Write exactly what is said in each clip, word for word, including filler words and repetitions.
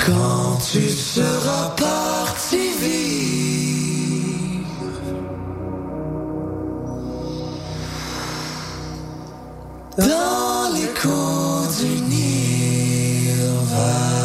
Quand tu seras parti vivre dans l'écho du Nirvana.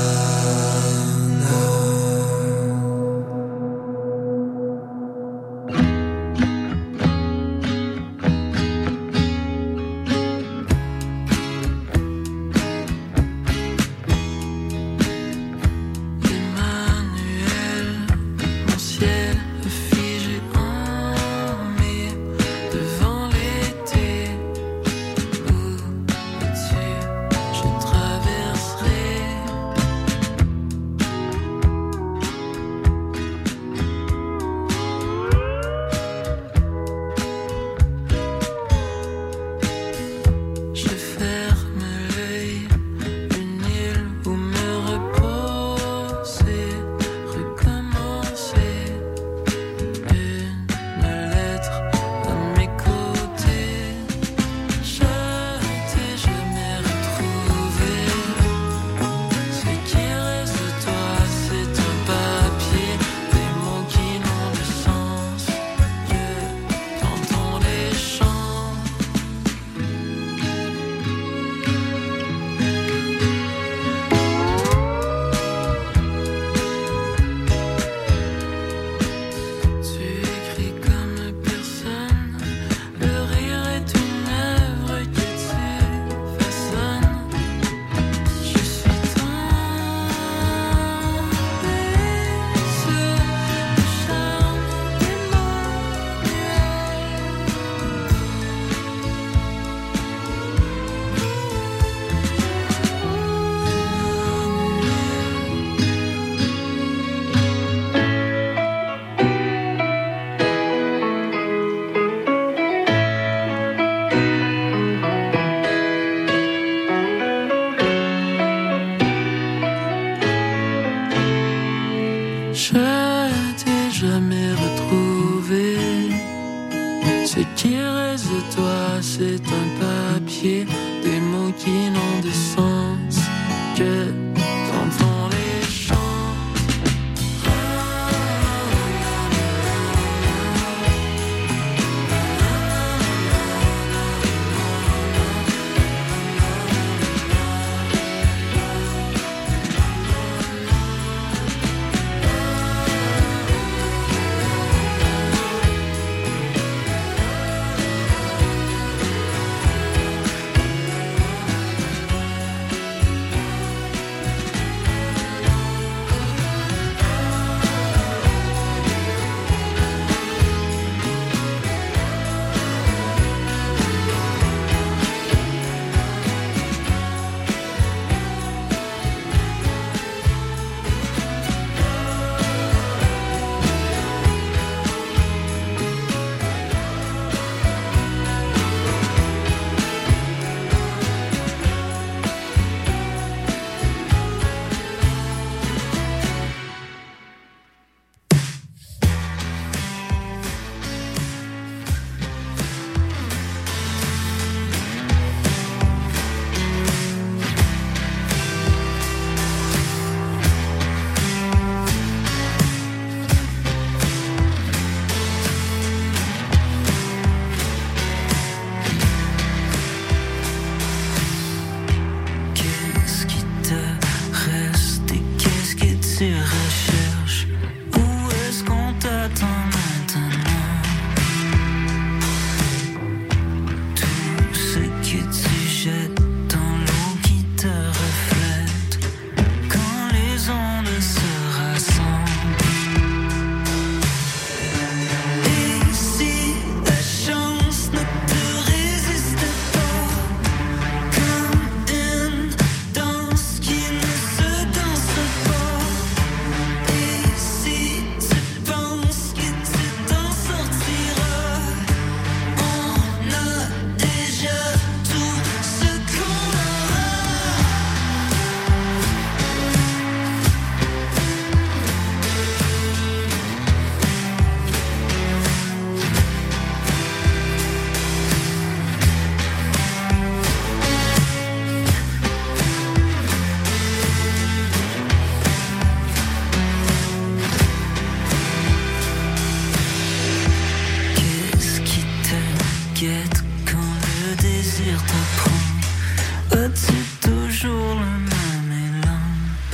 c'est toujours le même élan.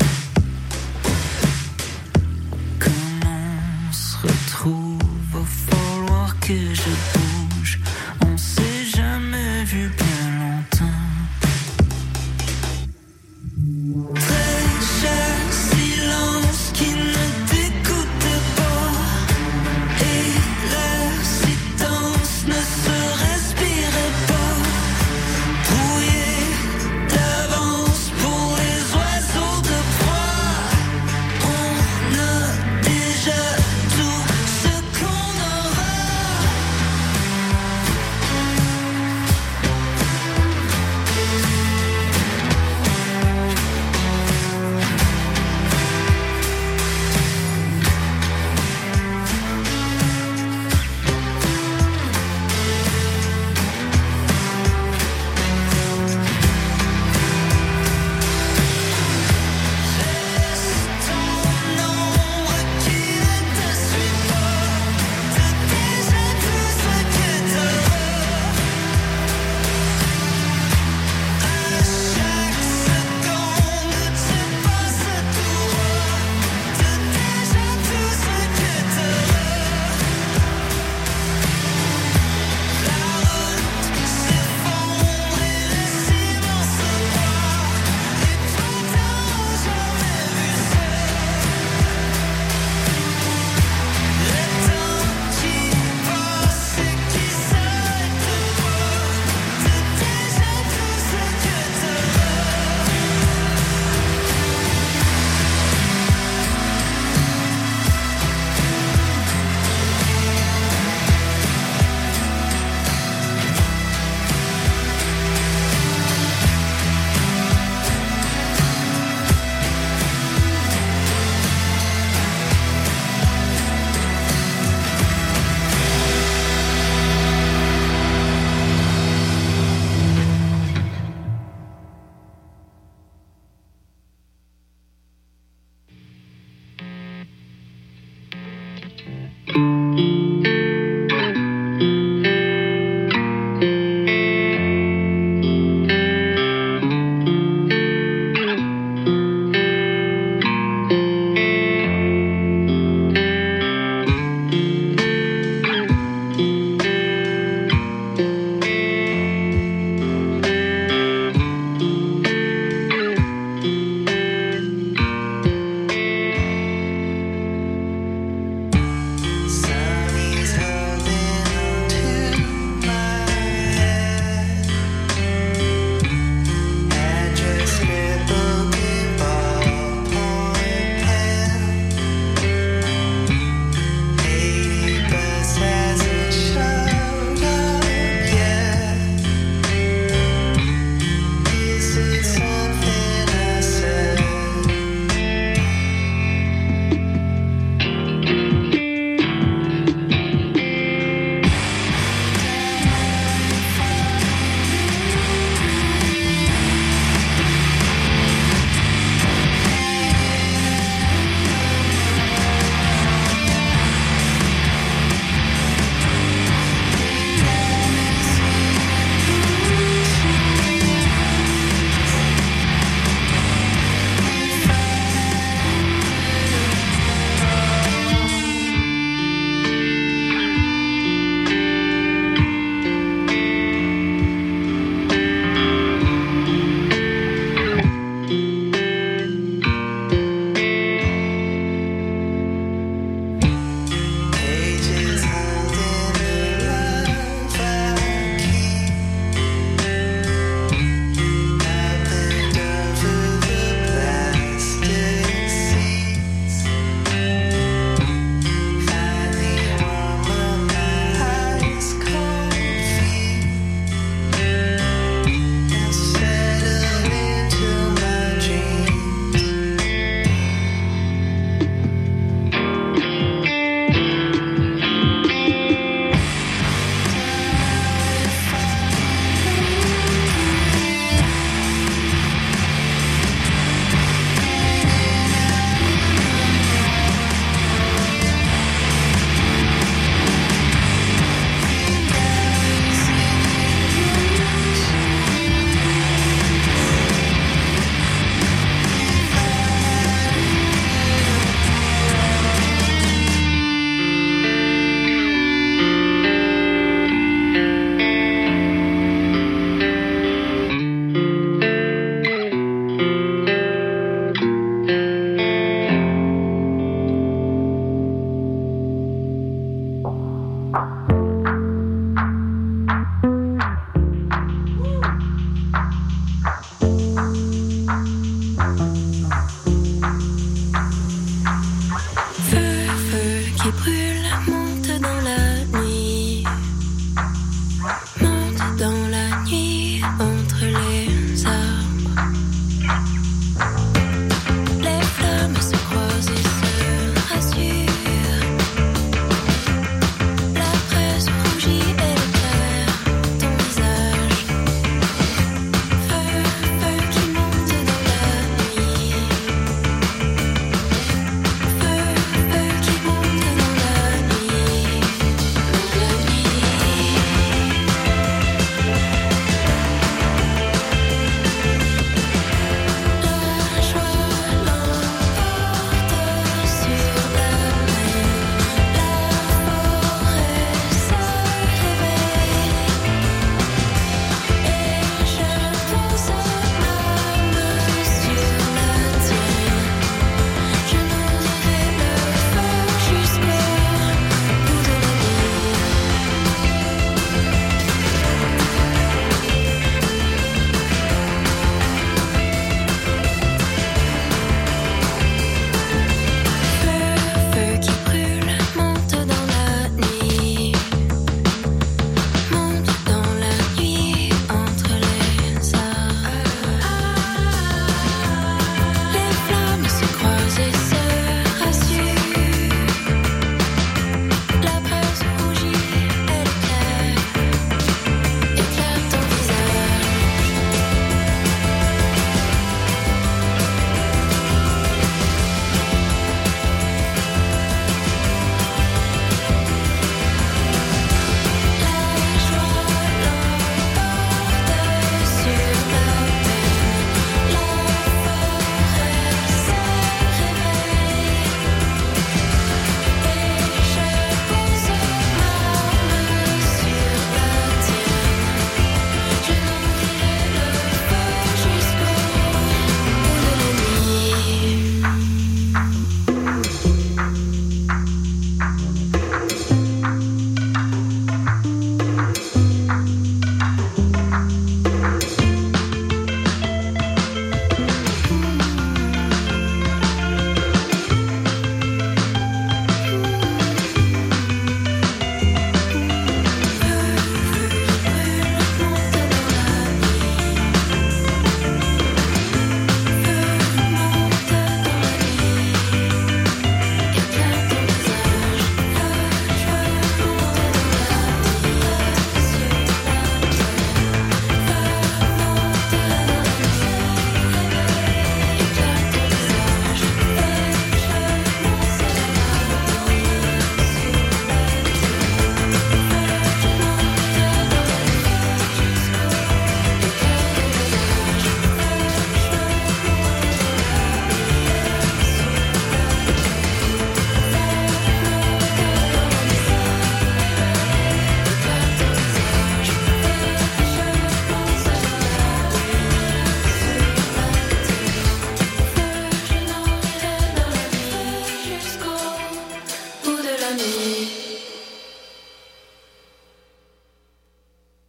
Comment on se retrouve, va falloir que je bouge. On s'est jamais vu bien longtemps. Très cher silence qui ne t'écoute pas. Et l'air si dense ne se respire pas. Brouillé d'air.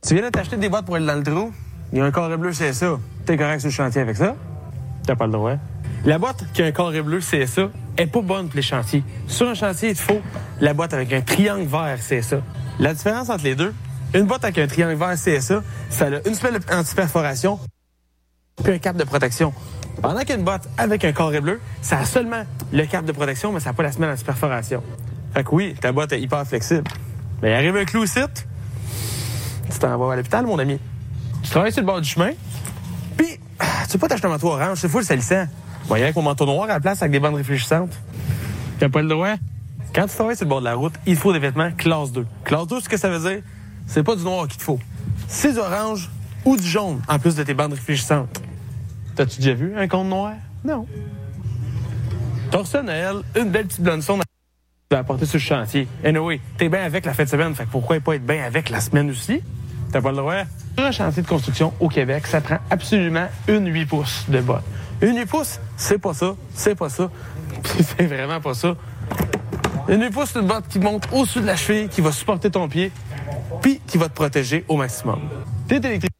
Tu viens de t'acheter des boîtes pour aller dans le trou? Il y a un carré bleu C S A. T'es correct sur le chantier avec ça? T'as pas le droit. La boîte qui a un carré bleu C S A est pas bonne pour les chantiers. Sur un chantier, il te faut la boîte avec un triangle vert C S A. La différence entre les deux, une boîte avec un triangle vert C S A, ça a une semelle anti-perforation puis un cap de protection. Pendant qu'une boîte avec un carré bleu, ça a seulement le cap de protection, mais ça n'a pas la semelle anti-perforation. Fait que oui, ta boîte est hyper flexible. Mais il arrive un clou ici, tu t'en vas à l'hôpital, mon ami. Tu travailles sur le bord du chemin, puis tu peux pas t'acheter un manteau orange, c'est full salissant. Bon, il y a avec mon manteau noir à la place avec des bandes réfléchissantes. T'as pas le droit? Quand tu travailles sur le bord de la route, il faut des vêtements classe deux. Classe deux, ce que ça veut dire, c'est pas du noir qu'il te faut. C'est du orange ou du jaune, en plus de tes bandes réfléchissantes. T'as-tu déjà vu un compte noir? Non. T'as reçu à Noël une belle petite blonde sonde à apporter sur le chantier. Anyway, t'es bien avec la fête de semaine, fait que pourquoi pas être bien avec la semaine aussi? T'as pas le droit? Sur un chantier de construction au Québec, ça prend absolument une huit pouces de botte. Une huit pouces, c'est pas ça, c'est pas ça, c'est vraiment pas ça. Une huit pouces, c'est une botte qui monte au-dessus de la cheville, qui va supporter ton pied, puis qui va te protéger au maximum. T'es électrique.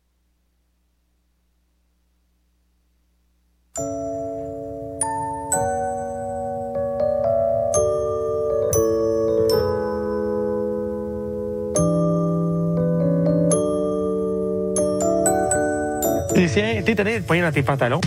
T'es tanné d'être poigné dans tes pantalons.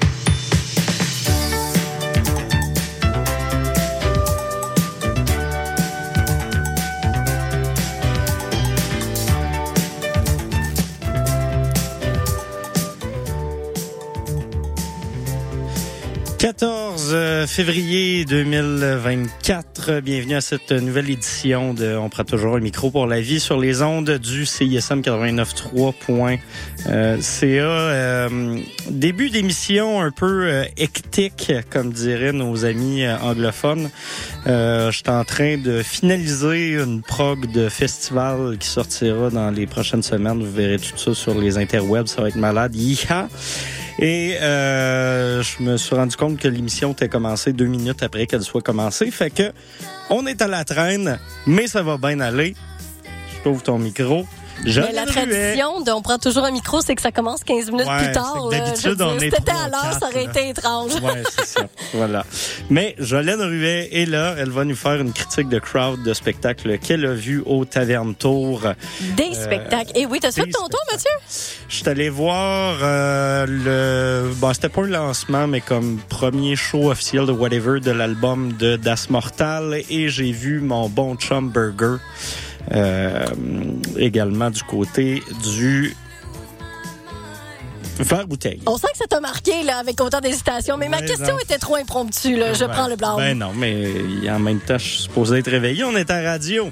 quatorze février deux mille vingt-quatre. Bienvenue à cette nouvelle édition de On prend toujours un micro pour la vie sur les ondes du C I S M quatre-vingt-neuf trois point C A. Euh, début d'émission un peu euh, hectique, comme diraient nos amis euh, anglophones. Euh, je suis en train de finaliser une prog de festival qui sortira dans les prochaines semaines. Vous verrez tout ça sur les interwebs. Ça va être malade. Yeeha! Et euh, je me suis rendu compte que l'émission était commencée deux minutes après qu'elle soit commencée. Fait que on est à la traîne, mais ça va bien aller. Je t'ouvre ton micro. Je Mais la tradition de on prend toujours un micro, c'est que ça commence quinze minutes ouais, plus tard. C'est que d'habitude, on est si c'était à l'heure, ça aurait là. été étrange. Ouais, c'est ça. Voilà. Mais Jolène Ruet est là. Elle va nous faire une critique de crowd de spectacle qu'elle a vu au Taverne Tour. Des euh, spectacles. Et oui, t'as fait ton tour, Mathieu? Je suis allé voir euh, le... Bon, c'était pas un lancement, mais comme premier show officiel de Whatever de l'album de Das Mortal. Et j'ai vu mon bon chum Burger. Euh, également du côté du verre bouteille. On sent que ça t'a marqué là, avec autant d'hésitation, mais, mais ma question non. était trop impromptue. Là. Je ben, prends le blanc. Ben non, mais en même temps, je suis supposé être réveillé. On est à la radio.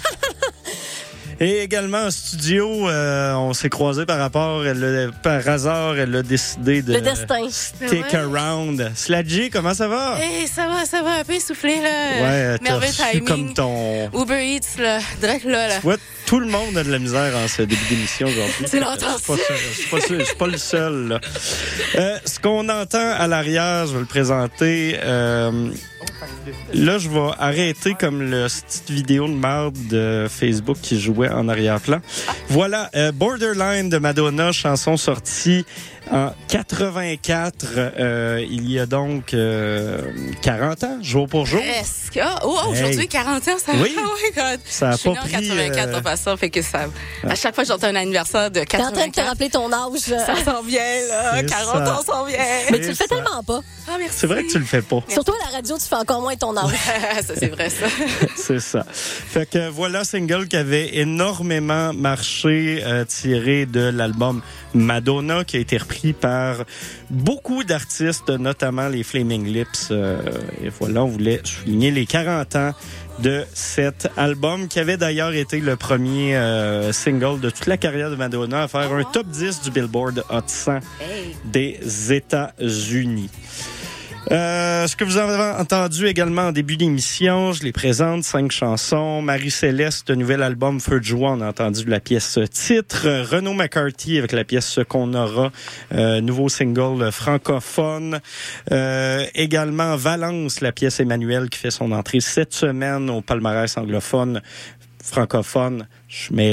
Et également en studio, euh, on s'est croisés par rapport, elle a, par hasard, elle a décidé de le destin. stick ouais. around. Sladji, comment ça va? Hey, ça va, ça va, un peu essoufflé, là. Ouais, merveilleux timing. Comme ton... Uber Eats, là, direct là, là. Ouais, tout le monde a de la misère en ce début d'émission aujourd'hui. C'est longtemps. Je suis pas, pas, pas le seul, là. Euh, ce qu'on entend à l'arrière, je vais le présenter... Euh, Là, je vais arrêter comme le petite vidéo de merde de Facebook qui jouait en arrière-plan. Voilà, euh, Borderline de Madonna, chanson sortie en quatre-vingt-quatre. Euh, il y a donc euh, quarante ans, jour pour jour. Presque. Oh, oh aujourd'hui, hey. quarante ans, ça oui. Oh my God. Ça a je suis pas née en pris, quatre-vingt-quatre, euh... en passant, fait que ça... À chaque fois que j'entends un anniversaire de quatre-vingt-quatre... T'es en train de te rappeler ton âge. Ça s'en vient, là. C'est quarante ça. ans s'en vient. Mais tu le fais tellement pas. Ah, merci. C'est vrai que tu le fais pas. Surtout à la radio, tu fais encore moins ton âge. ça, c'est vrai, ça. C'est ça. Fait que voilà, single qui avait énormément marché, euh, tiré de l'album Madonna, qui a été repris par beaucoup d'artistes, notamment les Flaming Lips. Euh, et voilà, on voulait souligner les quarante ans de cet album, qui avait d'ailleurs été le premier euh, single de toute la carrière de Madonna à faire oh, un wow. top dix du Billboard Hot cent hey. des États-Unis. Euh, ce que vous avez entendu également en début d'émission, je les présente, cinq chansons. Marie-Céleste, nouvel album Feu de joie, on a entendu la pièce titre. Renaud McCarthy avec la pièce Ce qu'on aura, euh, nouveau single francophone. Euh, également Valence, la pièce Emmanuel qui fait son entrée cette semaine au palmarès anglophone, francophone. Je suis mêlé.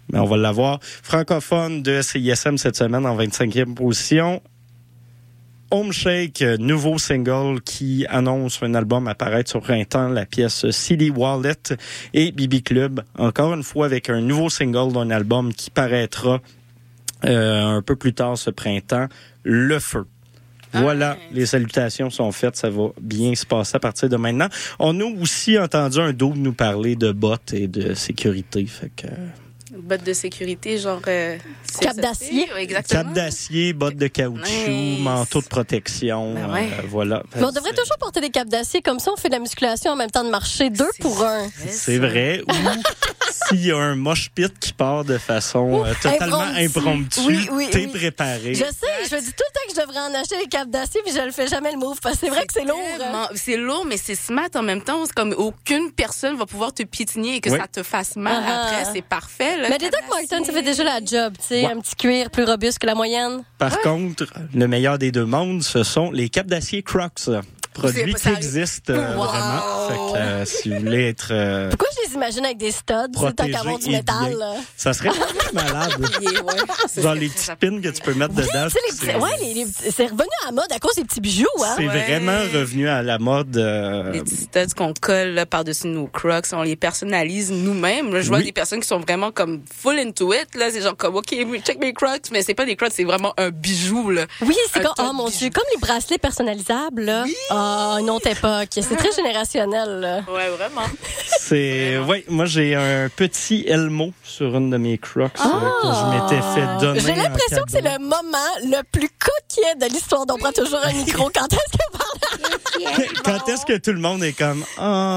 mais on va l'avoir. Francophone de C I S M cette semaine en vingt-cinquième position. Home Shake, nouveau single qui annonce un album apparaître sur printemps, la pièce Silly Wallet. Et B B Club, encore une fois avec un nouveau single d'un album qui paraîtra euh, un peu plus tard ce printemps, Le Feu. Voilà, ah, les salutations sont faites, ça va bien se passer à partir de maintenant. On a aussi entendu un double nous parler de bottes et de sécurité, fait que... Bottes de sécurité, genre... Euh, cap d'acier. Exactement. Cap d'acier, bottes de caoutchouc, nice. Manteau de protection, ben ouais. euh, voilà. Mais on devrait toujours porter des capes d'acier, comme ça on fait de la musculation en même temps de marcher, deux c'est pour un. C'est vrai, ou s'il y a un mosh pit qui part de façon euh, totalement impromptue, oui, oui, t'es oui. préparé. Je sais, je me dis tout le temps que je devrais en acheter des capes d'acier, puis je le fais jamais le move, parce que c'est vrai c'est que c'est lourd. Hein. C'est lourd, mais c'est smart en même temps, c'est comme aucune personne va pouvoir te piétiner et que oui. ça te fasse mal uh-huh. après, c'est parfait. Là, mais des Doc Martens, ça fait déjà la job, tu sais, ouais. un petit cuir plus robuste que la moyenne. Par ouais. contre, le meilleur des deux mondes, ce sont les capes d'acier Crocs. Produit qui existe euh, wow. vraiment. Fait que, euh, si vous voulez être... Euh, Pourquoi je les imagine avec des studs, tant qu'à avoir du métal? Là. Ça serait malade. Yeah, ouais. Genre les petites pins que tu peux mettre oui, dedans. Les petits, ouais, les, les, c'est revenu à la mode à cause des petits bijoux. Hein? C'est ouais. vraiment revenu à la mode. Euh... Les petits studs qu'on colle là, par-dessus nos Crocs, on les personnalise nous-mêmes. Là, je vois oui. des personnes qui sont vraiment comme full into it. Là, c'est genre comme, OK, check mes Crocs, mais c'est pas des Crocs, c'est vraiment un bijou. Là. Oui, c'est comme, oh mon Dieu, comme les bracelets personnalisables. Là. Oui. Oh, une autre époque. C'est très générationnel. Là. Ouais, vraiment. C'est, ouais, moi j'ai un petit Elmo sur une de mes Crocs ah. euh, que je m'étais fait donner. J'ai l'impression que c'est le moment le plus coquet de l'histoire d'on prend toujours un micro. Quand est-ce que pendant... Quand est-ce que tout le monde est comme oh.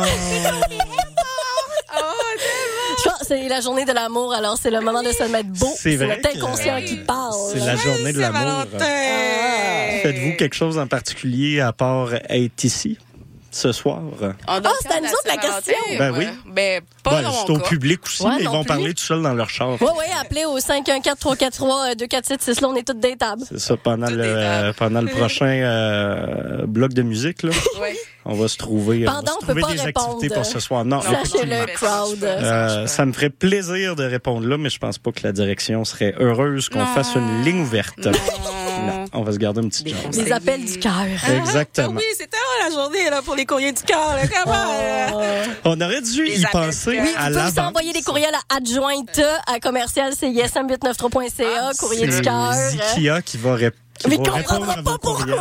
Je pense que c'est la journée de l'amour, alors c'est le moment de se mettre beau. C'est, c'est vrai notre inconscient qui parle. C'est la journée de l'amour. Ah. Faites-vous quelque chose en particulier à part être ici ce soir? Ah, oh, c'était à nous autres la question. Ben oui. Ben, pas ben, c'est au public aussi, ouais, mais ils vont plus. Parler tout seuls dans leur char. Oui, oui, appelez au cinq un quatre, trois quatre trois, deux quatre sept six. Là, on est toutes des tables. C'est ça, pendant, le, euh, pendant le prochain euh, bloc de musique, là. Oui. On va se trouver, Pendant, on va se on trouver peut pas des répondre. activités pour ce soir. Non, sachez-le, crowd. Euh, ça me ferait plaisir de répondre là, mais je pense pas que la direction serait heureuse qu'on non. fasse une ligne ouverte. Non. Non, on va se garder une petite chance. Les appels du cœur. Exactement. Ah, oui, c'était la journée là, pour les courriers du cœur. Comment? Oh. On aurait dû les y penser oui, à l'avance. Vous pouvez envoyer des courriels à adjointe à commercial c i s m huit neuf trois point c a, ah, courrier du cœur. Zikia qui va répondre. Qui mais va répondre à vos courriels.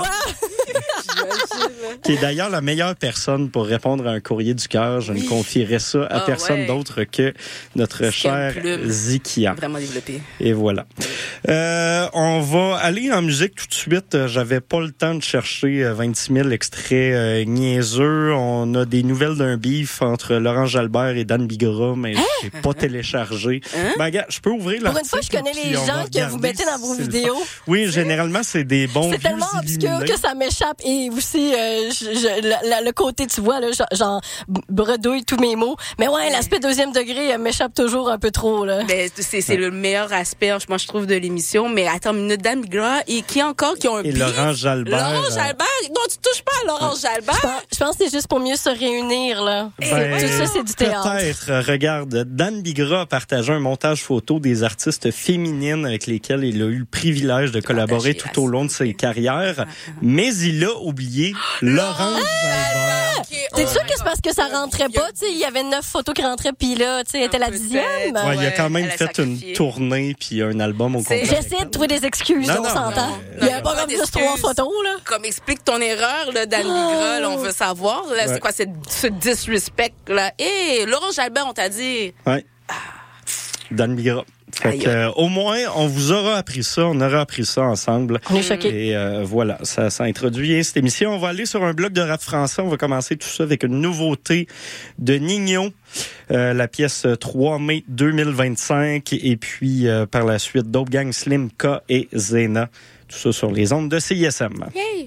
Qui est d'ailleurs la meilleure personne pour répondre à un courrier du cœur. Je oui. ne confierais ça à oh, personne ouais. d'autre que notre cher Zikia. Vraiment développé. Et voilà. Euh, on va aller en musique tout de suite. J'avais pas le temps de chercher vingt-six mille extraits euh, niaiseux. On a des nouvelles d'un beef entre Laurent Jalbert et Dan Bigra, mais hein? j'ai pas téléchargé. Hein? Ben, gars, je peux ouvrir la. Pour une fois, je connais les gens que vous mettez dans vos vidéos. Oui, généralement, c'est des bons c'est tellement obscur que ça m'échappe. Et aussi, euh, je, je, la, le côté, tu vois, là, genre, bredouille tous mes mots. Mais ouais, l'aspect deuxième degré m'échappe toujours un peu trop. Là. Ben, c'est, c'est ouais. le meilleur aspect, moi, je trouve, de l'émission. Mais attends une minute, Dan Bigra, et qui encore qui ont un Et beef? Laurent Jalbert. Laurent Jalbert? Non, tu touches pas à Laurent Jalbert. Je pense, je pense que c'est juste pour mieux se réunir. Là. Ben, tout ça, c'est du théâtre. Peut-être. Regarde, Dan Bigra a partagé un montage photo des artistes féminines avec lesquelles il a eu le privilège de collaborer tout au long de sa carrière. Mais il a oublié Laurent Jalbert. T'es sûr que c'est parce que ça rentrait pas? Tu sais, il y avait neuf photos qui rentraient, puis là, tu sais, elle était la dixième. Ouais, il a quand même fait une tournée puis un album au complet. J'essaie de trouver des excuses, non, on non, s'entend. Non, il y a pas comme juste trois photos, là. Comme explique ton erreur, là, Dan Bigra, là, on veut savoir, là, ouais. c'est quoi cette, ce disrespect, là? Hé, hey, Laurent Jalbert, on t'a dit. Ouais. Ah. Dan Bigra. Fait que, euh, au moins, on vous aura appris ça, on aura appris ça ensemble. On est choqués. Et euh, voilà, ça, ça introduit cette émission. On va aller sur un bloc de rap français. On va commencer tout ça avec une nouveauté de Nino, euh, la pièce trois mai deux mille vingt-cinq. Et puis, euh, par la suite, Dope Gang, Slim K et Zena. Tout ça sur les ondes de C I S M. Yay!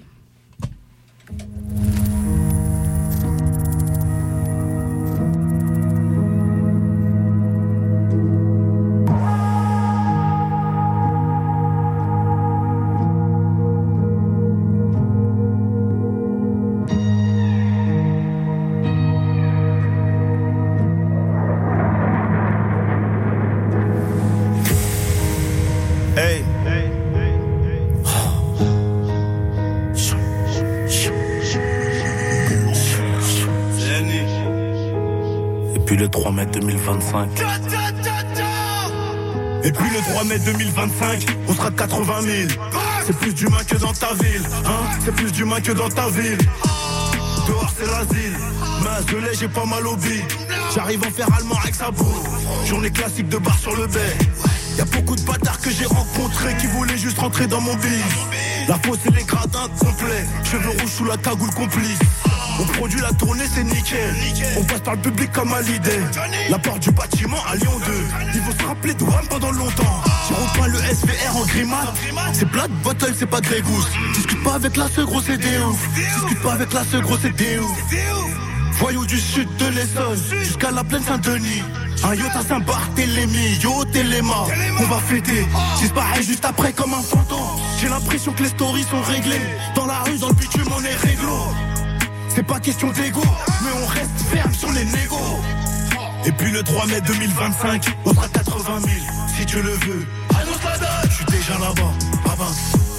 puis le trois mai deux mille vingt-cinq. Et puis le trois mai deux mille vingt-cinq, on sera de quatre-vingt mille. C'est plus d'humains que dans ta ville, hein. C'est plus d'humains que dans ta ville. Dehors c'est l'asile, mince de lait j'ai pas mal au bide. J'arrive en faire allemand avec sa boue. Journée classique de bar sur le bec. Y'a beaucoup de bâtards que j'ai rencontrés qui voulaient juste rentrer dans mon bise. La fosse et les gradins complets, cheveux rouges sous la cagoule complice. On produit la tournée, c'est nickel. On passe par le public comme à l'idée. La porte du bâtiment à Lyon deux. Il faut se rappeler de Wham pendant longtemps. J'ai repeint le S V R en grimate. C'est Black Bottle, c'est pas Grey Goose. Discute pas avec la ce gros, c'est des ouf. Discute pas avec la ce gros, c'est des ouf. Voyou du sud de l'Essonne jusqu'à la plaine Saint-Denis. Un yacht à Saint-Barthélemy, yo Téléma. On va fêter, disparaît juste après comme un fantôme. J'ai l'impression que les stories sont réglées. Dans la rue, dans le bitume, on est réglo. C'est pas question d'ego, mais on reste ferme sur les négos. Et puis le trois mai deux mille vingt-cinq, on sera quatre-vingt mille, si Dieu le veut. Annonce la date, je suis déjà là-bas, baba.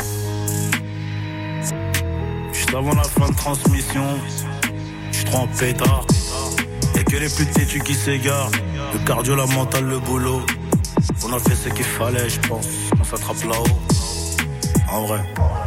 Juste avant la fin de transmission, je suis trop en pétard. Y'a que les plus têtus qui s'égarent. Le cardio, la mentale, le boulot. On a fait ce qu'il fallait, je pense. On s'attrape là-haut. En vrai.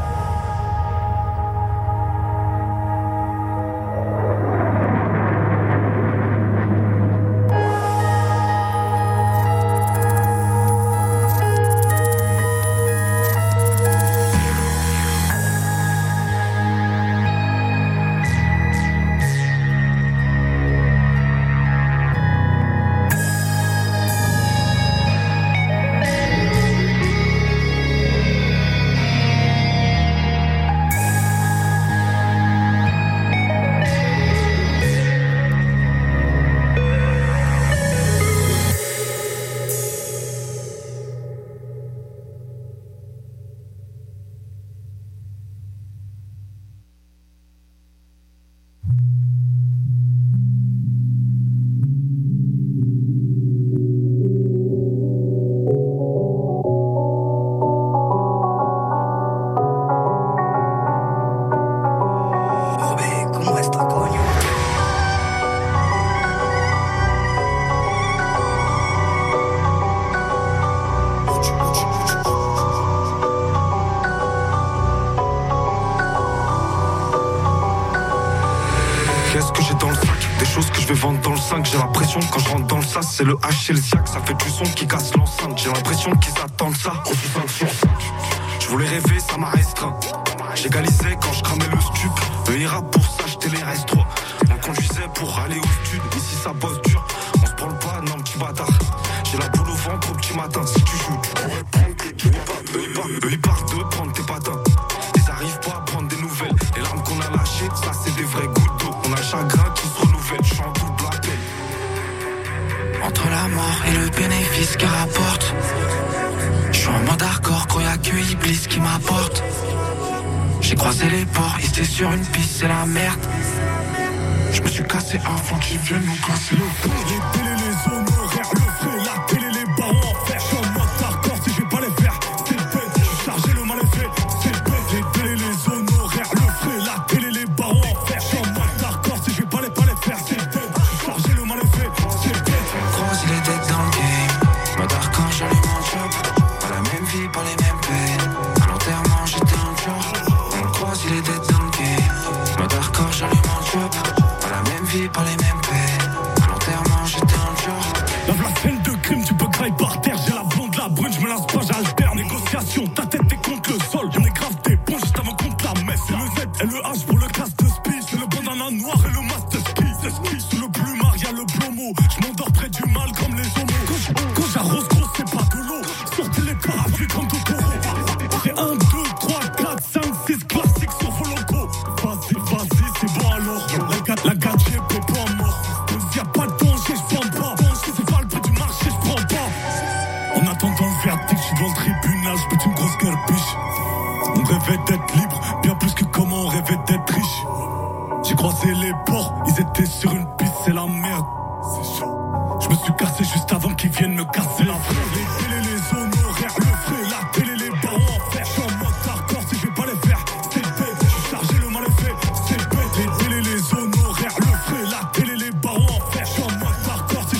J'ai l'impression quand je rentre dans le sas, c'est le H et le Ziac, ça fait du son qui casse l'enceinte. J'ai l'impression qu'ils attendent ça. Je voulais rêver, ça m'a restreint. J'égalisais quand je cramais le stup. Le ira pour ça, j'étais les restes trois. On conduisait pour aller au stud. Ici ça bosse dur, on se branle pas, non petit bâtard. J'ai la boule au ventre au petit matin. Si tu joues, tu pourrais prendre tes eux, ils partent, eux, ils partent de prendre tes patins. Ils arrivent pas à prendre des nouvelles. Les larmes qu'on a lâchées, ça c'est des vrais gouttes d'eau. On a le chagrin qui se renouvelle, je suis en double appel. Entre la mort et le bénéfice qu'elle rapporte, je suis en mode hardcore quand y'a que Iblis qui m'apporte. J'ai croisé les ports, ils étaient sur une piste, c'est la merde. Je me suis cassé avant qu'ils viennent nous casser le feu. Les télés, les honoraires, le fait, la télé, les barons en fer. Je suis en mode hardcore si je vais pas les faire. C'est bête, je suis chargé le mal est fait. C'est bête, les télés, les honoraires, le fait, la télé, les barons en fer. Je suis en mode hardcore si je vais pas les, pas les faire. C'est bête, je suis chargé le mal est fait. C'est bête. Croise les dettes dans le game. Mode hardcore, j'allume mon job. Pas la même vie, pas les mêmes peines. À l'enterrement, j'étais un jour. On croise les dettes dans le game. Mode hardcore, j'allume mon job. Pas la même vie, pas les mêmes peines. À l'enterrement, j'étais un jour. La scène de crime, tu peux grailler par terre. J'ai la blonde, la brune, je me lasse pas, j'alterne. Négociation, ta tête est contre le sol. Y'en est grave des bons juste avant contre la messe. C'est le Z et le H pour le classe de speed. C'est le bandana noir et le masque de ski. C'est ski. Sous le plumard, y'a le plomo. Je m'endors près du mal comme les homos. Quand, quand j'arrose gros, c'est pas de l'eau. Sortez les parapluies comme Totoro. C'est un, deux, trois, quatre, cinq, six classiques sur vos locaux. Vas-y, vas-y, c'est bon alors. La gâte, la gâte, j'ai pépé à mort. Y'a pas de danger, j'prends pas. C'est pas le prix du marché, j'prends pas. En attendant le verdict, j'suis devant le tribunal, j'pète une grosse gueule biche. On rêvait d'être libre, bien plus que comment on rêvait d'être riche. J'ai croisé les ports, ils étaient sur une piste, c'est la merde. C'est chaud. J'me suis cassé juste avant qu'ils viennent me casser la frère. Les télés, les honoraires, le frais, la télé, les barons en fer. J'suis en mode hardcore si je vais pas les faire. C'est bête, j'suis chargé le mal est fait. C'est bête, les télés, les honoraires, le frais, la télé, les barons en fer. J'suis en mode hardcore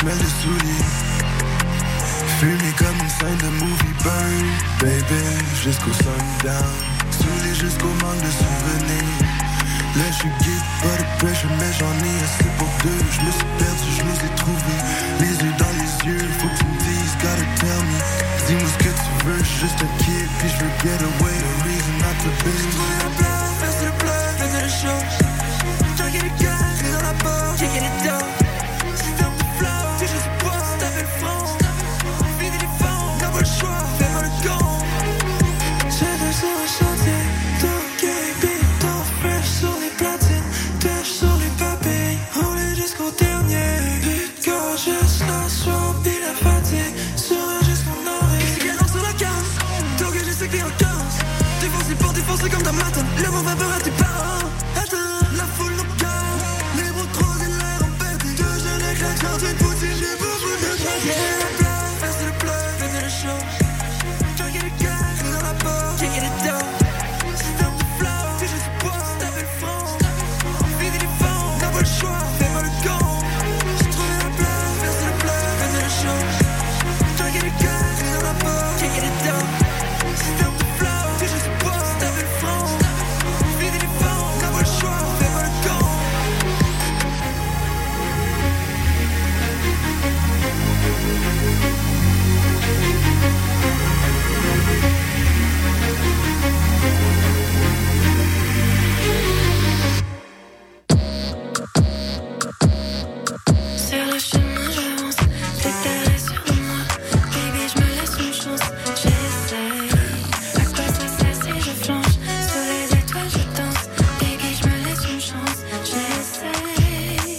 semelle de souliers. Fumé comme une scène de movie burn, baby, jusqu'au sundown. Saoulé jusqu'au manque de souvenirs. Là j'suis geek, pas de pressure, mais j'en ai assez pour deux. J'me suis perdu, j'me les ai trouvés. Les yeux dans les yeux, faut que tu me dises, gotta tell me. Dis-moi ce que tu veux, j'suis juste un kid, puis j'veux get away, the reason not to be. J'trouve la place, faire le bloc, faire le show. J't'engueule le cœur, crie dans la porte, j'ai get it down. Système de flow, j'ai juste pas, si t'avais le front. Fini les fonds, t'as pas le choix, fais-moi le con. J'ai deux sur un chantier, ton game, ton fresh sur les platines, tâche sur les papilles, roulé jusqu'au dernier. Vite gorgeuse, la soif, puis la fatigue, serein jusqu'au oreille. C'est gagnant sur la case, ton que je sais que t'es en danse. Défoncé pour défoncer comme ta matin, le mot va peur à tes parents. Attends, la foule nous garde, les bras trop et l'air en bête. Deux jeunes éclats, j'en une poutine, j'ai beaucoup de choses. Yeah, la place, faire le bloc, faire le show. T'as le cœur, crie dans la porte, j'ai get it down. Système de flow, j'ai juste pas, si t'avais le front. Fini les fonds, t'as pas le choix, fais-moi le con. J'ai trouvé la place, faire le bloc, faire le show. T'as le cœur, crie dans la porte, j'ai get it down. Système de flow, j'ai juste pas, si t'avais le front. Fini les fonds, t'as pas le choix, fais-moi le con. Sur le chemin j'avance, t'es terré sur moi. Baby je me laisse une chance, j'essaye. À quoi ça sert si je flanche? Sous les étoiles je danse. Baby je me laisse une chance, j'essaye.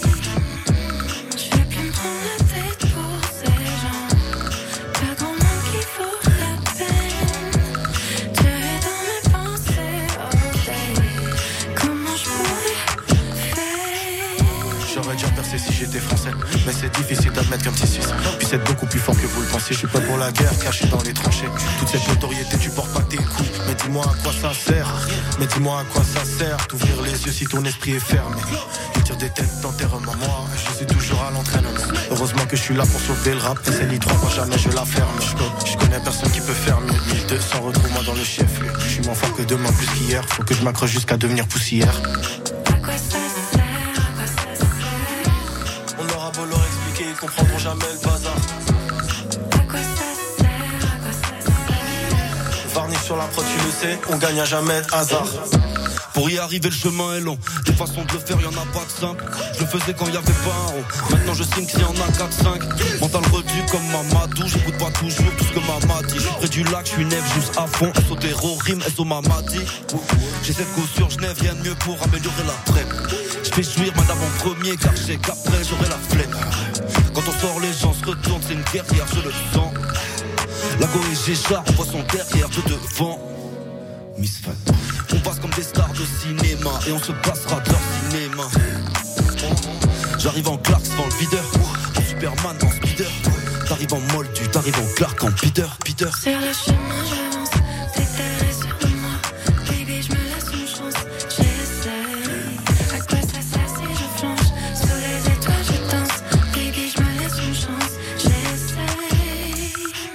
Je vais plus me prendre la tête pour ces gens. Pas grand monde qui vaut la peine. Tu es dans mes pensées all day. Comment je pourrais faire? J'aurais déjà percé si j'étais français, mais c'est difficile d'admettre comme petit suisse. Puis c'est beaucoup plus fort que vous le pensez. Je suis pas pour la guerre, caché dans les tranchées. Toute cette notoriété, tu portes pas tes coups. Mais dis-moi à quoi ça sert. Mais dis-moi à quoi ça sert. T'ouvrir les yeux si ton esprit est fermé. Je tire des têtes d'enterrement. Moi, je suis toujours à l'entraînement. Heureusement que je suis là pour sauver le rap. Et c'est l'I trois, moi jamais je la ferme. Je, je connais personne qui peut faire mieux. mille deux cents, retrouve-moi dans le chef-lieu. Je suis moins fort que demain, plus qu'hier. Faut que je m'accroche jusqu'à devenir poussière. À quoi ça sert? À quoi ça sert? On aura beau leur expliquer, ils comprendront jamais le bazar. À quoi ça sert? À quoi ça sert? Varni sur la prod, tu le sais, on gagne à jamais de hasard. Pour y arriver le chemin est long. Des façons de le faire, y'en a pas que simple. Je le faisais quand y'avait pas un rond. Maintenant je signe s'il y en a quatre cinq. Mental redu comme Mamadou. J'écoute pas toujours tout ce que maman dit. Je suis près du lac, je suis neuf juste à fond. S O terreau, rime, S O mamadi. J'ai cette go sur Genève, rien de mieux pour améliorer la prep. Je fais jouir madame en premier car je sais qu'après j'aurai la flemme. Quand on sort les gens se retournent, c'est une guerrière, je le sens. La go et Géchard, on voit son derrière de devant. Miss Fat. On passe comme des stars de cinéma et on se passera de leur cinéma. J'arrive en Clarks dans le videur, en Superman dans Speeder. T'arrives en Moldu, t'arrives en Clark en Peter, Peter. Sur le chemin j'avance, t'es terré sur moi. Baby je me laisse une chance, j'essaye. À quoi ça sert si je flanche? Sous les étoiles je danse. Baby je me laisse une chance, j'essaye.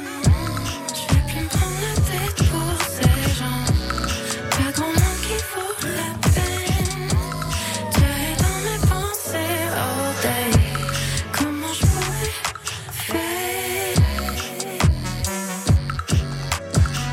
Je vais plus me prendre la tête pour ces gens. Pas grand monde qui vaut la peine. Tu es dans mes pensées all day. Comment je pourrais faire?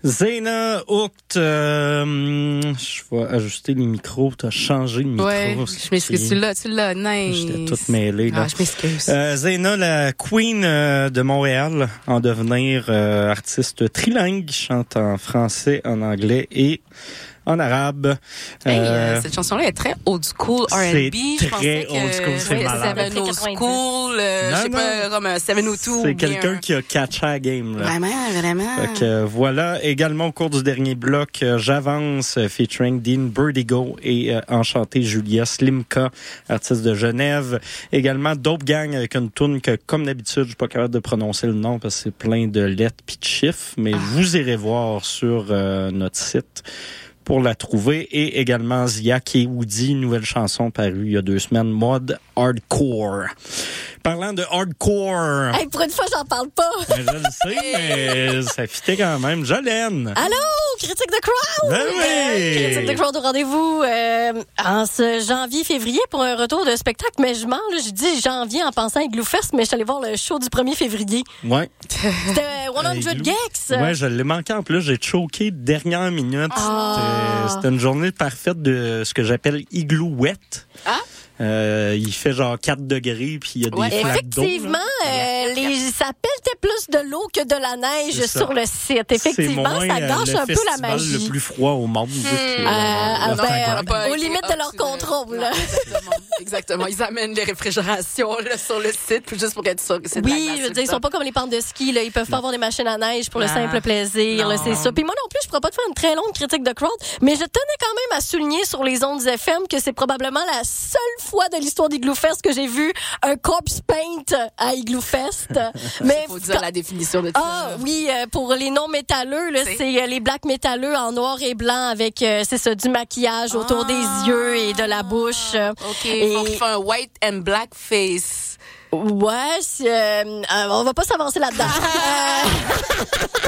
Zayna Hooked, euh, je vais ajuster les micros. Tu as changé le micro. Ouais, je m'excuse. Tu l'as, tu l'as, nice. J'étais toute mêlée, là. Ah, je m'excuse. Euh, Zayna, la queen euh, de Montréal, en devenir euh, artiste trilingue, chante en français, en anglais et en arabe. Hey, Euh, euh, cette chanson-là est très old school R and B. c'est Je pensais très old que- school, c'est ouais, malade. seven oh School, euh, Non, je sais non. pas, comme un seven oh two. c'est ou bien quelqu'un un- qui a catché la game, là. Vraiment, vraiment. Fait que, euh, voilà, également au cours du dernier bloc, euh, J'avance, euh, featuring Dean Burdigo et euh, Enchanté Julia Slimka, artiste de Genève. Également Dope Gang avec une toune que, comme d'habitude, je suis pas capable de prononcer le nom parce que c'est plein de lettres pis de chiffres, mais vous irez voir sur euh, notre site pour la trouver. Et également Ziak et Woody, nouvelle chanson parue il y a deux semaines, mode hardcore. Parlant de hardcore, Hey, pour une fois, j'en parle pas. ben, je le sais, mais ça fitait quand même. Jolène! Allô, Critique de Crowd! Ben oui! Critique de Crowd au rendez-vous euh, en ce janvier-février pour un retour de spectacle. Mais je mens, là, je dis janvier en pensant à Igloo Fest, mais je suis allée voir le show du premier février. Ouais. C'était cent Igloo. Gex. Ouais, je l'ai manqué en plus. J'ai choqué dernière minute. Ah. C'était, c'était une journée parfaite de ce que j'appelle Igloo Wet. Ah? Euh, il fait genre quatre degrés puis il y a des Ouais, flaques d'eau. Effectivement, là. euh, les, ça pelletait plus de l'eau que de la neige C'est ça. sur le site. Effectivement, c'est moins, ça euh, gâche le un peu la festival magie. le plus froid au monde. vu que, Euh, euh, ah, leur ben, temps pas aux été limites de leur optimal. contrôle. Non, exactement. Exactement. Ils amènent les réfrigérations là, sur le site puis juste pour être sûr que c'est de la Oui, glace je tout veux dire, le ils sont temps. pas comme les pentes de ski, là. Ils peuvent pas avoir des machines à neige pour le Ah. simple plaisir, là, Non. c'est ça. Puis moi non plus, je pourrais pas te faire une très longue critique de Crowd, mais je tenais quand même à souligner sur les ondes F M que c'est probablement la seule fois de l'histoire d'Igloo Fest que j'ai vu un corpse paint à Igloo Fest. Mais Faut dire la définition de tout Ah ça. oui, euh, pour les non métalleux, là, C'est- c'est euh, les black métalleux en noir et blanc avec euh, c'est ça du maquillage autour Ah. des yeux et de la bouche. OK, Et- donc il fait un white and black face. Ouais, c'est, euh, euh, on va pas s'avancer là-dedans. Euh,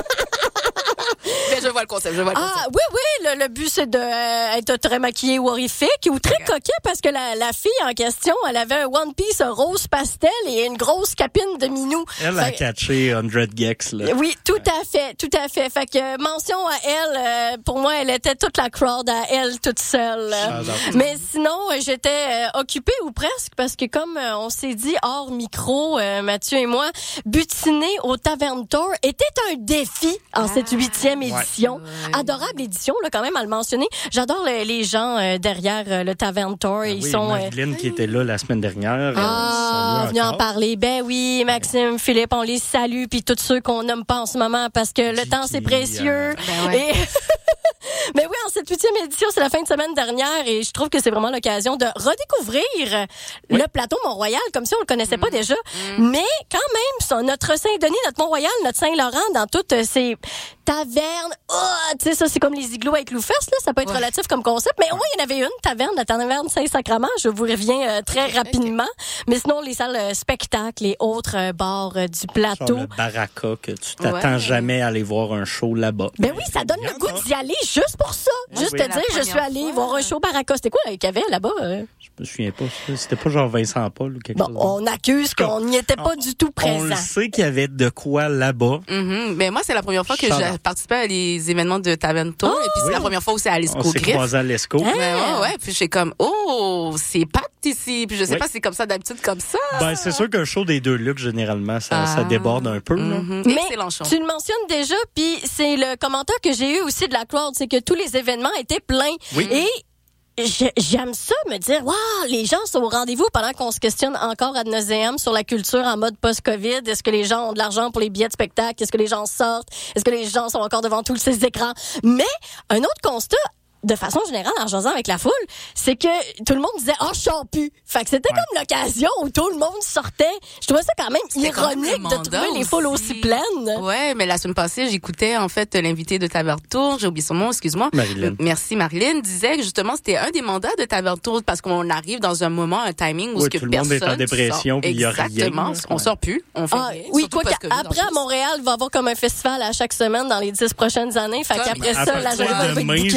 Mais je vois le concept, je vois le concept. Ah oui, oui, le, le but c'est de euh, être très maquillé ou horrifique ou très coquet parce que la, la fille en question, elle avait un one piece rose pastel et une grosse capine de minou. Elle a Fait- catché cent gex, là. Oui, tout à fait, tout à fait. Fait que euh, mention à elle, euh, pour moi, elle était toute la crowd à elle toute seule. Shout out. Mais sinon, euh, j'étais euh, occupée ou presque parce que comme euh, on s'est dit hors micro, euh, Mathieu et moi, butiner au Tavern Tour était un défi en cette huitième édition. Adorable édition, là, quand même, à le mentionner. J'adore le- les gens euh, derrière euh, le Tavern Tour. Ah Ils oui, sont... euh, Marilyn qui était là la semaine dernière. ah, euh, venez en encore. parler. Ben oui, Maxime, Philippe, on les salue, puis tous ceux qu'on nomme pas en ce moment parce que le Kiki, temps c'est précieux. euh, Ben ouais. Et mais oui, en cette huitième édition, c'est la fin de semaine dernière et je trouve que c'est vraiment l'occasion de redécouvrir le plateau Mont-Royal comme si on le connaissait pas déjà. Mais quand même, ça, notre Saint-Denis, notre Mont-Royal, notre Saint-Laurent, dans toutes ces tavernes, oh, tu sais, ça c'est comme les igloos avec Igloo Fest, là, ça peut être Ouais. relatif comme concept, mais au moins il y en avait une taverne, la taverne Saint-Sacrement, je vous reviens euh, très rapidement. Mais sinon, les salles euh, spectacles et autres euh, bars euh, du Genre plateau. le Baraka, que tu t'attends Ouais. jamais à aller voir un show là-bas. Ben oui, ça donne Il y le en goût a. d'y aller juste pour ça. Juste oui. te La dire, je suis première allée fois. voir un show Baraka. C'était quoi qu'il y avait là-bas? euh? Je me souviens pas. C'était pas genre Vincent Paul ou quelque Bon, chose. on accuse qu'on n'y était pas du tout On le présent. sait qu'il y avait de quoi là-bas. Mhm. Mais moi, c'est la première fois que Shout j'ai out. participé à les événements de Tavern Tour. et puis, c'est Oui. la première fois où c'est à On l'Esco s'est Griff. croisés à l'Esco. Hein? Ouais, ouais, ouais. Puis, j'étais comme, oh, c'est pacte ici. Puis, je sais Oui. pas si c'est comme ça d'habitude, comme ça. Ben, c'est sûr qu'un show des deux looks, généralement, ça, ça Ah. déborde un peu. Là. Mhm. Mais Excellent show. tu le mentionnes déjà, puis c'est le commentaire que j'ai eu aussi de la crowd, c'est que tous les événements étaient pleins. Oui. Et je- j'aime ça, me dire, waouh, les gens sont au rendez-vous pendant qu'on se questionne encore ad nauseam sur la culture en mode post-Covid. Est-ce que les gens ont de l'argent pour les billets de spectacle? Est-ce que les gens sortent? Est-ce que les gens sont encore devant tous ces écrans? Mais un autre constat, de façon générale, en jasant avec la foule, c'est que tout le monde disait « Ah, oh, je sors plus ». Fait que c'était Ouais. comme l'occasion où tout le monde sortait. Je trouvais ça quand même C'était quand même ironique le de trouver mandat les foules aussi. aussi pleines. Ouais, mais la semaine passée, j'écoutais en fait l'invité de Tavern Tour, j'ai oublié son nom, excuse-moi. Marilyn. Merci Marilyn, disait que justement c'était un des mandats de Tavern Tour parce qu'on arrive dans un moment, un timing où Oui, ce que tout le monde est en personne dépression, sort. puis il y a rien, Exactement, là. on sort plus, on fait Ah, rien, oui, surtout quoi post-Covid, en qu'après, à plus. Montréal, il va y avoir comme un festival à chaque semaine dans les dix prochaines années. Fait Comme qu'après À ça, la partir journée va de être demain, bouquée. c'est- c'est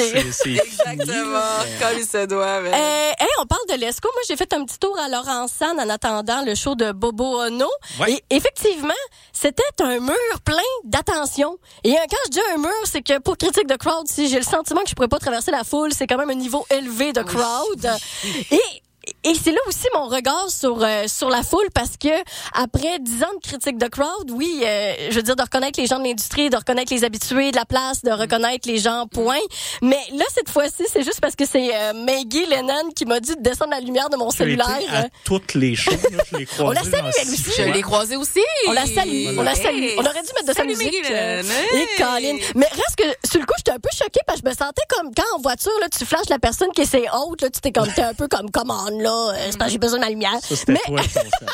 c'est Exactement, comme il se doit. Mais... Euh, hey, on parle de l'Esco. Moi, j'ai fait un petit tour à Laurent-San en attendant le show de Bobo Ono. Ouais. Et effectivement, c'était un mur plein d'attention. Et euh, quand je dis un mur, c'est que pour critique de crowd, si j'ai le sentiment que je pourrais pas traverser la foule, c'est quand même un niveau élevé de crowd. Et Et c'est là aussi mon regard sur euh, sur la foule parce que après dix ans de critique de crowd, oui, euh, je veux dire de reconnaître les gens de l'industrie, de reconnaître les habitués de la place, de reconnaître les gens point. Mais là cette fois-ci, c'est juste parce que c'est euh, Maggie Lennon qui m'a dit de descendre la lumière de mon cellulaire. J'ai été à toutes les shows, là, je l'ai croisée. On la salue elle aussi. Je l'ai croisée aussi. On la salue. On la salue. On aurait dû mettre de sa Salut, musique. Maggie euh, Lennon. Et Colin. Mais reste que sur le coup, j'étais un peu choquée parce que je me sentais comme quand en voiture là, tu flashes la personne qui est ses haute, là, tu t'es comme t'es un peu comme come on là, euh, c'est parce que j'ai besoin de ma lumière. Ça, c'était mais toi,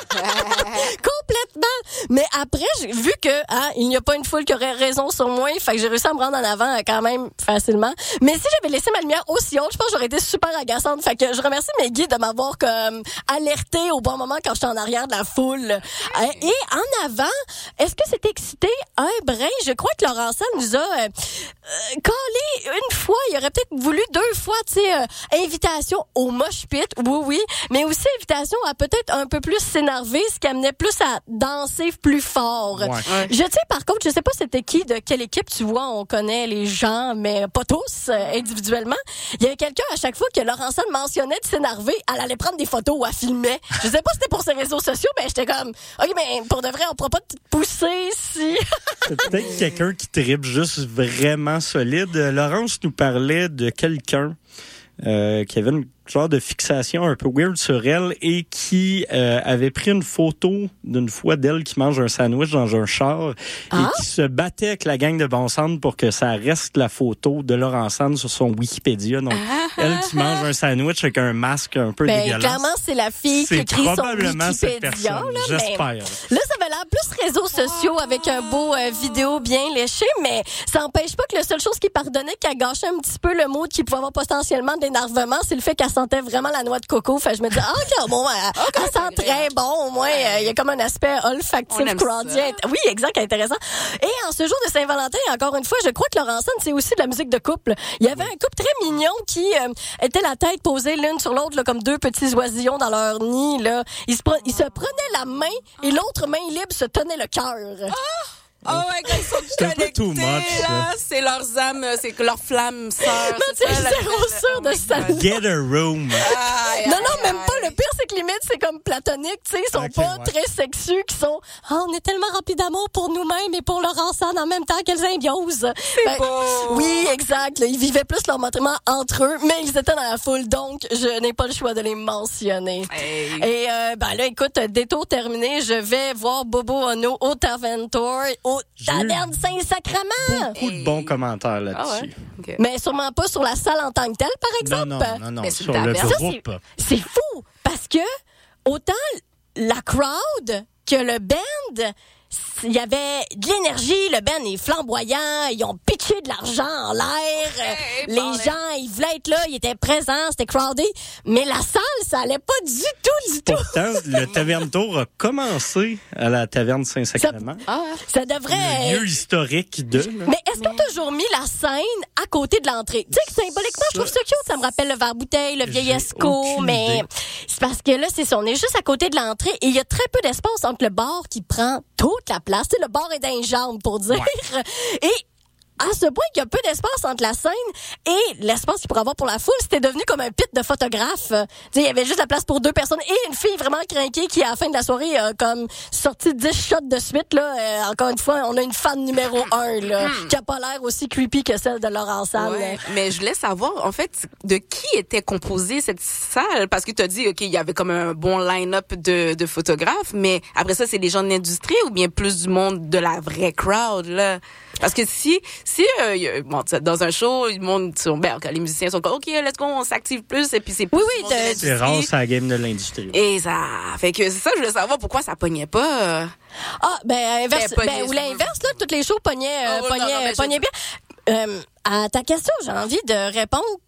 complètement. Mais après, j'ai vu que hein, il n'y a pas une foule qui aurait raison sur moi, fait que j'ai réussi à me rendre en avant euh, quand même facilement. Mais si j'avais laissé ma lumière aussi haute, je pense que j'aurais été super agaçante. Fait que je remercie Maggie de m'avoir comme alerté au bon moment quand j'étais en arrière de la foule. Euh, et en avant, est-ce que c'était excité un brin? Je crois que Laurent San nous a euh, euh, collé une fois. Il aurait peut-être voulu deux fois, tu sais, euh, invitation au mosh pit. Oui, oui. Mais aussi invitation à peut-être un peu plus s'énerver, ce qui amenait plus à danser plus fort. Ouais. Ouais. Je sais, par contre, je sais pas c'était qui, de quelle équipe, tu vois, on connaît les gens, mais pas tous, euh, individuellement. Il y avait quelqu'un à chaque fois que Laurent San mentionnait de s'énerver, elle allait prendre des photos ou elle filmait. Je sais pas si c'était pour ses réseaux sociaux, mais j'étais comme, OK, mais pour de vrai, on pourra pas te pousser si... C'est peut-être quelqu'un qui tripe juste vraiment solide. Laurence nous parlait de quelqu'un euh, qui avait une genre de fixation un peu weird sur elle et qui euh, avait pris une photo d'une fois d'elle qui mange un sandwich dans un char ah? et qui se battait avec la gang de Bon Centre pour que ça reste la photo de Laurent San sur son Wikipédia. Donc, ah, elle qui mange un sandwich avec un masque un peu ben, dégueulasse. Clairement, c'est la fille qui écrit son Wikipédia. Cette personne, là, j'espère. Mais, là, ça avait l'air plus réseaux sociaux avec un beau euh, vidéo bien léché, mais ça n'empêche pas que la seule chose qui pardonnait, qui a gâché un petit peu le mood qui pouvait avoir potentiellement d'énervement, c'est le fait qu'elle sentait vraiment la noix de coco. Fait je me dis, ah, OK, bon, elle, elle sent très bon. Au moins, il ouais. euh, y a comme un aspect olfactif, crowdien. Oui, exact, intéressant. Et en ce jour de Saint-Valentin, encore une fois, je crois que Laurent San, c'est aussi de la musique de couple. Il y avait un couple très mignon qui euh, était la tête posée l'une sur l'autre, là, comme deux petits oisillons dans leur nid. Là. Ils, se pre- ils se prenaient la main et l'autre main libre se tenait le cœur. Ah! Oh ouais, quand ils sont connectés, too much, là, c'est leurs âmes, c'est leur flamme sœur. Non, tu es zéro sûr de ça. Get a room. Aïe, non, aïe, non, aïe, même aïe. pas. Le pire, c'est que limite, c'est comme platonique, tu sais. Ils sont okay, pas ouais. très sexueux, qui sont, ah, oh, on est tellement remplis d'amour pour nous-mêmes et pour leur ensemble en même temps qu'elles symbiosent. C'est ben, beau. Oui, exact. Là, ils vivaient plus leur matrimonio entre eux, mais ils étaient dans la foule, donc je n'ai pas le choix de les mentionner. Hey. Et, euh, ben là, écoute, détour terminé, je vais voir Bobo Ono au Taventor, au Taverne Saint-Sacrement. Beaucoup de bons commentaires là-dessus. Ah ouais? Okay. Mais sûrement pas sur la salle en tant que telle, par exemple. Non, non, non, non. Mais sur sur le ta Ça, groupe. c'est, c'est fou, parce que autant la crowd que le band, il y avait de l'énergie, le band est flamboyant, ils ont pitché de l'argent en l'air, Hey, les bon, gens, ils voulaient être là, ils étaient présents, c'était crowdé, mais la salle, ça allait pas du tout, du tout. Pourtant, le Taverne Tour a commencé à la Taverne Saint-Sacrement. Ça, ah, ça devrait... Le lieu historique de... Là. Mais est-ce qu'on a toujours mis la scène à côté de l'entrée? Tu sais que symboliquement, je trouve ça cute. Ça me rappelle le verre-bouteille, le vieil J'ai esco, aucune mais idée. c'est parce que là, c'est ça. On est juste à côté de l'entrée et il y a très peu d'espace entre le bar qui prend toute la place. Tu sais, le bar est d'un jambe, pour dire. Ouais. Et à ce point qu'il y a peu d'espace entre la scène et l'espace qu'il pourrait avoir pour la foule, c'était devenu comme un pit de photographe. Tu sais, il y avait juste la place pour deux personnes et une fille vraiment crinquée qui, à la fin de la soirée, a comme sorti dix shots de suite, là. Euh, encore une fois, on a une fan numéro un, là, qui a pas l'air aussi creepy que celle de Laurent San. Ouais. Mais je voulais savoir, en fait, de qui était composée cette salle? Parce que tu as dit, OK, il y avait comme un bon line-up de, de photographes, mais après ça, c'est des gens de l'industrie ou bien plus du monde de la vraie crowd, là? Parce que si, si euh, bon, dans un show, le monde sont, ben, les musiciens sont comme, OK, let's go, on s'active plus, et puis c'est plus oui, oui, du monde de de, C'est rare, c'est la game de l'industrie. Et ça fait que c'est ça, je voulais savoir pourquoi ça pognait pas. Ah, ben, inverse, Ben, ben, ou l'inverse, là, toutes les shows pognaient, euh, Oh, pognaient, non, non, mais pognaient bien. Euh, à ta question, j'ai envie de répondre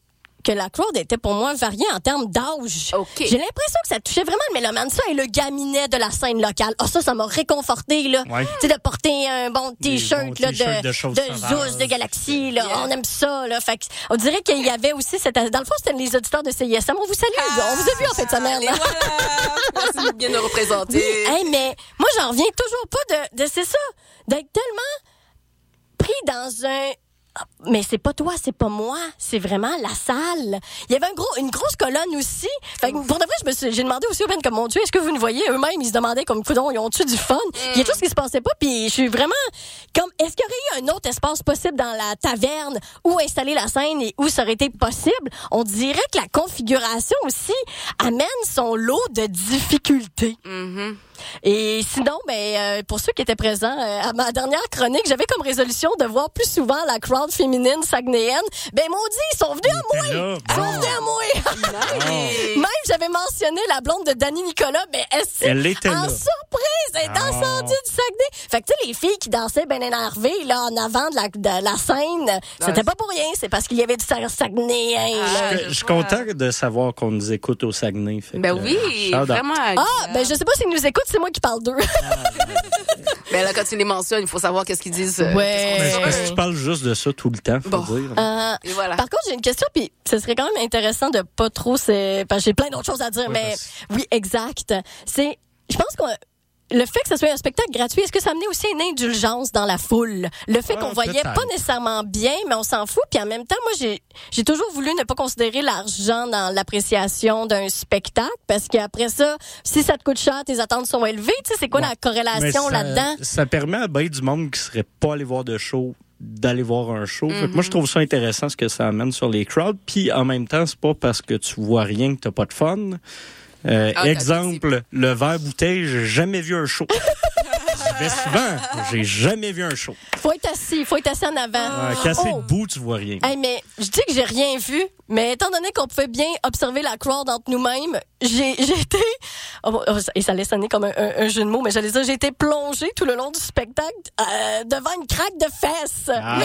que la crowd était pour moi variée en termes d'âge. Okay. J'ai l'impression que ça touchait vraiment le mélomane, ça, et le gaminet de la scène locale. Ah, oh, ça, ça m'a réconforté, là. Ouais. Tu sais, de porter un bon t-shirt, bons là, t-shirts de, de choses de sauvages. Zeus, de Galaxy, là. Yeah. On aime ça, là. Fait que, on dirait qu'il y avait aussi cette, dans le fond, c'était les auditeurs de C I S M. On vous salue. Ah, on vous a vu en fin de semaine, Et là. voilà. Merci de bien nous représenter. Oui, hey, mais moi, j'en reviens toujours pas de, de c'est ça, d'être tellement pris dans un... Mais c'est pas toi, c'est pas moi, c'est vraiment la salle. Il y avait un gros, une grosse colonne aussi. Fait que pour de vrai, je me suis, j'ai demandé aussi au Ben comme mon Dieu, est-ce que vous ne voyez eux-mêmes, ils se demandaient comme coudon, ils ont-tu du fun? Mm. Il y a tout ce qui se passait pas, puis je suis vraiment comme, est-ce qu'il y aurait eu un autre espace possible dans la taverne où installer la scène et où ça aurait été possible? On dirait que la configuration aussi amène son lot de difficultés. Mm-hmm. Et sinon, ben, euh, pour ceux qui étaient présents euh, à ma dernière chronique, j'avais comme résolution de voir plus souvent la crowd féminine saguenayenne. Ben, maudit, ils sont venus à moi! là, Ils sont venus à moi! Nice. Même, j'avais mentionné la blonde de Dani Nicolas, mais est-ce Elle était en là. surprise, elle est Ah. descendue du Saguenay. Fait que, tu sais, les filles qui dansaient ben énervées, là, en avant de la, de la scène, c'était pas pour rien, c'est parce qu'il y avait du Sag- Saguenayen, Ah, là. Je suis content de savoir qu'on nous écoute au Saguenay. Fait Ben que, oui, shout out. vraiment. Ah, ben, je sais pas s'ils nous écoutent, c'est moi qui parle d'eux. Ben là, quand tu les mentionnes, il faut savoir qu'est-ce qu'ils disent. euh, Ouais. Mais qu'est-ce c'est qu'on parce dit. que tu parles juste de ça tout le temps, faut Bon. dire. Euh, Et voilà. Par contre, j'ai une question, puis ce serait quand même intéressant de pas trop... C'est... Parce que j'ai plein d'autres choses à dire, Oui, mais vas-y. oui, exact. C'est... Je pense qu'on... Le fait que ce soit un spectacle gratuit, est-ce que ça amenait aussi une indulgence dans la foule? Le fait Ah, qu'on voyait peut-être. pas nécessairement bien, mais on s'en fout. Puis en même temps, moi, j'ai, j'ai toujours voulu ne pas considérer l'argent dans l'appréciation d'un spectacle, parce qu'après ça, si ça te coûte cher, tes attentes sont élevées. Tu sais, c'est quoi Ouais. la Mais corrélation ça- là-dedans? Ça permet à bien du monde qui serait pas allé voir de show d'aller voir un show. Fait que moi, je trouve ça intéressant ce que ça amène sur les crowds. Puis en même temps, c'est pas parce que tu vois rien que t'as pas de fun. Euh, Ah, t'as exemple, le verre bouteille, j'ai jamais vu un show. J'y vais souvent, j'ai jamais vu un show. Faut être assis, faut être assis en avant. Euh, cassé Oh. debout, tu vois rien. Hey, mais je dis que j'ai rien vu, mais étant donné qu'on pouvait bien observer la crowd entre nous-mêmes, j'ai, j'ai été... Oh, oh, et ça allait sonner comme un, un, un jeu de mots, mais j'allais dire, j'ai été plongée tout le long du spectacle euh, devant une craque de fesses. Ah.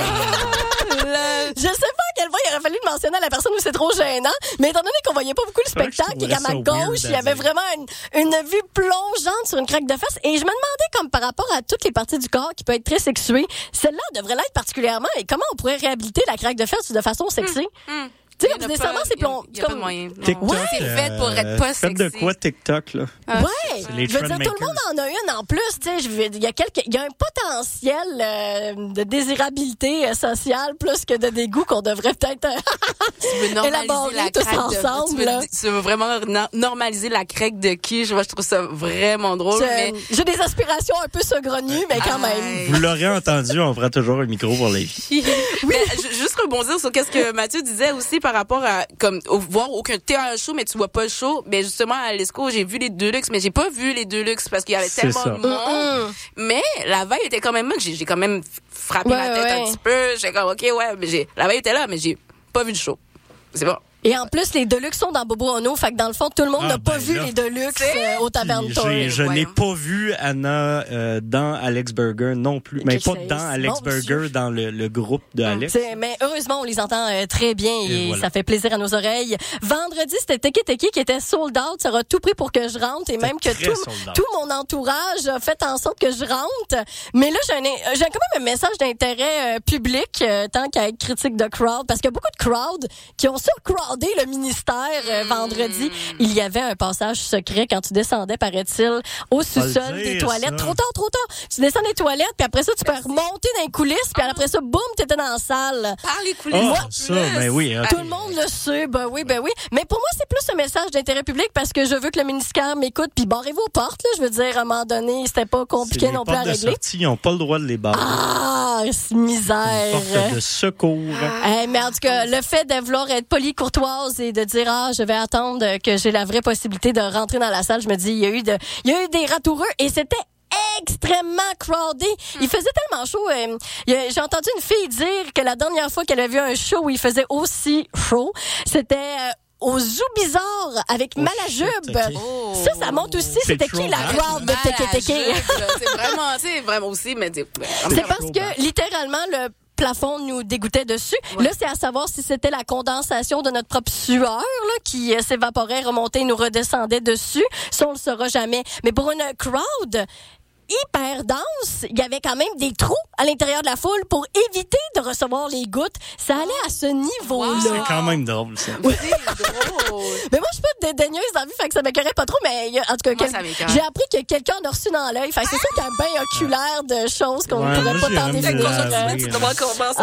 Je sais pas à quel point il aurait fallu le mentionner à la personne où c'est trop gênant, mais étant donné qu'on voyait pas beaucoup le C'est vrai que je spectacle et qu'à ma trouverais ça weird gauche, à il y avait dire. vraiment une, une vue plongeante sur une craque de fesses, et je me demandais, comme par rapport à toutes les parties du corps qui peut être très sexuées, celle-là devrait l'être particulièrement, et comment on pourrait réhabiliter la craque de fesses de façon sexy? Hum. Tu sais, Il y en a nécessairement, pas- c'est il y a- plomb. Il y a pas comme- de moyen. non. TikTok, Ouais. C'est fait pour être euh, pas faites de sexy. quoi TikTok, là? Ah, Ouais, les je veux dire, tout le trendmakers. monde en a une en plus, tu sais, je veux- il y a quelques, il y a un potentiel euh, de désirabilité euh, sociale plus que de dégoût qu'on devrait peut-être euh, Tu veux normaliser élaborer la tous craque ensemble, de... Tu veux, là. tu veux vraiment no- normaliser la craque de quiche. Moi, je trouve ça vraiment drôle. j'ai Mais... j'ai des aspirations un peu saugrenues, mais quand même. Aïe. Vous l'aurez entendu, on fera toujours un micro pour les filles. Mais ju- juste rebondir sur qu'est-ce que Mathieu disait aussi par rapport à comme au, voir aucun t'es à un show mais tu vois pas le show. Mais justement à l'Esco j'ai vu les Deluxe mais j'ai pas vu les Deluxe parce qu'il y avait C'est tellement ça. de monde. Mm-mm. Mais la veille était quand même là que j'ai j'ai quand même frappé Ouais, ma tête ouais. un petit peu. J'ai comme ok ouais mais j'ai la veille était là mais j'ai pas vu le show. C'est bon. Et en plus, les Deluxe sont dans Bobo Ono, fait que dans le fond, tout le monde Ah, n'a pas ben vu là. les Deluxe euh, au Taverne Puis Tour. j'ai- Je Ouais. n'ai pas vu Anna euh, dans Alex Burger non plus. Mais pas C'est- dans Alex mon Dieu. Burger, dans le, le groupe de Alex. C'est- mais heureusement, on les entend euh, très bien et, Et voilà. ça fait plaisir à nos oreilles. Vendredi, c'était Teki Teki qui était sold out. Ça aura tout pris pour que je rentre et même que très tout, sold out. tout mon entourage a fait en sorte que je rentre. Mais là, j'ai, un, j'ai quand même un message d'intérêt euh, public euh, tant qu'à être critique de crowd parce qu'il y a beaucoup de crowd qui ont surcrowdé le ministère euh, vendredi. Il y avait un passage secret quand tu descendais, paraît-il, au sous-sol le des dire, toilettes. ça. Trop tard, trop tard. Tu descends des toilettes puis après ça, tu peux remonter dans les coulisses puis après ça, boum, t'étais dans la salle. Par les coulisses. Ah, en ça, plus. ben oui. ok. Tout le monde le sait, ben oui, ben oui. Mais pour moi, c'est plus un message d'intérêt public parce que je veux que le ministère m'écoute. Puis barrez vos portes, là. Je veux dire, à un moment donné, c'était pas C'est compliqué les non plus à portes de régler. sortie, ils n'ont pas le droit de les barrer. Ah, c'est misère. Porte de secours. Hey, mais en tout cas, le fait de vouloir être poli, courtoise et de dire, ah, je vais attendre que j'ai la vraie possibilité de rentrer dans la salle, je me dis, il y a eu de, il y a eu des ratoureux et c'était extrêmement crowded. Il faisait tellement chaud. euh, il y a- j'ai entendu une fille dire que la dernière fois qu'elle a vu un show où il faisait aussi chaud, c'était euh, au Zoo Bizarre avec Oh, Malajube. shit, ok. Oh. Ça, ça monte aussi. C'est C'était trop qui la mal. crowd de Teke Teke? Malajube, là. C'est vraiment, c'est vraiment aussi, mais des- C'est ouais. parce que littéralement le plafond nous dégoûtait dessus. Ouais. Là, c'est à savoir si c'était la condensation de notre propre sueur là, qui euh, s'évaporait, remontait et nous redescendait dessus. Ça, on le saura jamais. Mais pour une crowd hyper dense, il y avait quand même des trous à l'intérieur de la foule pour éviter de recevoir les gouttes. Ça allait à ce niveau-là. Wow. C'est quand même drôle, ça. Oui. C'est drôle. Mais moi, je suis pas dédaigneuse dans la vie, fait que ça m'écœurait pas trop, mais y a, en tout cas, quel... j'ai appris que quelqu'un en a reçu dans l'œil. Fait que c'est sûr qu'il y a un bain oculaire de choses qu'on ne ouais, pourrait pas tant définir. Tu dois comment ça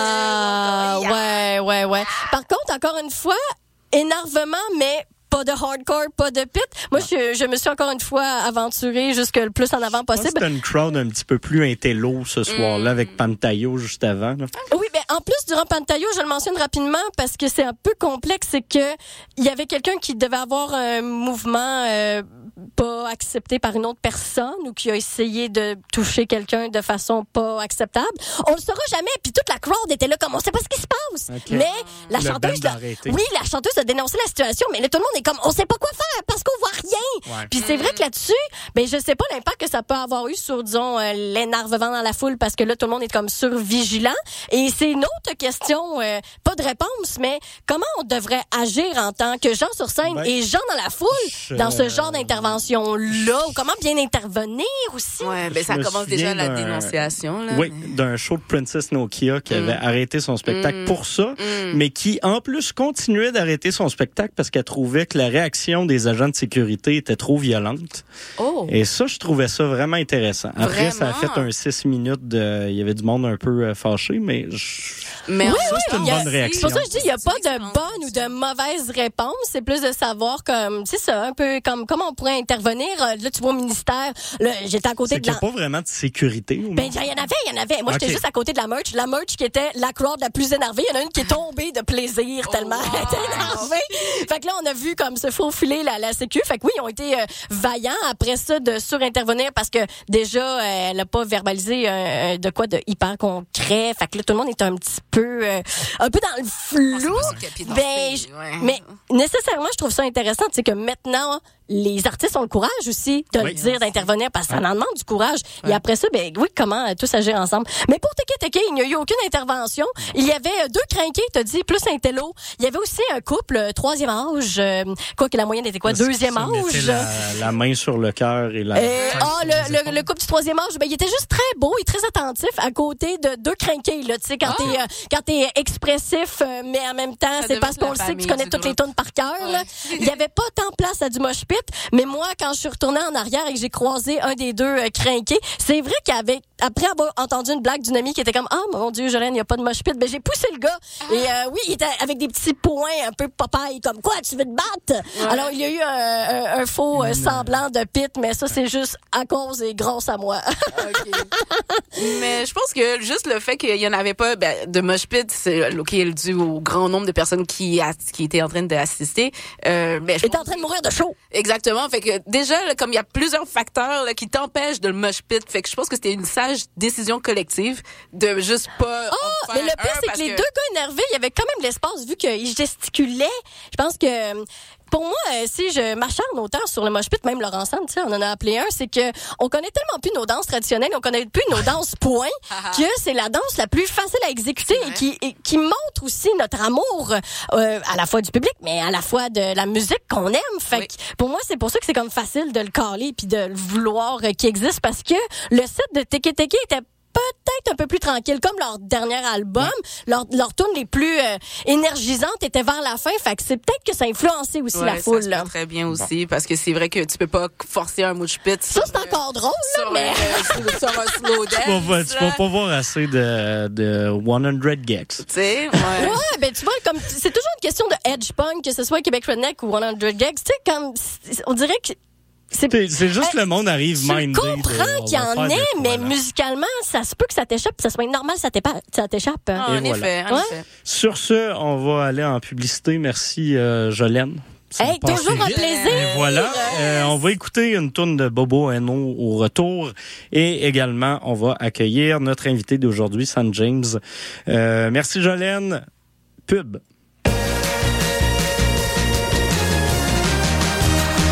ah, se fait. Ouais, ouais, ouais. Par contre, encore une fois, énervement, mais pas de hardcore, pas de pit. Moi, je, je me suis encore une fois aventurée jusque le plus en avant possible. C'était une crowd un petit peu plus intello ce soir-là, mm. avec Pantayo juste avant. Là. Oui, mais en plus, durant Pantayo, je le mentionne rapidement parce que c'est un peu complexe, c'est que il y avait quelqu'un qui devait avoir un mouvement euh, pas accepté par une autre personne ou qui a essayé de toucher quelqu'un de façon pas acceptable. On le saura jamais. Puis toute la crowd était là comme on sait pas ce qui se passe. Okay. Mais la le chanteuse, là, oui, la chanteuse a dénoncé la situation, mais là tout le monde est comme on sait pas quoi faire parce qu'on voit rien. Ouais. Puis c'est vrai que là-dessus, ben je sais pas l'impact que ça peut avoir eu sur disons euh, l'énervement dans la foule parce que là tout le monde est comme survigilant. Et c'est une autre question, euh, pas de réponse, mais comment on devrait agir en tant que gens sur scène ben, et gens dans la foule je... dans ce genre d'intervention-là, ou comment bien intervenir aussi. Ouais, ben ça commence déjà la dénonciation. Là, oui, mais... d'un show de Princess Nokia qui mm. avait arrêté son spectacle mm. pour ça, mm. mais qui en plus continuait d'arrêter son spectacle parce qu'elle trouvait que la réaction des agents de sécurité était trop violente. Oh. Et ça, je trouvais ça vraiment intéressant. Après, vraiment? Ça a fait un six minutes de... Il y avait du monde un peu fâché, mais... Je... Mais oui, ça, oui, c'est une bonne réaction. C'est pour ça que je dis, il n'y a pas de bonne ou de mauvaise réponse. C'est plus de savoir comme, c'est ça, un peu comme comment on pourrait intervenir. Là, tu vois, au ministère, là, j'étais à côté c'est de la... C'est qu'il n'y a pas vraiment de sécurité. Ou ben, il y en avait, il y en avait. Moi, okay. J'étais juste à côté de la merch. La merch qui était la crowd la plus énervée. Il y en a une qui est tombée de plaisir tellement oh, wow. elle était énervée. Fait que là, on a vu comme se faufiler la, la sécu. Fait que oui, ils ont été euh, vaillants après ça de surintervenir parce que déjà, euh, elle n'a pas verbalisé euh, de quoi de hyper concret. Fait que là, tout le monde est un petit peu, euh, un peu dans le flou. Oh, ben, je, ouais. Mais nécessairement, je trouve ça intéressant, tu sais, que maintenant, les artistes ont le courage aussi de oui, le dire, d'intervenir, parce que ça en demande du courage. Ouais. Et après ça, ben oui, comment euh, tous agir ensemble. Mais pour Teke Teke, il n'y a eu aucune intervention. Il y avait euh, deux crinqués, t'as dit, plus un télo. Il y avait aussi un couple, euh, troisième âge, euh, quoi que la moyenne était quoi, deuxième âge. La, la main sur le cœur et la... Euh, ah, oh, le, le, le couple du troisième âge, ben il était juste très beau et très attentif à côté de deux crinqués, là, tu sais, quand ah. t'es, euh, quand t'es expressif, euh, mais en même temps, ça c'est parce qu'on le sait que tu connais toutes groupe. Les tunes par cœur, ouais. Là. Il y avait pas tant de place à du mosh pit, mais moi, quand je suis retournée en arrière et que j'ai croisé un des deux euh, crinqués, c'est vrai qu'avec, après avoir entendu une blague d'une amie qui était comme, ah, oh, mon Dieu, Jolene, il n'y a pas de mosh pit, ben j'ai poussé le gars. Ah. Et euh, oui, il était avec des petits points un peu Popeye, comme quoi, tu veux te battre? Ouais. Alors, il y a eu un, un, un faux euh, semblant de pit, mais ça, c'est juste à cause et grâce à moi. Okay. Mais je pense que juste le fait qu'il y en avait pas ben, de mosh pit, c'est okay, dû au grand nombre de personnes qui, a, qui étaient en train d'assister. Euh, ben, Étaient en train de mourir de chaud. Exactement. Fait que déjà, là, comme il y a plusieurs facteurs là, qui t'empêchent de le mosh pit, fait que je pense que c'était une sage décision collective de juste pas. Oh, mais le pire, c'est que les que... deux gars énervés, il y avait quand même de l'espace vu qu'ils gesticulaient. Je pense que. Pour moi, euh, si je m'acharne autant sur le mosh pit, même Laurent Sand, tu sais, on en a appelé un, c'est que on connaît tellement plus nos danses traditionnelles, on connaît plus nos danses points, que c'est la danse la plus facile à exécuter et qui, et qui montre aussi notre amour euh, à la fois du public, mais à la fois de la musique qu'on aime. Fait oui. que pour moi, c'est pour ça que c'est comme facile de le caler puis de le vouloir euh, qu'il existe parce que le set de Teke Teke était peut-être un peu plus tranquille, comme leur dernier album. Ouais. Leur, leur tune les plus euh, énergisantes étaient vers la fin, fait que c'est peut-être que ça a influencé aussi ouais, la foule. Ça là. se très bien aussi, bon. Parce que c'est vrai que tu peux pas forcer un mosh pit. Ça, c'est euh, encore drôle, là, sur, mais... Euh, sur un slow dance. Tu vas, tu vas pas voir assez de, de cent gags. Tu sais, ouais. Ouais, ben tu vois, comme c'est toujours une question de edge punk, que ce soit Québec Redneck ou cent gags. Tu sais, comme, on dirait que... C'est, c'est juste euh, le monde arrive mindé. Je comprends qu'il y en ait, mais là. Musicalement, ça se peut que ça t'échappe, ça soit normal, ça, ça t'échappe. Ah, en voilà. effet, en ouais. effet. Sur ce, on va aller en publicité. Merci, euh, Jolene. Hey, toujours un plaisir. Et voilà, euh, on va écouter une tourne de Bobo Hainaut au retour et également, on va accueillir notre invité d'aujourd'hui, San James. Euh, merci, Jolene. Pub.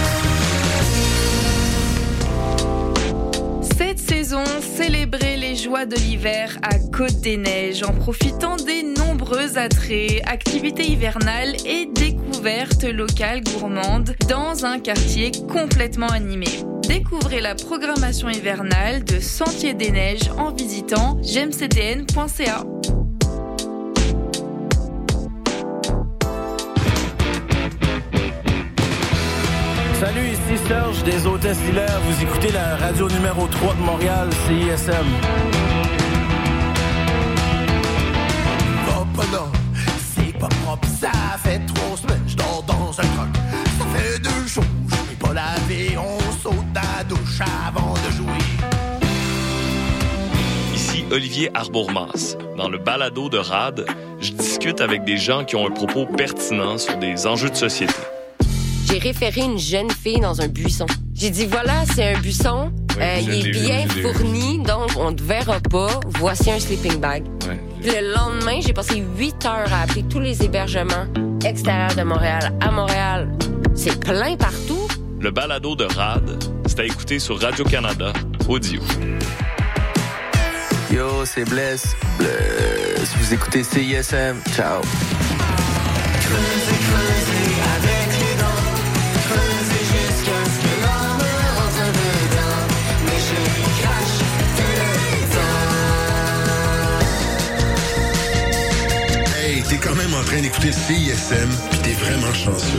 Cette saison, célébrez les joies joie de l'hiver à Côte-des-Neiges en profitant des nombreux attraits, activités hivernales et découvertes locales gourmandes dans un quartier complètement animé. Découvrez la programmation hivernale de Sentier des Neiges en visitant g m c d n point c a. Salut, ici Serge des Hôtesses Hilaire. Vous écoutez la radio numéro trois de Montréal, C I S M. Oh, pas non, c'est pas propre, ça fait trois semaines, je dors dans un troc. Ça fait deux jours, je n'ai pas lavé, on saute dans la douche avant de jouer. Ici Olivier Arbourmas. Dans le balado de R A D, je discute avec des gens qui ont un propos pertinent sur des enjeux de société. J'ai référé une jeune fille dans un buisson. J'ai dit, voilà, c'est un buisson. Oui, euh, il est bien vu, fourni, donc on ne te verra pas. Voici un sleeping bag. Ouais. Le lendemain, j'ai passé huit heures à appeler tous les hébergements extérieurs de Montréal. À Montréal, c'est plein partout. Le balado de R A D, c'est à écouter sur Radio-Canada, audio. Yo, c'est Bless. Bless. Vous écoutez C I S M. Ciao. T'es quand même en train d'écouter C I S M, pis t'es vraiment chanceux.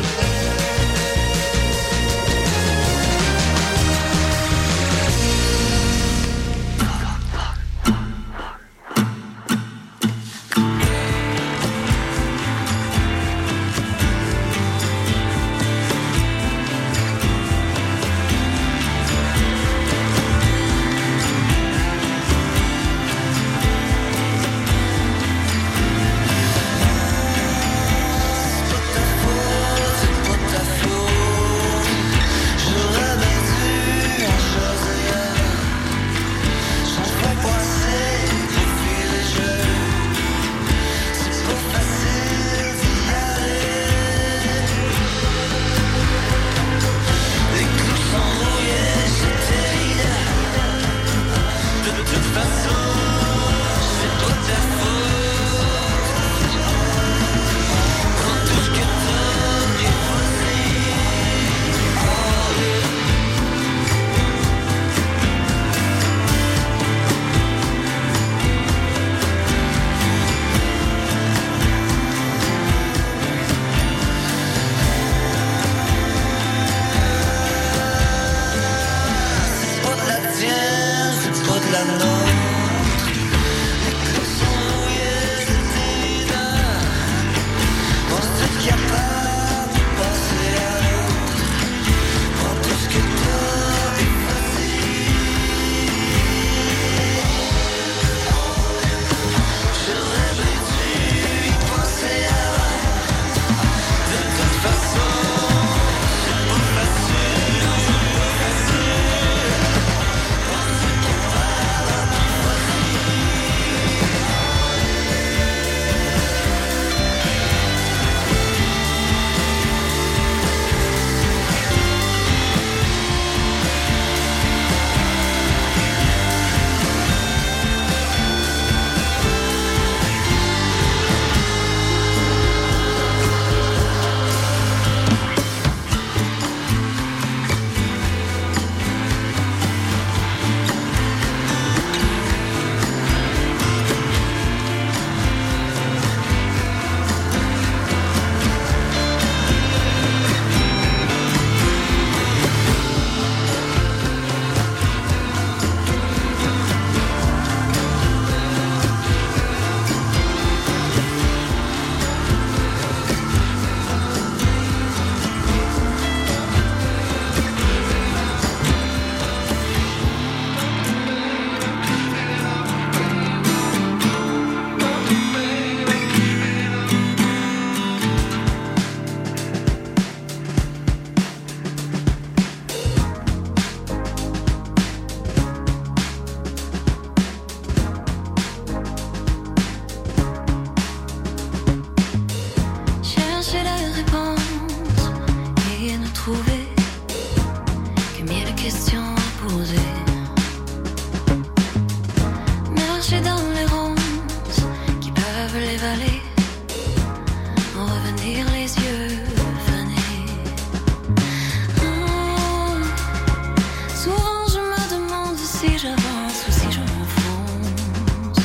j'avance ou si je m'enfonce.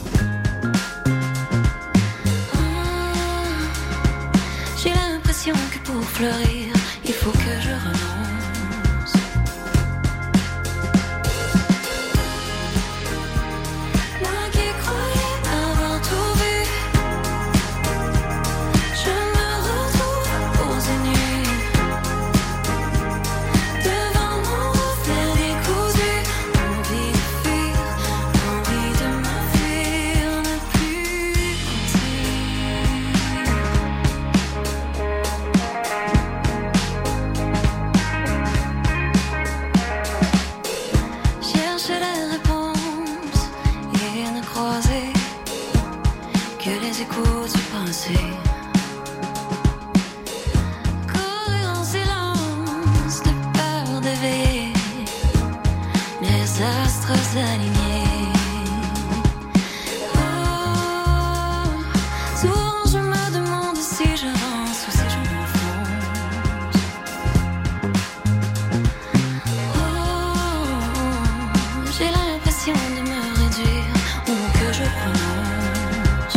Ah, j'ai l'impression que pour fleurir, il faut que je renonce. Moi qui croyais avoir tout vu, je me retrouve posée nue devant mon reflet décousu. Envie de fuir, envie de m'enfuir, ne plus penser. Chercher les réponses et ne croiser que les échos du passé. Courir en silence de peur d'éveiller les astres alignés. Oh, souvent je me demande si j'avance ou si je m'enfonce. Oh, j'ai l'impression de me réduire ou que je prononce.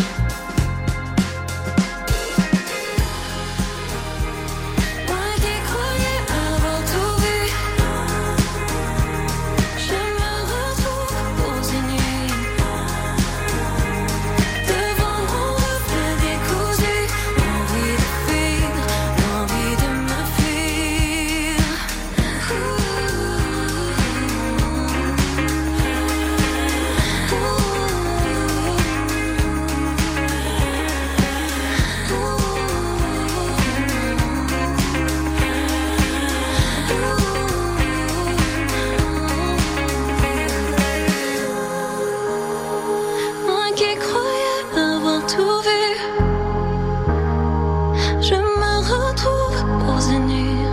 Moi qui croyais avoir tout vu, je me retrouve posée nue devant mon reflet décousu. Envie de fuir, envie de m'enfuir. Moi qui croyais avoir tout vu, je me retrouve posée nue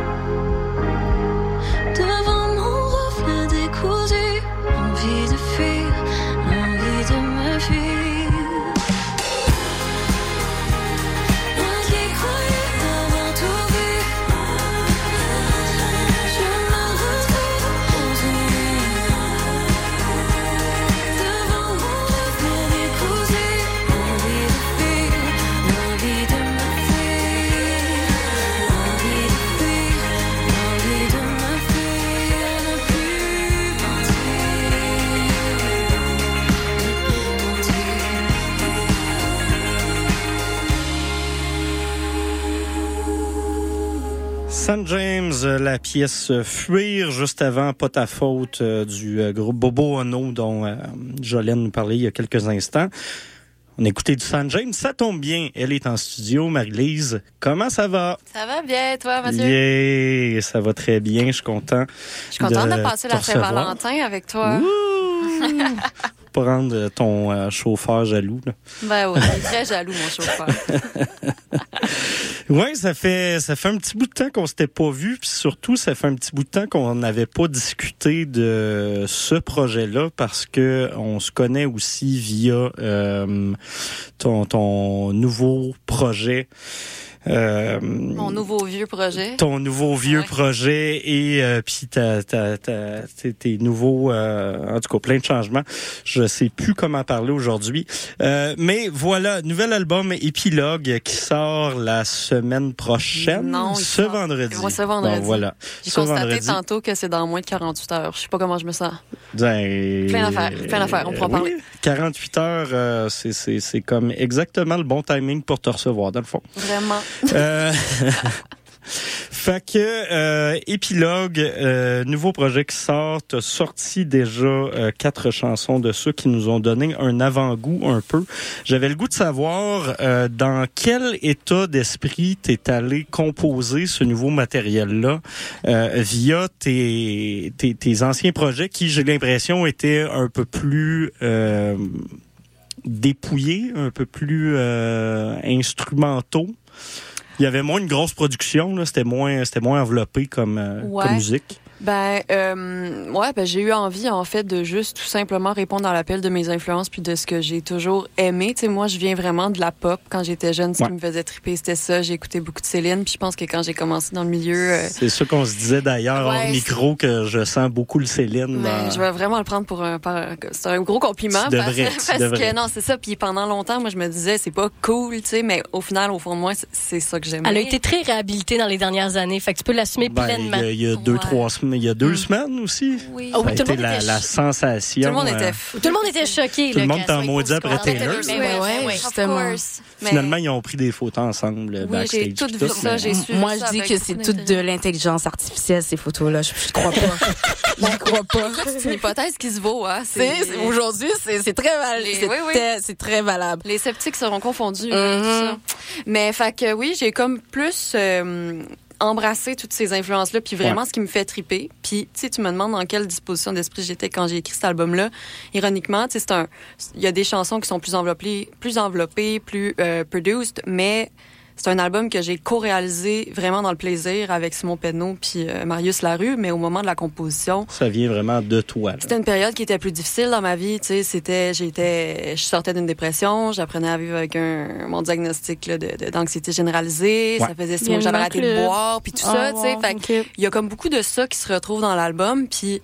devant mon reflet décousu. Envie de fuir, envie de me fuir. Moi qui croyais avoir tout vu, je me retrouve posée nue devant mon reflet décousu. Envie de fuir, envie de me fuir. Envie de fuir, envie de me fuir. Ne plus Saint James, la pièce Fuir, juste avant Pas ta faute euh, du euh, groupe Bobo Ono dont euh, Jolene nous parlait il y a quelques instants. On a écouté du Saint James, ça tombe bien. Elle est en studio, Marie-Lise. Comment ça va? Ça va bien, toi, Mathieu? Yeah, ça va très bien, je suis content. Je suis contente de, de passer te la recevoir. Saint-Valentin avec toi. Prendre ton euh, chauffeur jaloux. Là. Ben oui, il est très jaloux, mon chauffeur. Oui, ça fait ça fait un petit bout de temps qu'on s'était pas vu, puis surtout ça fait un petit bout de temps qu'on n'avait pas discuté de ce projet-là parce que on se connaît aussi via euh, ton ton nouveau projet. Euh, Mon nouveau vieux projet. Ton nouveau vieux ouais. projet et euh, puis ta, ta, ta, tes, tes nouveaux, euh, en tout cas plein de changements. Je sais plus comment parler aujourd'hui, euh, mais voilà, nouvel album Épilogue qui sort la semaine prochaine, non, ce sort... vendredi. Ouais, ce vendredi. Bon, voilà. J'ai ce constaté vendredi. tantôt que c'est dans moins de quarante-huit heures. Je sais pas comment je me sens. Ben, plein d'affaires, plein d'affaires. On pourra en oui, parler. quarante-huit heures, euh, c'est c'est c'est comme exactement le bon timing pour te recevoir dans le fond. Vraiment. Euh, fait que euh, Épilogue, euh, nouveau projet qui sort, t'as sorti déjà euh, quatre chansons de ceux qui nous ont donné un avant-goût un peu. J'avais le goût de savoir euh, dans quel état d'esprit t'es allé composer ce nouveau matériel-là euh, via tes, tes tes anciens projets qui, j'ai l'impression, étaient un peu plus euh, dépouillés, un peu plus euh, instrumentaux. Il y avait moins une grosse production, là. C'était moins, c'était moins enveloppé comme, euh, ouais. comme musique. Ben, euh, ouais, ben, j'ai eu envie, en fait, de juste tout simplement répondre à l'appel de mes influences puis de ce que j'ai toujours aimé. Tu sais, moi, je viens vraiment de la pop. Quand j'étais jeune, ce ouais. qui me faisait triper, c'était ça. J'ai écouté beaucoup de Céline, puis je pense que quand j'ai commencé dans le milieu... Euh... C'est ça qu'on se disait d'ailleurs ouais, en micro, que je sens beaucoup le Céline. Ben, dans... Je vais vraiment le prendre pour un... Par... C'est un gros compliment. Tu devrais, parce, tu parce devrais. que non, c'est ça. Puis pendant longtemps, moi, je me disais, c'est pas cool, tu sais, mais au final, au fond de moi, c'est ça que j'aimais. Elle a été très réhabilitée dans les dernières années, fait que tu peux l'assumer ben, pleinement. Il y a, y a deux, ouais. trois semaines, il y a deux mm. semaines aussi. Oui. Ça Oh, a tout le été monde la, était la ch- sensation. Tout le monde euh, était Tout le monde était choqué. Tout là, le monde qu'elle t'en soit maudit après discordante. Taylor. Mais Ben ouais, ouais, of justement. course. Mais- Finalement, ils ont pris des photos ensemble Oui, backstage. j'ai tout puis vu tout, ça, mais- j'ai suivi Moi, ça je dis avec que beaucoup c'est toute de d'intérêt. l'intelligence artificielle, ces photos-là. Je, je crois pas. Je crois pas. C'est une hypothèse qui se vaut, hein. C'est, c'est- aujourd'hui, c'est, c'est très valable. Les- C'est, oui, oui. très- c'est très valable. Les sceptiques seront confondus. Mm-hmm. tout ça. Mais fait que oui, j'ai comme plus euh, embrassé toutes ces influences-là, puis vraiment Ouais. ce qui me fait triper. Puis tu sais, tu me demandes dans quelle disposition d'esprit j'étais quand j'ai écrit cet album-là. Ironiquement, tu sais, c'est un, il y a des chansons qui sont plus enveloppées, plus enveloppées, plus euh, produced, mais c'est un album que j'ai co-réalisé vraiment dans le plaisir avec Simon Penneau puis euh, Marius Larue, mais au moment de la composition, Ça vient vraiment de toi. là. c'était une période qui était plus difficile dans ma vie, tu sais, c'était j'étais je sortais d'une dépression, j'apprenais à vivre avec un mon diagnostic là, de, de d'anxiété généralisée, Ouais. ça faisait six mois que j'avais arrêté de Bienvenue dans le boire puis tout club. ça, Ah, tu sais, wow, fait que ok. il y a comme beaucoup de ça qui se retrouve dans l'album, puis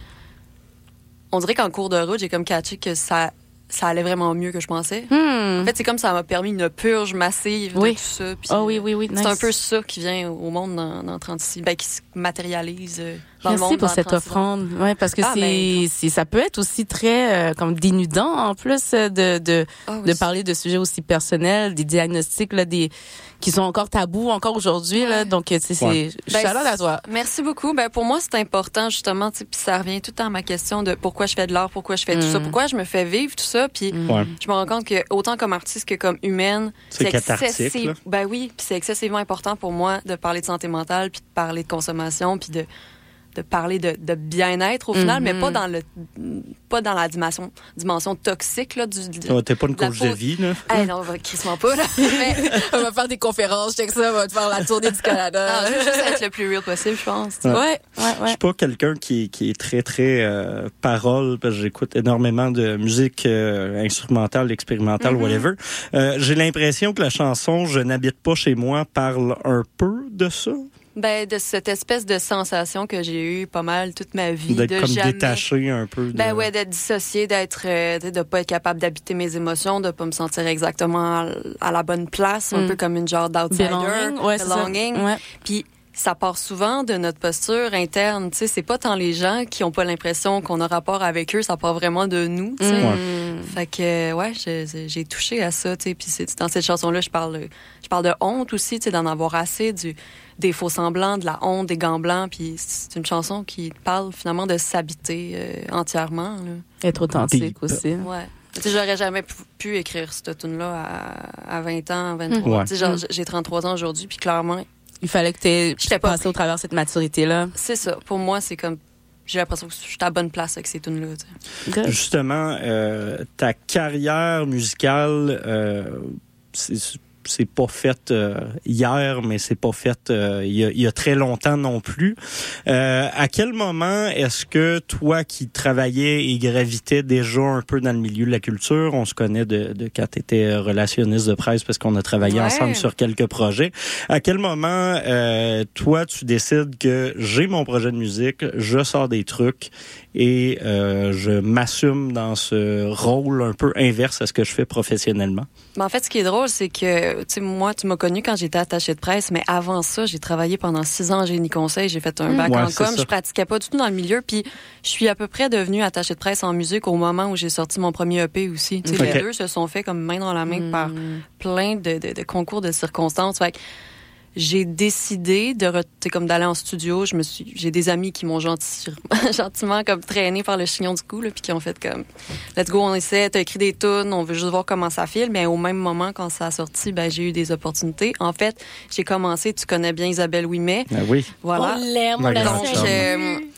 on dirait qu'en cours de route, j'ai comme catché que ça ça allait vraiment mieux que je pensais. Hmm. En fait, c'est comme ça m'a permis une purge massive Oui. de tout ça. Puis, Ah oui, oui, oui. c'est nice. un peu ça qui vient au monde dans, dans trente-six, ben, qui se matérialise euh, dans Merci le monde. pour dans cette trente-six ans. offrande. Ouais, parce que Ah, c'est, ben, c'est, ça peut être aussi très euh, comme dénudant en plus euh, de de, Ah oui, de parler de sujets aussi personnels, des diagnostics là, des qui sont encore tabous encore aujourd'hui là. Donc tu sais, c'est, Ouais. je Ben, suis à toi. Merci beaucoup. Ben pour moi, c'est important justement, tu sais, puis ça revient tout le temps à ma question de pourquoi je fais de l'art, pourquoi je fais tout Mm. ça, pourquoi je me fais vivre tout ça, puis Ouais. je me rends compte que autant comme artiste que comme humaine, C'est cathartique, excessif- là. Ben oui, puis c'est excessivement important pour moi de parler de santé mentale, puis de parler de consommation, puis de de parler de, de bien-être au final, Mhm. mais pas dans le pas dans la dimension dimension toxique là du. du- Oh, t'es pas une de la coach de faute. vie, là? Hey, non, on va crissement pas là. Mais On va faire des conférences, check ça, on va te faire la tournée du Canada. non, je veux juste être le plus real possible, je pense. tu sais. Ouais. Ouais, ouais, Je ouais. suis pas quelqu'un qui, qui est très, très euh, parole, parce que j'écoute énormément de musique euh, instrumentale, expérimentale, Mhm. whatever. Euh, j'ai l'impression que la chanson « Je n'habite pas chez moi » parle un peu de ça, Ben, de cette espèce de sensation que j'ai eue pas mal toute ma vie. d'être de comme jamais... détaché un peu. De... Ben ouais, d'être dissocié, d'être, euh, tu sais, de pas être capable d'habiter mes émotions, de pas me sentir exactement à, à la bonne place, un Mm. peu comme une genre d'outsider. Belonging, ouais, c'est ça. belonging. Ouais. Puis ça part souvent de notre posture interne, tu sais, c'est pas tant les gens qui ont pas l'impression qu'on a rapport avec eux, ça part vraiment de nous, tu sais. Mm. Fait que ouais, j'ai, j'ai touché à ça, tu sais, puis c'est dans cette chanson là, je parle je parle de honte aussi, tu sais, d'en avoir assez du des faux semblants, de la honte, des gants blancs, puis c'est une chanson qui parle finalement de s'habiter euh, entièrement là. Être authentique Deep. aussi. Ouais. Tu sais, j'aurais jamais pu, pu écrire cette tune là à, à vingt ans, vingt-trois. Ouais. Tu sais, genre, j'ai trente-trois ans aujourd'hui, puis clairement, Il fallait que tu J'étais pas passé au travers de cette maturité-là. c'est ça. Pour moi, c'est comme j'ai l'impression que je suis à la bonne place avec ces tunes là, tu sais. Justement, euh, ta carrière musicale, euh, c'est c'est pas fait euh, hier, mais c'est pas fait euh, il, y a, il y a très longtemps non plus. Euh, à quel moment est-ce que toi qui travaillais et gravitais déjà un peu dans le milieu de la culture, on se connaît de, de quand tu étais relationniste de presse parce qu'on a travaillé Ouais. ensemble sur quelques projets, à quel moment euh, toi tu décides que j'ai mon projet de musique, je sors des trucs et euh, je m'assume dans ce rôle un peu inverse à ce que je fais professionnellement? Mais en fait, ce qui est drôle, c'est que, tu sais, moi, tu m'as connu quand j'étais attachée de presse, mais avant ça, j'ai travaillé pendant six ans en génie conseil, j'ai fait un bac Ouais, en c'est com, ça. je pratiquais pas du tout dans le milieu, puis je suis à peu près devenue attachée de presse en musique au moment où j'ai sorti mon premier E P aussi. Tu sais, Ok. les deux se sont faits comme main dans la main par plein de, de, de concours de circonstances. Fait que j'ai décidé de re- tu sais, comme d'aller en studio. Je me suis, j'ai des amis qui m'ont gentil, gentiment comme traîné par le chignon du cou, là, puis qui ont fait comme let's go, on essaie. T'as écrit des tunes, on veut juste voir comment ça file. Mais au même moment, quand ça a sorti, ben j'ai eu des opportunités. En fait, j'ai commencé. Tu connais bien Isabelle Ouimet. Ah oui. Voilà. On l'aime, on Ma la grande Donc, chum. euh,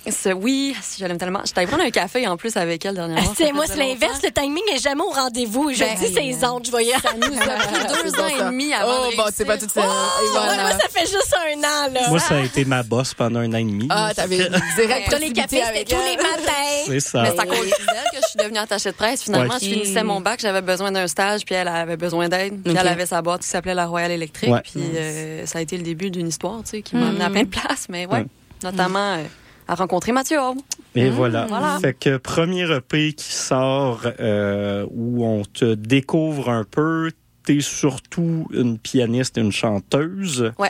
C'est, oui, si je l'aime tellement. J'étais allée prendre un café en plus avec elle dernièrement. Ah, c'est, moi, c'est l'inverse. Le timing n'est jamais au rendez-vous. Je Ben, dis ces ondes, je voyais. Ça nous a pris deux ans et demi avant Oh, de bon, c'est pas tout seul. Oh, voilà. moi, ça fait juste un an, là. Moi, ça a été ma boss pendant un an et demi. Ah, t'avais direct Tous les cafés, c'était tous les matins. C'est ça. Mais c'est à cause d'elle que je suis devenue attachée de presse. Finalement, Ouais. je finissais mon bac, j'avais besoin d'un stage, puis elle avait besoin d'aide. Puis Ok. elle avait sa boîte qui s'appelait la Royale Électrique. Ouais. Puis euh, ça a été le début d'une histoire, tu sais, qui m'a Mm. amené à plein de places. Mais ouais, Ouais. notamment euh, à rencontrer Mathieu Orbe. Et Mmh, voilà. voilà. Fait que premier E P qui sort euh, où on te découvre un peu. T'es surtout une pianiste et une chanteuse. Ouais.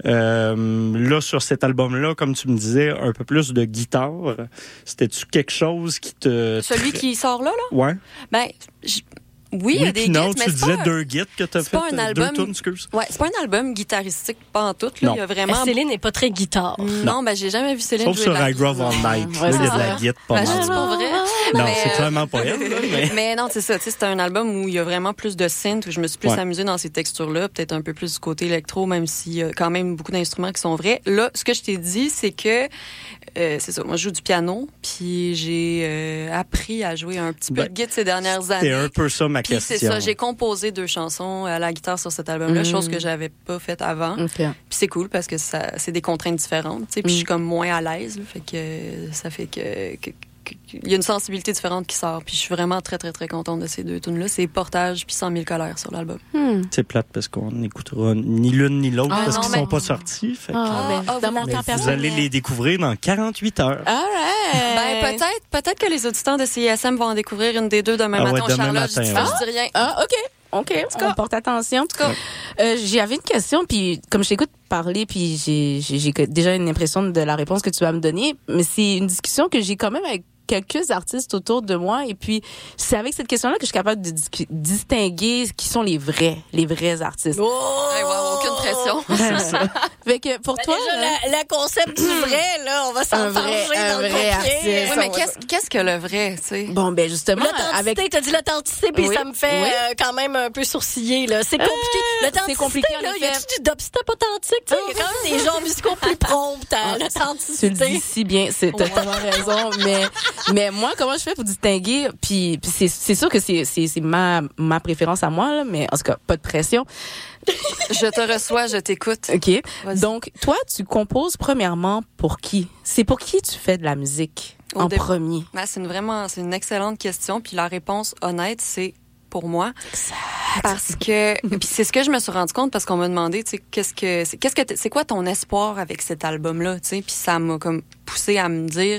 Euh, là, sur cet album-là, comme tu me disais, un peu plus de guitare. C'était-tu quelque chose qui te... Celui qui sort là, là? Ouais. Ben, j- oui, il y a des puis non, guides, mais tu c'est disais pas un- deux guides que t'as c'est fait. pas un euh, album. Deux tunes, excuse. Ouais, c'est pas un album guitaristique, pas en tout. Là. Non. Il y a vraiment. Céline n'est pas très guitare. Non, ben j'ai jamais vu Céline Sauf jouer sur de la I Drove All Night. Ouais, Là, il y a c'est de la ça. guide pas Ben, je mal. dis pas vrai. Non, Mais, c'est euh, clairement pas elle. là, mais... Mais non, c'est ça. Tu sais, c'est un album où il y a vraiment plus de synth, où je me suis plus Ouais. amusée dans ces textures-là, peut-être un peu plus du côté électro, même s'il y a quand même beaucoup d'instruments qui sont vrais. Là, ce que je t'ai dit, c'est que euh, c'est ça. Moi, je joue du piano, puis j'ai euh, appris à jouer un petit peu Ben, de guitare ces dernières années. C'était un peu ça ma Puis question. c'est ça, j'ai composé deux chansons à la guitare sur cet album-là, Mm. chose que j'avais pas faite avant. OK. Puis c'est cool parce que ça, c'est des contraintes différentes, tu sais. Puis Mm. je suis comme moins à l'aise, là, fait que ça fait que, que- que- il y a une sensibilité différente qui sort. Puis je suis vraiment très très très contente de ces deux tunes-là. C'est Portage puis cent mille colères sur l'album. C'est plate parce qu'on n'écoutera ni l'une ni l'autre Ah, parce non, qu'ils mais- sont pas sortis. Fait que- Ah, ben, Ah, dans vous mon Mais temps vous personnel. allez les découvrir dans quarante-huit heures. All right. Ben peut-être, peut-être que les auditeurs de C I S M vont en découvrir une des deux demain Ah ouais, matin au demain Charlotte. matin, je, dis, ouais. je dis rien. Ah, OK. OK, cas- on porte attention. En tout cas- Euh, j'avais une question, puis comme je t'écoute parler, puis j'ai, j'ai, j'ai déjà une impression de la réponse que tu vas me donner, mais c'est une discussion que j'ai quand même avec quelques artistes autour de moi, et puis c'est avec cette question-là que je suis capable de dis- distinguer qui sont les vrais, les vrais artistes. Oh! Hey, wow, aucune pression. C'est ça. Fait que pour Ben toi, déjà, là, la- le concept du vrai, là, on va Un s'enfarger vrai- un dans le vrai papier. artiste. Ouais, Ça, mais on va- qu'est-ce, qu'est-ce que le vrai, tu sais? bon, ben justement, L'authenticité, avec t'as dit l'authenticité, puis Oui. ça me fait Oui. euh, quand même un peu sourciller, là. C'est compliqué. Euh, L'authenticité, c'est compliqué, en là, y effet. a-tu du dubstep authentique? Tu sais, il y a quand même des genres musicaux plus prompts à Ah, tu le l'authenticité. dis si bien, c'est t'as tellement raison. Mais, mais moi, comment je fais pour distinguer? Puis, puis c'est, c'est sûr que c'est, c'est, c'est ma, ma préférence à moi, là, mais en tout cas, pas de pression. Je te reçois, je t'écoute. OK. Vas-y. Donc, toi, tu composes premièrement pour qui? C'est pour qui tu fais de la musique Au en dé- premier? Ben, c'est une vraiment, c'est une excellente question. Puis la réponse honnête, c'est pour moi. Parce que, puis c'est ce que je me suis rendu compte parce qu'on m'a demandé, tu sais, qu'est-ce que, c'est, qu'est-ce que, t'es- c'est quoi ton espoir avec cet album-là, tu sais, puis ça m'a comme poussé à me dire,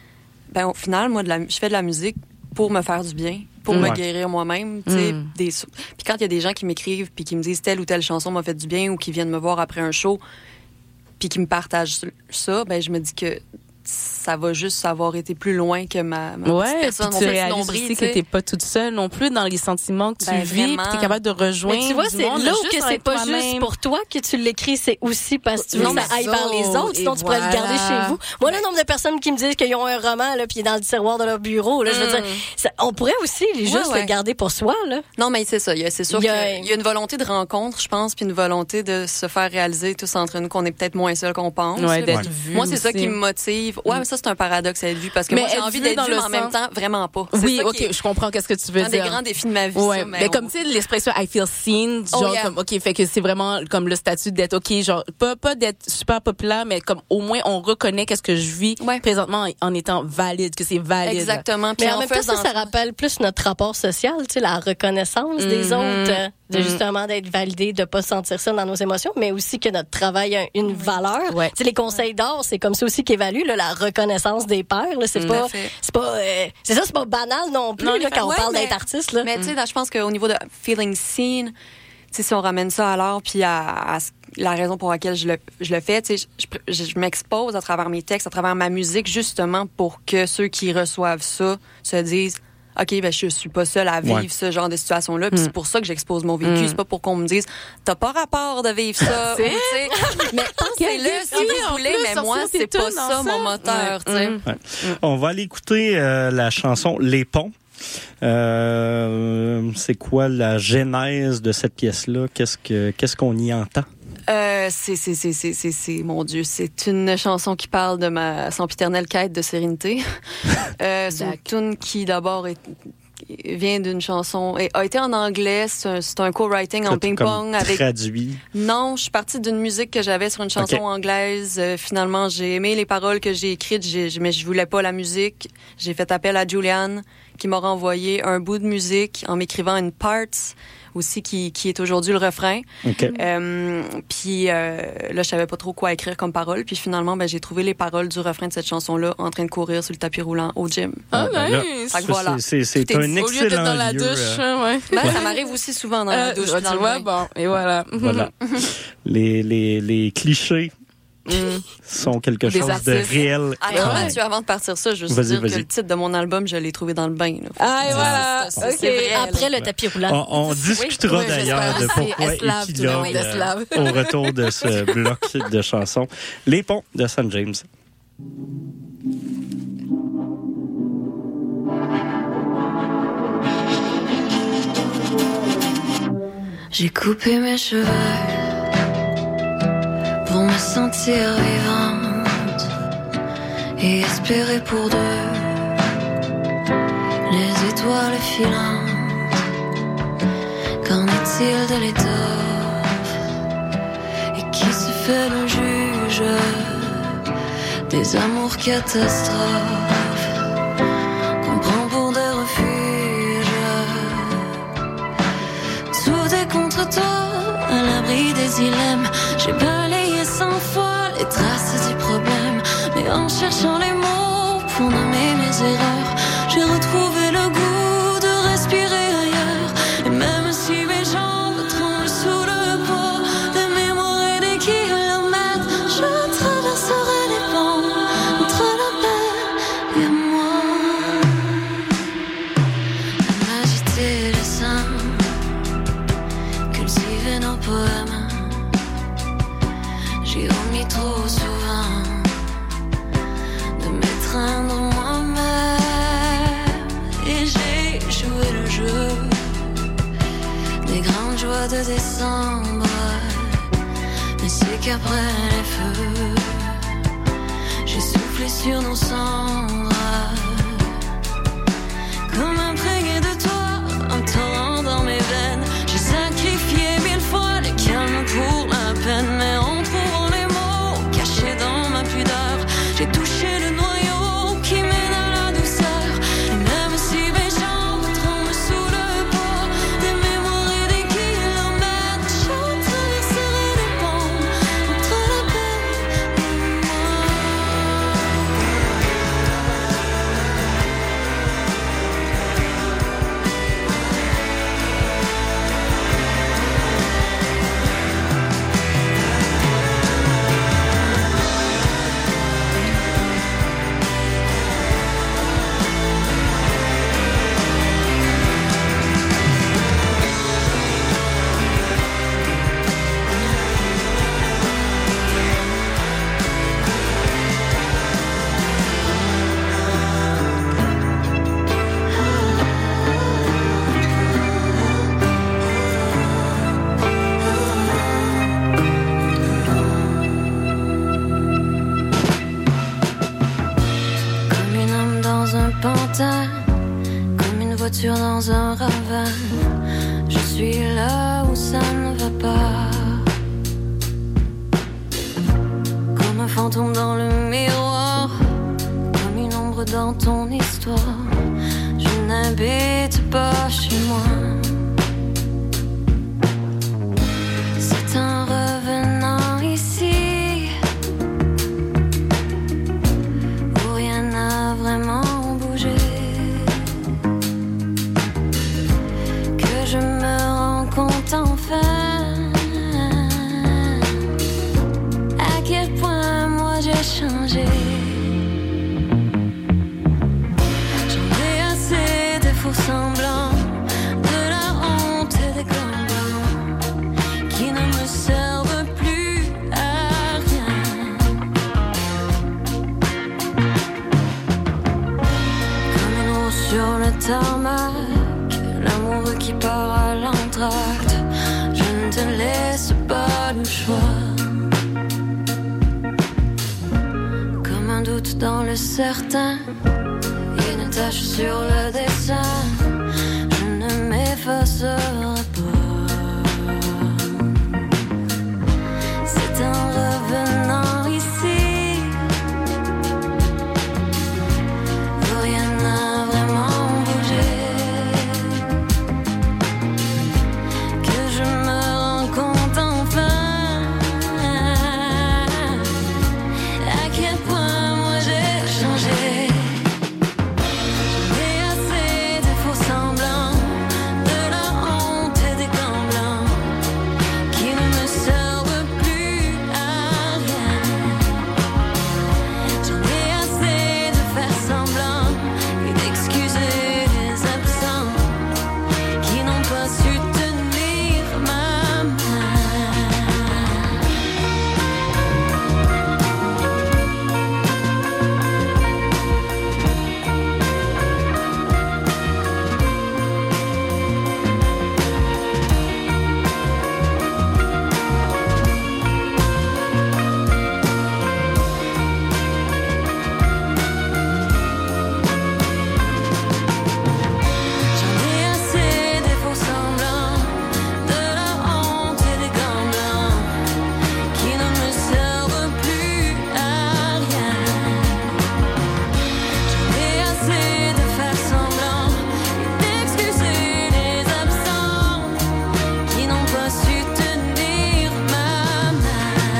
ben au final, moi, de la, je fais de la musique pour me faire du bien, pour me Ouais. guérir moi-même, tu sais, Mm. des, sou- puis quand il y a des gens qui m'écrivent puis qui me disent telle ou telle chanson m'a fait du bien ou qui viennent me voir après un show puis qui me partagent ça, ben je me dis que ça va juste avoir été plus loin que ma, ma petite Ouais, puis personne, mon tu petit réalises nombril, aussi tu sais. que t'es pas toute seule non plus dans les sentiments que tu Ben, vis, vraiment. puis t'es capable de rejoindre. Mais tu vois, du c'est monde, là où juste que c'est avec pas toi-même. juste pour toi que tu l'écris, c'est aussi parce que tu veux Non, que ça mais aille ça, vers les autres, sinon et tu pourrais le garder voilà. chez vous. Moi, le nombre de personnes qui me disent qu'ils ont un roman, là, puis il est dans le tiroir de leur bureau, là, je veux Mm. dire, ça- on pourrait aussi juste Ouais, ouais. le garder pour soi, là. Non, mais c'est ça. Il y a- C'est sûr Il y a- qu'il y a une volonté de rencontre, je pense, puis une volonté de se faire réaliser tous entre nous qu'on est peut-être moins seuls qu'on pense. Ouais, là. d'être Ouais. vu Moi, c'est ça aussi. qui me motive. Ouais, mais ça, c'est un paradoxe, être vu, parce que Mais moi, j'ai être envie vu d'être dans vu, le mais en même sens- temps, vraiment pas. C'est Oui, ça OK, qui est je comprends qu'est-ce que tu veux un dire. des grands défis de ma vie, Ouais, ça. mais, comme tu sais l'expression I feel seen, Oh, genre yeah. comme OK, fait que c'est vraiment comme le statut d'être OK, genre pas pas d'être super populaire, mais comme au moins on reconnaît qu'est-ce que je vis Ouais. présentement en, en étant valide, que c'est valide. Exactement. Puis Mais en en même temps, ça, faisant ça rappelle plus notre rapport social, tu sais, la reconnaissance des Mhm. autres, euh, de Mhm. justement d'être validé, de pas sentir ça dans nos émotions, mais aussi que notre travail a une valeur. Ouais. Tu sais, les conseils d'or, c'est comme ça aussi qu'évalue là, la reconnaissance des pairs. Là, c'est Tout pas, à fait. c'est pas, euh, c'est ça, c'est pas banal non plus Non, en là, effet. quand on Ouais, parle mais- d'être artiste. Là. Mais tu sais, là, je pense qu'au niveau de feeling seen, tu sais, si on ramène ça à l'art, puis à, à ce- la raison pour laquelle je le, je le fais, tu sais, je, je, je m'expose à travers mes textes, à travers ma musique, justement pour que ceux qui reçoivent ça se disent OK, ben je suis pas seule à vivre Ouais. ce genre de situation-là. Puis Mm. c'est pour ça que j'expose mon vécu. Mm. C'est pas pour qu'on me dise t'as pas rapport de vivre ça. C'est- Ou, tu sais, mais pensez-le Quel si défi, vous en voulez, plus, mais moi sortir c'est tes pas tunes ça dans mon ça. moteur. tu sais. Mm. Ouais. On va aller écouter euh, la chanson Les Ponts. Euh, c'est quoi la genèse de cette pièce-là? Qu'est-ce que qu'est-ce qu'on y entend? Euh, c'est, c'est, c'est, c'est, c'est, c'est, mon Dieu, c'est une chanson qui parle de ma sempiternelle quête de sérénité. euh, c'est une tune qui, d'abord, est, vient d'une chanson, et a été en anglais, c'est un, c'est un co-writing en ping-pong avec... traduit? Non, je suis partie d'une musique que j'avais sur une chanson okay. anglaise. Euh, finalement, j'ai aimé les paroles que j'ai écrites, j'ai, mais je voulais pas la musique. J'ai fait appel à Julianne, qui m'a renvoyé un bout de musique en m'écrivant une part aussi qui, qui est aujourd'hui le refrain. Okay. Euh, puis euh, là, je savais pas trop quoi écrire comme parole. Puis finalement, ben, j'ai trouvé les paroles du refrain de cette chanson-là en train de courir sur le tapis roulant au gym. Ah, ben nice! Fait que voilà. C'est, c'est, c'est un excellent lieu. Au lieu d'être dans la lieu, douche, euh... ouais. Ben, ouais. Ça m'arrive aussi souvent dans euh, la douche. Tu dans vois, le bon, et voilà. Voilà. les, les, les clichés Mm. sont quelque Des chose artistes. de réel. Ah, non, ouais. Mathieu, avant de partir ça, je veux vas-y, dire vas-y. que le titre de mon album, je l'ai trouvé dans le bain. Là. Ah, et voilà. C'est, c'est, okay. c'est vrai, après là. le tapis roulant. On, on discutera oui, d'ailleurs de pourquoi Équilab euh, au retour de ce bloc de chansons. Les ponts de Saint James. J'ai coupé mes cheveux pour me sentir vivante et espérer pour deux les étoiles filantes. Qu'en est-il de l'étoffe et qui se fait le juge des amours catastrophes qu'on prend pour des refuges? Tout est contre toi, à l'abri des îles. J'ai balayé cent fois les traces du problème, mais en cherchant les mots pour nommer mes erreurs, j'ai retrouvé le goût de respirer ailleurs. Et même si mes jambes tremblent sous le poids des mémoires et des kilomètres, je traverserai les ponts entre la paix et moi. À m'agiter les seins, cultiver nos poèmes. J'ai omis trop souvent de m'étreindre moi-même, et j'ai joué le jeu des grandes joies de décembre. Mais c'est qu'après les feux, j'ai soufflé sur nos cendres, comme imprégné de toi, un torrent dans mes veines. J'ai sacrifié mille fois les calmes pour la peine, mais en trouvant les mots cachés dans ma pudeur, j'ai touché le noyau qui mène à la douceur. Et même si mes jambes tremblent sous le poids des mémoires et des kilomètres, je traverserai les ponts entre la paix et moi. Comme une âme dans un pantin, comme une voiture dans un ravin, je suis là où ça ne va pas. Comme un fantôme dans le miroir, comme une ombre dans ton histoire, je n'habite pas chez moi. C'est un revenant ici où rien n'a vraiment bougé, que je me rends compte enfin à quel point moi j'ai changé. J'en ai assez des faux semblants, de la honte et des gants blancs qui ne me servent plus à rien. Comme une roue sur le tarmac, l'amoureux qui part à l'entracte, je ne te laisse pas le choix. doute dans le certain et une tache sur le dessin. Je ne m'effacerai pas. C'est en revenant ici où rien n'a vraiment bougé que je me rends compte enfin à quel point moi j'ai changé. J'en ai assez des faux semblants, de la honte et des gants blancs qui ne me servent plus à rien. J'en ai assez de faire semblant et d'excuser les absents qui n'ont pas su tenir ma main. J'en ai assez des faux semblants, de la honte et des gants blancs qui ne me servent plus à rien. J'en ai assez de faire semblant et d'excuser les absents qui n'ont pas su tenir ma main.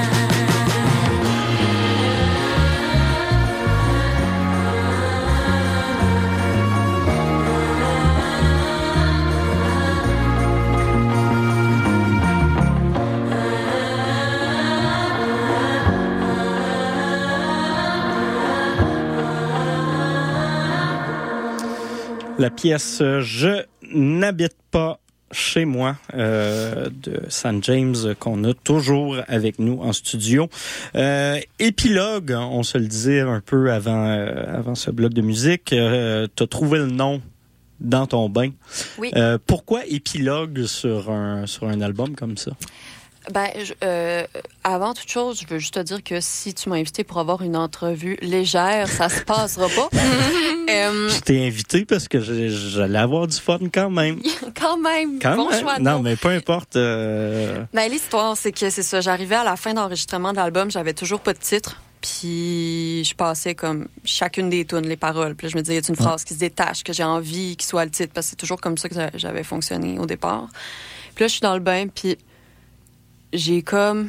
La pièce euh, Je n'habite pas chez moi euh, de Saint James qu'on a toujours avec nous en studio. Euh, épilogue, on se le disait un peu avant, euh, avant ce bloc de musique, euh, t'as trouvé le nom dans ton bain. Oui. Euh, pourquoi épilogue sur un, sur un album comme ça? Ben, je- euh, avant toute chose, je veux juste te dire que si tu m'as invité pour avoir une entrevue légère, ça se passera pas. Euh, Je t'ai invité parce que j'ai- j'allais avoir du fun quand même. quand même, Quand bon même. choix de Non, nom. mais peu importe. euh, Ben, l'histoire, c'est que c'est ça. J'arrivais à la fin d'enregistrement de l'album, j'avais toujours pas de titre. Puis je passais comme chacune des tunes, les paroles. Puis là, je me disais, y a une phrase qui se détache, que j'ai envie qu'il soit le titre, parce que c'est toujours comme ça que j'a- j'avais fonctionné au départ. Puis là, je suis dans le bain, puis j'ai comme...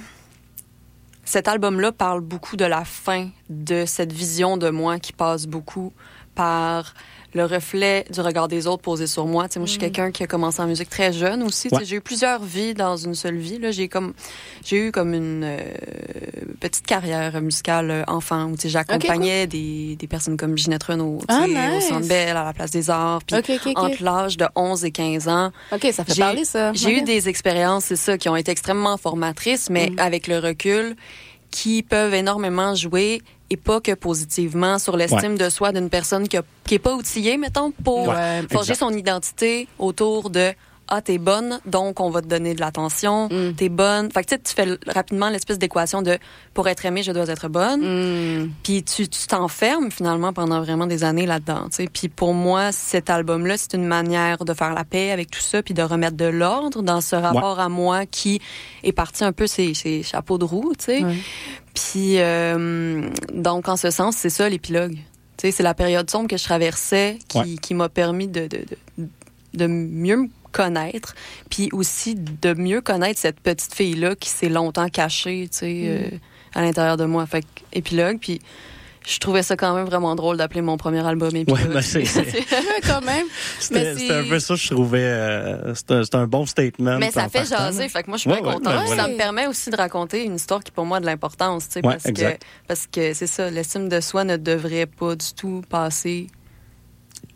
Cet album-là parle beaucoup de la fin de cette vision de moi qui passe beaucoup par le reflet du regard des autres posé sur moi. Tu sais, moi, je suis Mm. quelqu'un qui a commencé en musique très jeune aussi. Tu sais, Ouais. j'ai eu plusieurs vies dans une seule vie. Là, j'ai comme, j'ai eu comme une euh, petite carrière musicale euh, enfant où tu sais, j'accompagnais des, des personnes comme Ginette Renault, tu Ah, sais, au nice. Centre Bell, à la Place des Arts. Puis Ok, ok, ok. entre l'âge de onze et quinze ans, OK, ça fait j'ai- parler, ça. J'ai eu Ok. des expériences, c'est ça, qui ont été extrêmement formatrices, mais Mm. avec le recul, qui peuvent énormément jouer, et pas que positivement, sur l'estime Ouais. de soi d'une personne qui, a, qui est pas outillée, mettons, pour Ouais, forger exact. son identité autour de « Ah, t'es bonne, donc on va te donner de l'attention. T'es bonne. » Fait que tu sais, tu fais l- rapidement l'espèce d'équation de « Pour être aimée, je dois être bonne. Puis tu tu t'enfermes finalement pendant vraiment des années là-dedans. tu sais. Puis pour moi, cet album-là, c'est une manière de faire la paix avec tout ça, puis de remettre de l'ordre dans ce rapport à moi qui est parti un peu ses, ses chapeaux de roue. tu sais. Ouais. Puis euh, donc, en ce sens, c'est ça l'épilogue. Tu sais, c'est la période sombre que je traversais qui, Ouais. qui m'a permis de, de, de, de mieux me connaître, puis aussi de mieux connaître cette petite fille-là qui s'est longtemps cachée, tu sais, euh, à l'intérieur de moi. Fait que, épilogue, puis je trouvais ça quand même vraiment drôle d'appeler mon premier album épilogue. Ouais, ben c'est- c'est- Ouais, quand même. C'était Mais c'était un c'est- peu ça, je trouvais. euh, C'était un, c'était un bon statement. Mais ça en fait partant, jaser, là. fait que moi je suis Ouais, bien ouais, contente. ben voilà. Ça me permet aussi de raconter une histoire qui pour moi a de l'importance, tu sais, Ouais, parce que exact. parce que c'est ça, l'estime de soi ne devrait pas du tout passer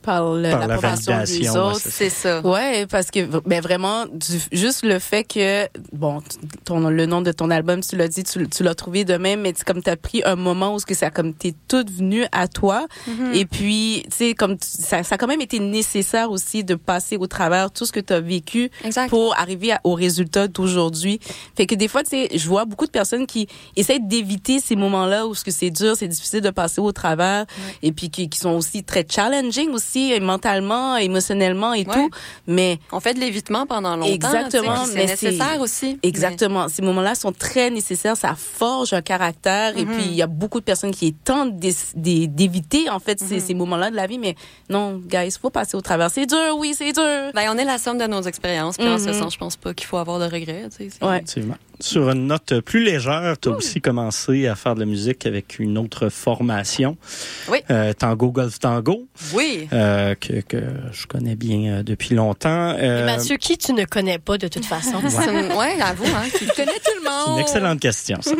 par le, Par l'approbation la validation, des ouais, autres. c'est C'est ça. Ouais, parce que ben vraiment du, juste le fait que bon ton le nom de ton album tu l'as dit tu, tu l'as trouvé de même mais comme t'as pris un moment où ce que ça comme t'es tout venu à toi Mm-hmm. et puis tu sais comme tu, ça ça a quand même été nécessaire aussi de passer au travers tout ce que t'as vécu Exact. pour arriver à, au résultat d'aujourd'hui. Fait que des fois tu sais je vois beaucoup de personnes qui essaient d'éviter ces moments-là où ce que c'est dur, c'est difficile de passer au travers ouais. et puis qui, qui sont aussi très challenging aussi mentalement, émotionnellement et ouais. tout. Mais on fait de l'évitement pendant longtemps. Exactement, c'est mais nécessaire c'est, aussi. Exactement, mais... ces moments-là sont très nécessaires. Ça forge un caractère mm-hmm. et puis il y a beaucoup de personnes qui tentent d'éviter en fait mm-hmm. ces, ces moments-là de la vie. Mais non, guys, faut passer au travers. C'est dur, oui, c'est dur. Ben on est la somme de nos expériences. Puis mm-hmm. en ce sens, je pense pas qu'il faut avoir de regrets. Tu sais, ouais. Effectivement. Sur une note plus légère, tu as aussi commencé à faire de la musique avec une autre formation. Oui. Euh, Tango Golf Tango. Oui. Euh, que, que je connais bien euh, depuis longtemps. Euh, Et Mathieu, qui tu ne connais pas de toute façon? Ouais, ouais avoue, hein, tu connais tout le monde. C'est une excellente question, ça.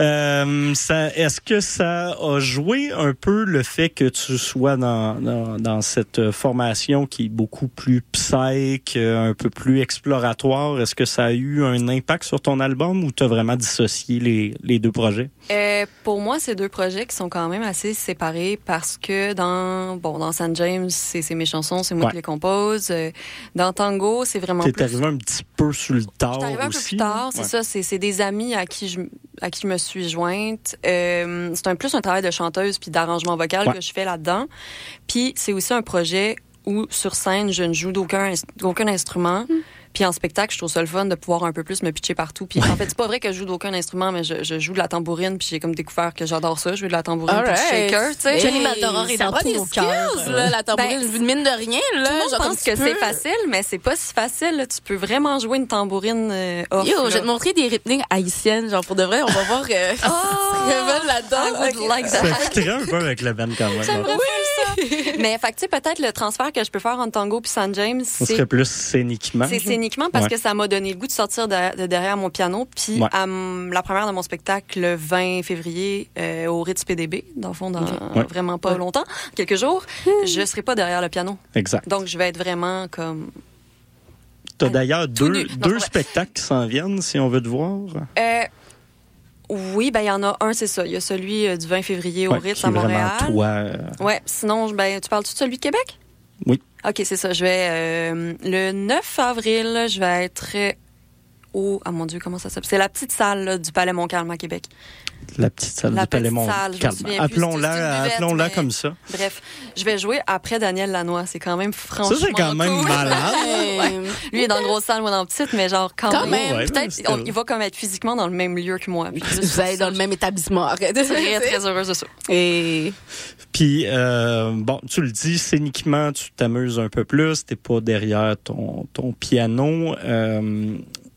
euh, ça est-ce que ça a joué un peu le fait que tu sois dans, dans, dans cette formation qui est beaucoup plus psych, un peu plus exploratoire? Est-ce que ça a eu un impact sur ton album? Ou tu as vraiment dissocié les, les deux projets? Euh, pour moi, c'est deux projets qui sont quand même assez séparés parce que dans bon dans Saint James, c'est, c'est mes chansons, c'est moi ouais. qui les compose. Euh, dans Tango, c'est vraiment T'es plus... arrivé un petit peu sur le tard aussi. J'étais arrivé un peu plus tard, c'est ouais. ça. C'est, c'est des amis à qui je, à qui je me suis jointe. Euh, c'est un plus un travail de chanteuse puis d'arrangement vocal ouais. que je fais là-dedans. Puis c'est aussi un projet où, sur scène, je ne joue d'aucun, d'aucun instrument. Mm. Puis en spectacle, je trouve ça le fun de pouvoir un peu plus me pitcher partout. Puis en fait, c'est pas vrai que je joue d'aucun instrument, mais je, je joue de la tambourine. Puis j'ai comme découvert que j'adore ça, jouer de la tambourine right. puis du shaker. Tu sais, Jenny Maldoror est dans tous nos cœurs. La tambourine, ben, mine de rien. Là, tout le monde pense que peux... c'est facile, mais c'est pas si facile. Là. Tu peux vraiment jouer une tambourine euh, off. Yo, là. je vais te montrer des rythmiques haïtiennes, genre pour de vrai. On va voir euh, oh, révèle là-dedans. I would like that. Ça fitterait un peu avec le band quand même. J'aimerais oui. ça. Mais fait que tu sais, peut-être le transfert que je peux faire entre Tango puis Saint James, ça c'est... serait plus scéniquement. C'est scéniquement parce ouais. que ça m'a donné le goût de sortir de, de derrière mon piano. Puis ouais. à m- la première de mon spectacle, le vingt février, euh, au Ritz P D B, dans le fond, dans ouais. vraiment pas ouais. longtemps, quelques jours, je serai pas derrière le piano. Exact. Donc, je vais être vraiment comme... T'as d'ailleurs deux, nu. deux non, spectacles qui s'en viennent, si on veut te voir. Euh, oui, ben il y en a un, c'est ça. Il y a celui euh, du vingt février au ouais, Ritz qui à est Montréal. Vraiment toi. Euh... Ouais, sinon, ben, tu parles-tu de celui de Québec? Oui. OK, c'est ça. Je vais... Euh, le neuf avril, je vais être... au... Ah mon Dieu, comment ça s'appelle? C'est la petite salle là, du Palais Montcalm à Québec. La petite salle la du Palais Montcalm. Appelons-la, appelons-la mais... comme ça. Bref, je vais jouer après Daniel Lanois. C'est quand même franchement Ça, c'est quand même cool. malade. ouais. Lui, il est dans une grosse salle, moi dans la petite, mais genre quand, quand même. même. Ouais, peut-être on, il va comme être physiquement dans le même lieu que moi. Puis vous allez dans le même établissement. Arrête. Très, très heureuse de ça. Et... Puis, euh, bon, tu le dis, scéniquement, tu t'amuses un peu plus. T'es pas derrière ton, ton piano. Euh,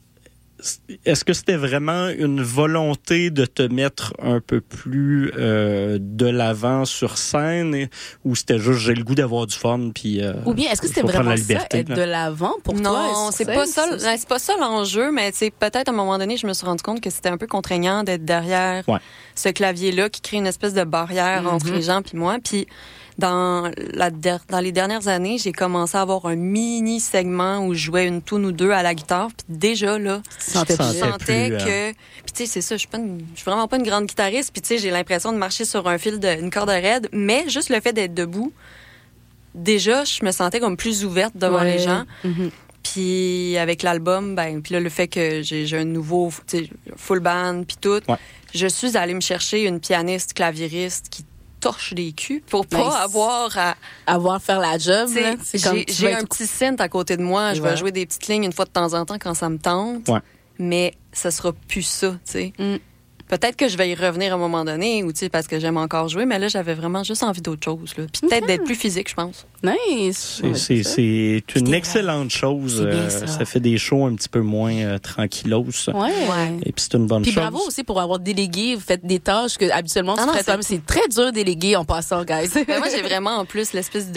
Est-ce que c'était vraiment une volonté de te mettre un peu plus euh, de l'avant sur scène et, ou c'était juste j'ai le goût d'avoir du fun puis euh, ou bien est-ce que c'était vraiment la liberté, ça être là? De l'avant pour non, toi? Non, c'est pas ça, c'est, c'est pas ça l'enjeu, mais c'est peut-être à un moment donné je me suis rendu compte que c'était un peu contraignant d'être derrière ouais. ce clavier-là qui crée une espèce de barrière mm-hmm. entre les gens puis moi puis Dans, la der- dans les dernières années, j'ai commencé à avoir un mini segment où je jouais une toune ou deux à la guitare. Puis déjà, là, je sentais, sentais plus, que... Puis tu sais, c'est ça, je suis pas une... je suis vraiment pas une grande guitariste. Puis tu sais, j'ai l'impression de marcher sur un fil d'une corde raide. Mais juste le fait d'être debout, déjà, je me sentais comme plus ouverte devant ouais. les gens. Mm-hmm. Puis avec l'album, ben, puis là, le fait que j'ai, j'ai un nouveau full band, puis tout, ouais. je suis allée me chercher une pianiste claviériste qui torche des culs pour pas nice. avoir à avoir faire la job là. C'est j'ai, comme, j'ai un petit synth à côté de moi, je ouais. vais jouer des petites lignes une fois de temps en temps quand ça me tente, ouais. mais ça sera plus ça, tu sais. Mm. Peut-être que je vais y revenir à un moment donné, ou tu sais, parce que j'aime encore jouer, mais là, j'avais vraiment juste envie d'autre chose, là. Puis peut-être mm-hmm. d'être plus physique, je pense. Nice! C'est, c'est, c'est une excellente chose. Euh, ça. ça fait des shows un petit peu moins euh, tranquillos. Ouais. ouais. Et puis c'est une bonne puis chose. Puis bravo aussi pour avoir délégué, vous faites des tâches que habituellement tu ferais toi. C'est très dur de déléguer en passant, guys. Mais moi, j'ai vraiment en plus l'espèce de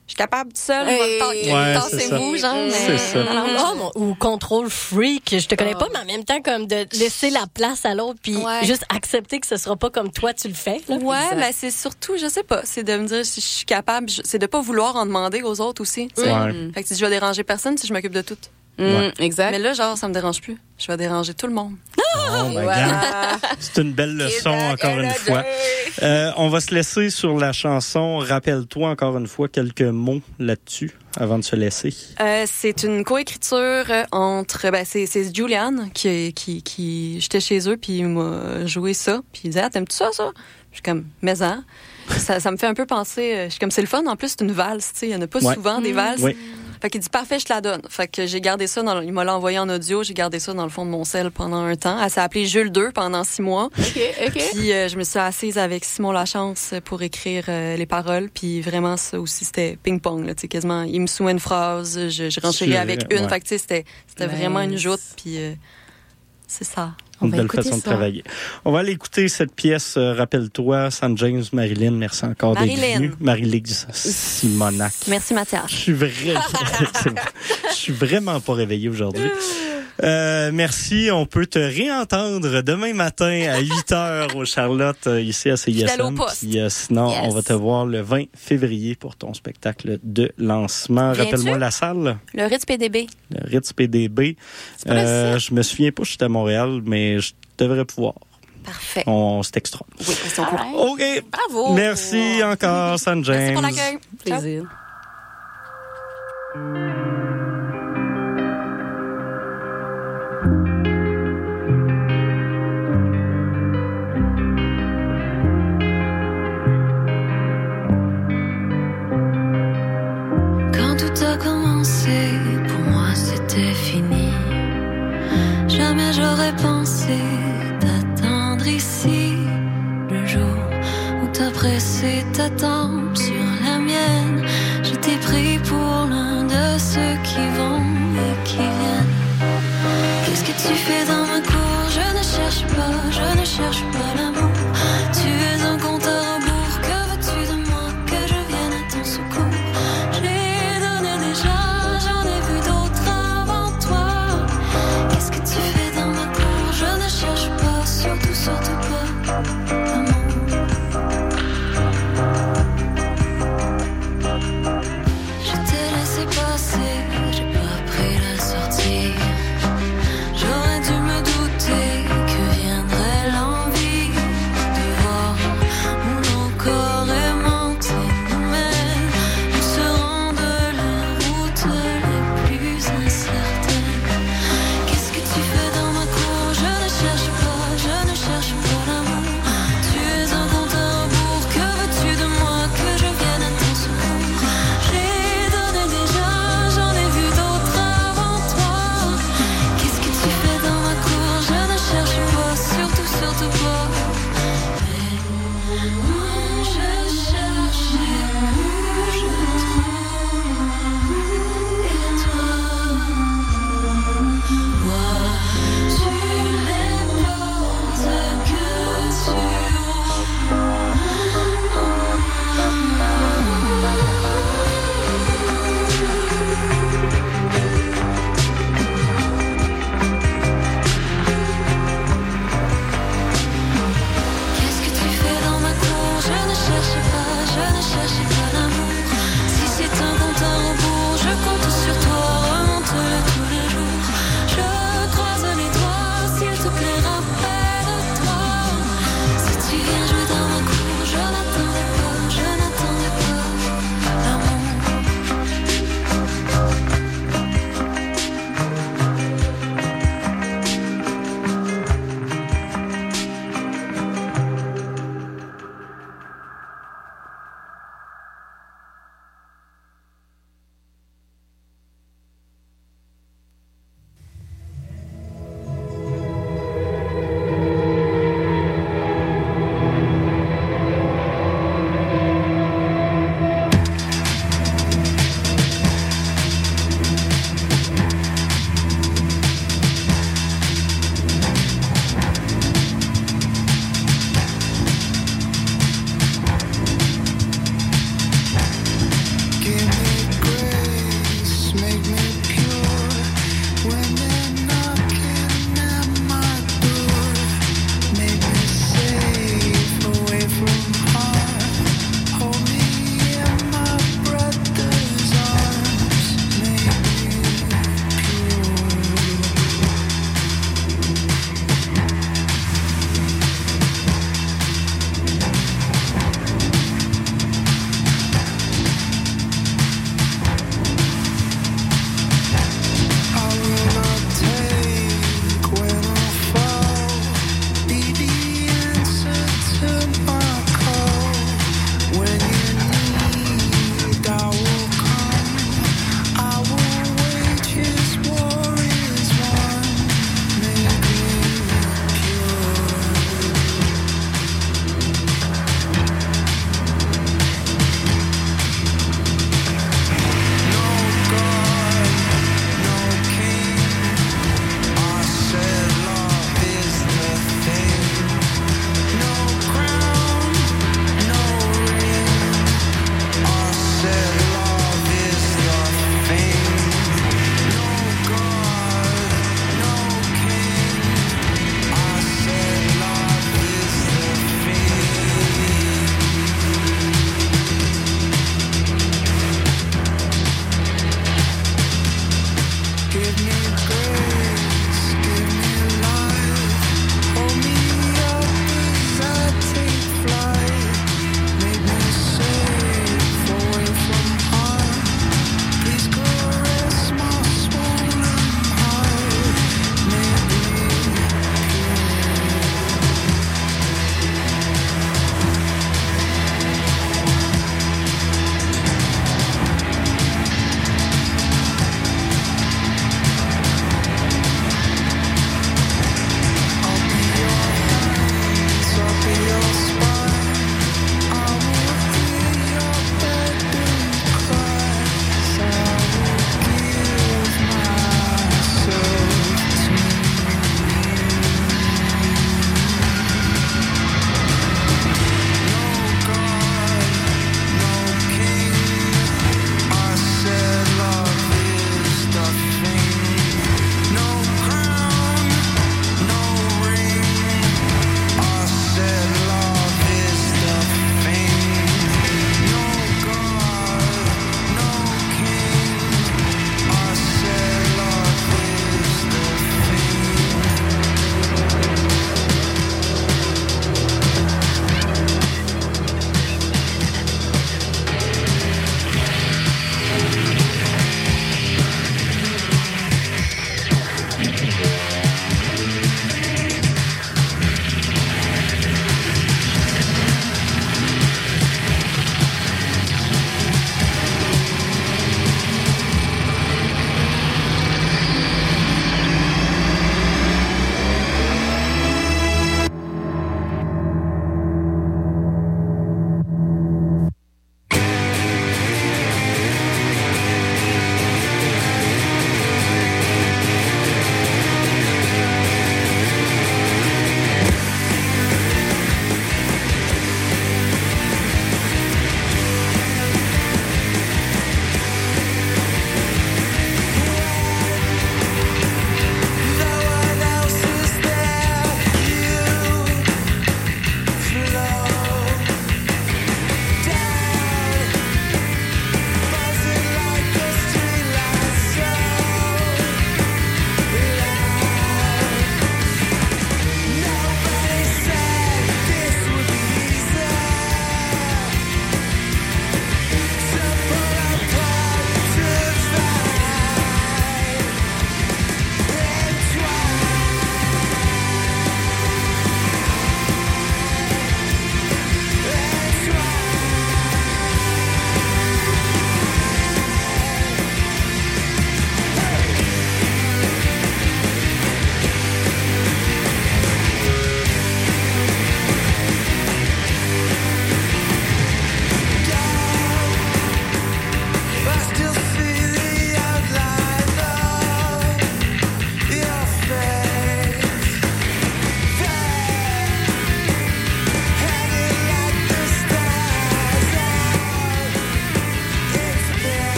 Je suis capable tout seul, Hey. Ouais, tassez-vous, c'est ça. genre. C'est Mais... ça. Non, non, non. Oh, mon- ou contrôle freak, je te connais pas, mais en même temps, comme de laisser la place à l'autre, puis Ouais. juste accepter que ce sera pas comme toi tu le fais. Là. Ouais, Exact. mais c'est surtout, je sais pas, c'est de me dire si je suis capable, je- c'est de pas vouloir en demander aux autres aussi. tu sais. Ouais. Fait que si je vais déranger personne, si je m'occupe de tout. Ouais. Exact. Mais là, genre, ça me dérange plus. Je vais déranger tout le monde. Oh, ben, regarde, c'est une belle leçon, encore une fois. Euh, on va se laisser sur la chanson. Rappelle-toi encore une fois quelques mots là-dessus avant de se laisser. Euh, c'est une coécriture euh, entre, ben, c'est, c'est Julian qui, qui, qui, j'étais chez eux puis il m'a joué ça puis il disait, ah, t'aimes-tu ça, ça? Je suis comme, mais hein. Ça, ça me fait un peu penser, euh, je suis comme, c'est le fun. En plus, c'est une valse, tu sais. Il y en a pas Ouais. souvent des valses. Oui. Fait qu'il dit, parfait, je te la donne. Fait que j'ai gardé ça dans, il m'a envoyé en audio, j'ai gardé ça dans le fond de mon sel pendant un temps. Elle s'est appelée Jules deux pendant six mois. OK, OK. Puis euh, je me suis assise avec Simon Lachance pour écrire euh, les paroles. Puis vraiment, ça aussi, c'était ping-pong, là, tu sais, quasiment. Il me soumet une phrase, je, je renchéris Sur- avec une. ouais. Fait que, tu sais, c'était, c'était Nice. vraiment une joute. Puis euh, c'est ça. On Une va belle écouter façon de ça. travailler. On va aller écouter cette pièce, euh, rappelle-toi, Saint James, Marilyn, merci encore d'être Marilyn. venue. Marie-Lise Simonac. Merci, Mathias. Je suis vraiment, je suis vraiment pas réveillé aujourd'hui. Euh, merci. On peut te réentendre demain matin à huit heures au Charlotte, euh, ici à C I S Fidèle au M. poste. Puis, euh, sinon, Yes. on va te voir le vingt février pour ton spectacle de lancement. Viens-tu? Rappelle-moi la salle. Le Ritz P D B. Le Ritz P D B. pas le Euh, seul. je me souviens pas, j'étais à Montréal, mais je devrais pouvoir. Parfait. On se textera. Oui, ils sont cool. OK. Bravo. Merci encore, San James. Merci pour l'accueil. Plaisir. Quand tout a commencé, pour moi c'était fini. Jamais j'aurais pensé t'attendre ici. Le jour où t'as pressé ta tempe sur la mienne, je t'ai pris pour l'un de ceux qui vont et qui viennent. Qu'est-ce que tu fais dans ma cour? Je ne cherche pas, je ne cherche pas l'amour. Tu es un compte à rebours, que veux-tu de moi? Que je vienne à ton secours. J'ai donné déjà, j'en ai vu d'autres avant toi. Qu'est-ce que tu fais dans ma cour? Je ne cherche pas, surtout, surtout pas l'amour. Je t'ai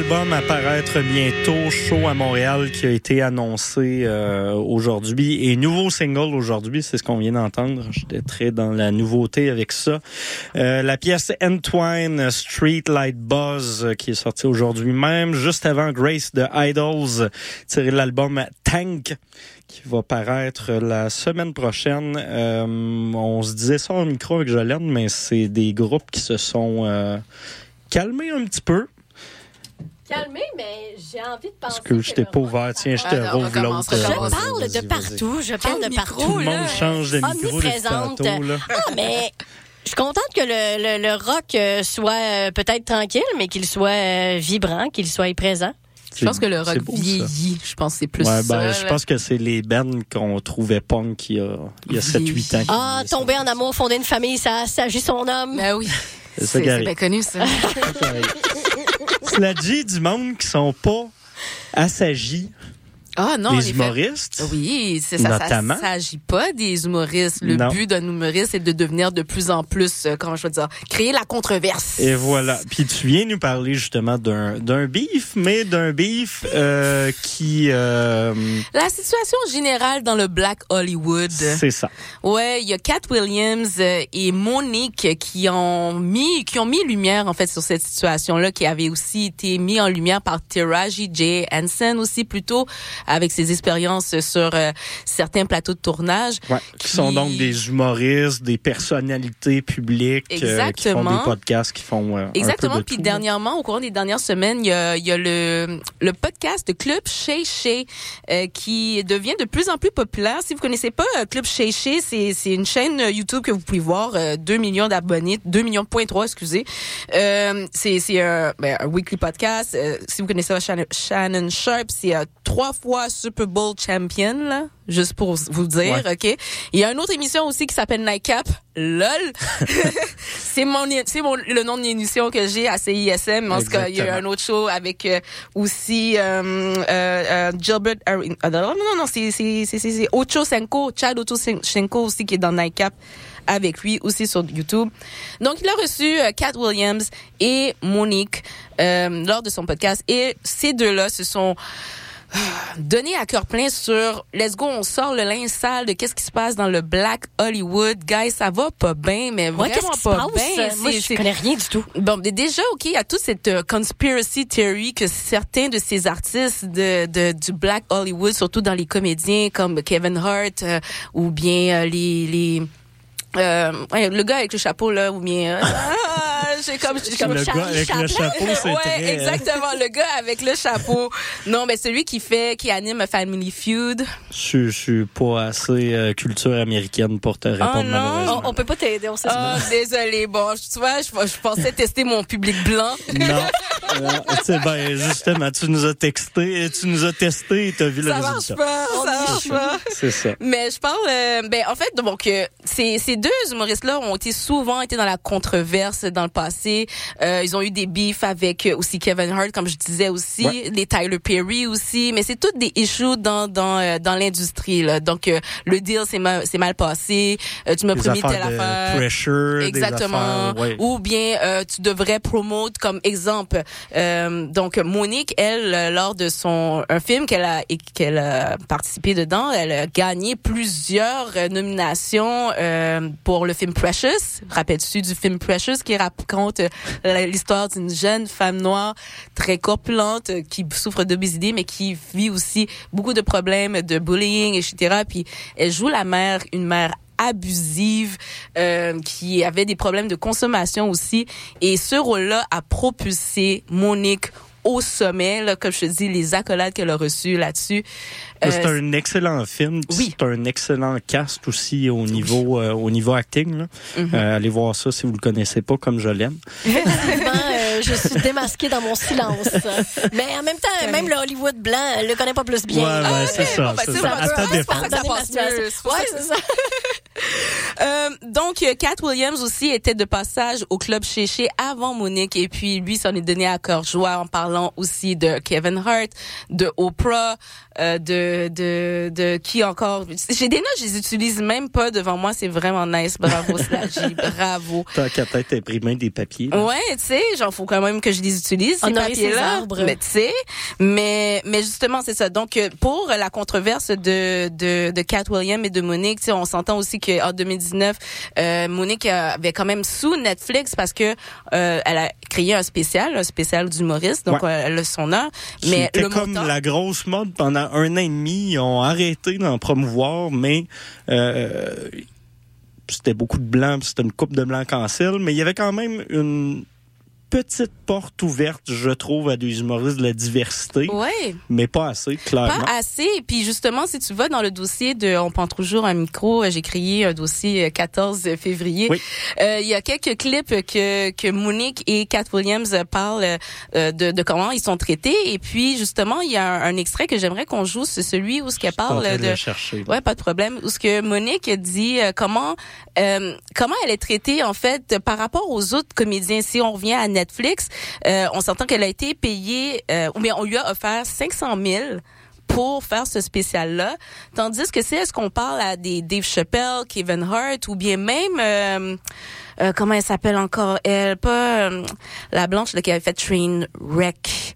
album à paraître bientôt, show à Montréal qui a été annoncé euh, aujourd'hui et nouveau single aujourd'hui, c'est ce qu'on vient d'entendre. J'étais très dans la nouveauté avec ça. Euh, la pièce Entwine Street Light Buzz euh, qui est sortie aujourd'hui même, juste avant Grace de Idols, tiré de l'album Tank qui va paraître la semaine prochaine. Euh, on se disait ça en micro avec Jolene, mais c'est des groupes qui se sont euh, calmés un petit peu. Calmé, mais j'ai envie de penser. Parce que je t'ai pas ouvert. Tiens, je te Ah, rouvre l'autre. Je parle de partout. Je parle de partout. Tout le monde change de micro depuis tantôt, là. Ah, mais je suis contente que le, le, le rock euh, soit euh, peut-être tranquille, mais qu'il soit euh, vibrant, qu'il soit présent. Je pense que le rock beau, vieillit. Je pense que c'est plus ouais, ça. ben, je pense que c'est les bands qu'on trouvait punk il y a, il y a sept huit ans. Ah, tomber en amour, fonder une famille, ça s'agit son homme. Ben oui. C'est ça qui arrive. bien connu, ça. Cela dit, du monde qui sont pas assagis. Ah non, les humoristes, fait, oui, c'est ça. Notamment. Ça s'agit pas des humoristes. Le Non. but d'un humoriste, c'est de devenir de plus en plus, euh, comment je veux dire, créer la controverse. Et voilà. Puis tu viens nous parler justement d'un d'un beef, mais d'un beef euh, qui. Euh, La situation générale dans le Black Hollywood. C'est ça. Ouais, il y a Cat Williams euh, et Monique qui ont mis, qui ont mis lumière en fait sur cette situation-là, qui avait aussi été mis en lumière par Taraji J. Henson aussi plutôt, avec ses expériences sur euh, certains plateaux de tournage. Ouais, qui, qui sont donc des humoristes, des personnalités publiques euh, qui font des podcasts, qui font euh, Exactement. un peu de Puis tout, dernièrement, au courant des dernières semaines, il y a, il y a le, le podcast de Club Shay Shay euh, qui devient de plus en plus populaire. Si vous connaissez pas euh, Club Shay Shay, c'est, c'est une chaîne YouTube que vous pouvez voir, euh, deux millions d'abonnés, deux millions point trois, excusez. Euh, c'est c'est un, ben, un weekly podcast. Euh, si vous connaissez pas Shannon, Shannon Sharp, c'est euh, trois fois Super Bowl champion, là, juste pour vous dire, ouais. OK? Il y a une autre émission aussi qui s'appelle Nightcap. LOL! c'est mon, c'est mon, le nom de l'émission que j'ai à C I S M. En tout cas, il y a un autre show avec euh, aussi euh, euh, euh, Gilbert Arin- euh, non, non, non, c'est, c'est, c'est, c'est, c'est Ocho Cinco, Chad Ocho Cinco aussi qui est dans Nightcap avec lui aussi sur YouTube. Donc, il a reçu euh, Cat Williams et Monique euh, lors de son podcast. Et ces deux-là se sont donné à cœur plein sur let's go, on sort le linge sale de qu'est-ce qui se passe dans le Black Hollywood. Guys, ça va pas bien, mais ouais, vraiment qu'est-ce pas bien. Moi, je connais rien du tout. Bon, déjà, OK, il y a toute cette uh, conspiracy theory que certains de ces artistes de, de du Black Hollywood, surtout dans les comédiens comme Kevin Hart euh, ou bien euh, les... les euh, ouais, le gars avec le chapeau, là, ou bien... Euh, j'ai comme, j'ai comme le gars avec Chaplin. Le chapeau, c'est ouais, très... exactement, le gars avec le chapeau. Non, mais celui qui fait, qui anime Family Feud. Je, je suis pas assez euh, culture américaine pour te répondre, oh, non. malheureusement. On, on peut pas t'aider, on sait pas. Oh, désolé. Bon, tu vois, je, je pensais tester mon public blanc. Non. non c'est ben, justement, tu nous as texté, tu nous as testé et t'as vu ça le résultat. Ça marche pas, ça marche pas. C'est ça. Mais je parle, euh, ben, en fait, donc, euh, ces, ces deux humoristes-là ont été souvent été dans la controverse dans le passé. Euh, ils ont eu des beefs avec euh, aussi Kevin Hart, comme je disais aussi, ouais. les Tyler Perry aussi, mais c'est toutes des issues dans dans euh, dans l'industrie là. Donc euh, le deal c'est mal c'est mal passé, euh, tu m'as promis telle affaire, pressure, exactement, des affaires, ouais. ou bien euh, tu devrais promote comme exemple. Euh, donc Monique, elle, euh, lors de son un film qu'elle a qu'elle a participé dedans, elle a gagné plusieurs euh, nominations euh, pour le film Precious. Rappelles-tu du film Precious qui raconte euh, l'histoire d'une jeune femme noire très corpulente euh, qui souffre d'obésité mais qui vit aussi beaucoup de problèmes de bullying, et cetera. Puis elle joue la mère, une mère abusive, euh, qui avait des problèmes de consommation aussi. Et ce rôle-là a propulsé Monique au sommet, là, comme je te dis, les accolades qu'elle a reçues là-dessus. Euh, c'est un excellent film. Oui. C'est un excellent cast aussi au niveau, oui. euh, au niveau acting. Là. Mm-hmm. Euh, allez voir ça si vous le connaissez pas, comme je l'aime. Effectivement, euh, je suis démasquée dans mon silence. Mais en même temps, même le Hollywood blanc, elle le connaît pas plus bien. Ouais, ouais, ah, c'est ça. Bon, ben, c'est c'est ça. À ta défense. Ça passe mieux. Ouais, c'est ça. Euh, donc, Cat Williams aussi était de passage au Club Shay Shay avant Monique, et puis lui s'en est donné à cœur joie en parlant aussi de Kevin Hart, de Oprah, euh, de, de, de qui encore. J'ai des notes, je les utilise même pas devant moi. C'est vraiment nice. Bravo, Slagy. Bravo. T'as qu'à peut-être imprimer des papiers. Là. Ouais, tu sais, genre, faut quand même que je les utilise, ces Honorer ses papiers-là. arbres. Mais tu sais, mais, mais justement, c'est ça. Donc, pour la controverse de, de, de Cat Williams et de Monique, tu sais, on s'entend aussi qu'en deux mille dix-neuf, euh, Monique avait quand même sous Netflix parce que, euh, elle a créé un spécial, un spécial d'humoriste. Donc, ouais. Elle a son heure. Mais C'était le comme montant... la grosse mode pendant un an et demi. Ils ont arrêté d'en promouvoir, mais euh, c'était beaucoup de blancs, c'était une coupe de blancs cancel, mais il y avait quand même une petite porte ouverte, je trouve, à des humoristes de la diversité. Oui. Mais pas assez, clairement. Pas assez. Puis justement, si tu vas dans le dossier de On prend toujours un micro, j'ai créé un dossier quatorze février. Oui. Euh, il y a quelques clips que que Monique et Cat Williams parlent euh, de, de comment ils sont traités. Et puis justement, il y a un, un extrait que j'aimerais qu'on joue, c'est celui où ce qu'elle parle de. de Chercher, ouais, pas de problème. Où ce que Monique dit euh, comment euh, comment elle est traitée en fait par rapport aux autres comédiens. Si on revient à Netflix, euh, on s'entend qu'elle a été payée, euh, ou bien on lui a offert cinq cent mille pour faire ce spécial-là, tandis que c'est est-ce qu'on parle à des Dave Chappelle, Kevin Hart, ou bien même euh, euh, comment elle s'appelle encore elle, pas euh, la blanche là, qui avait fait Trainwreck.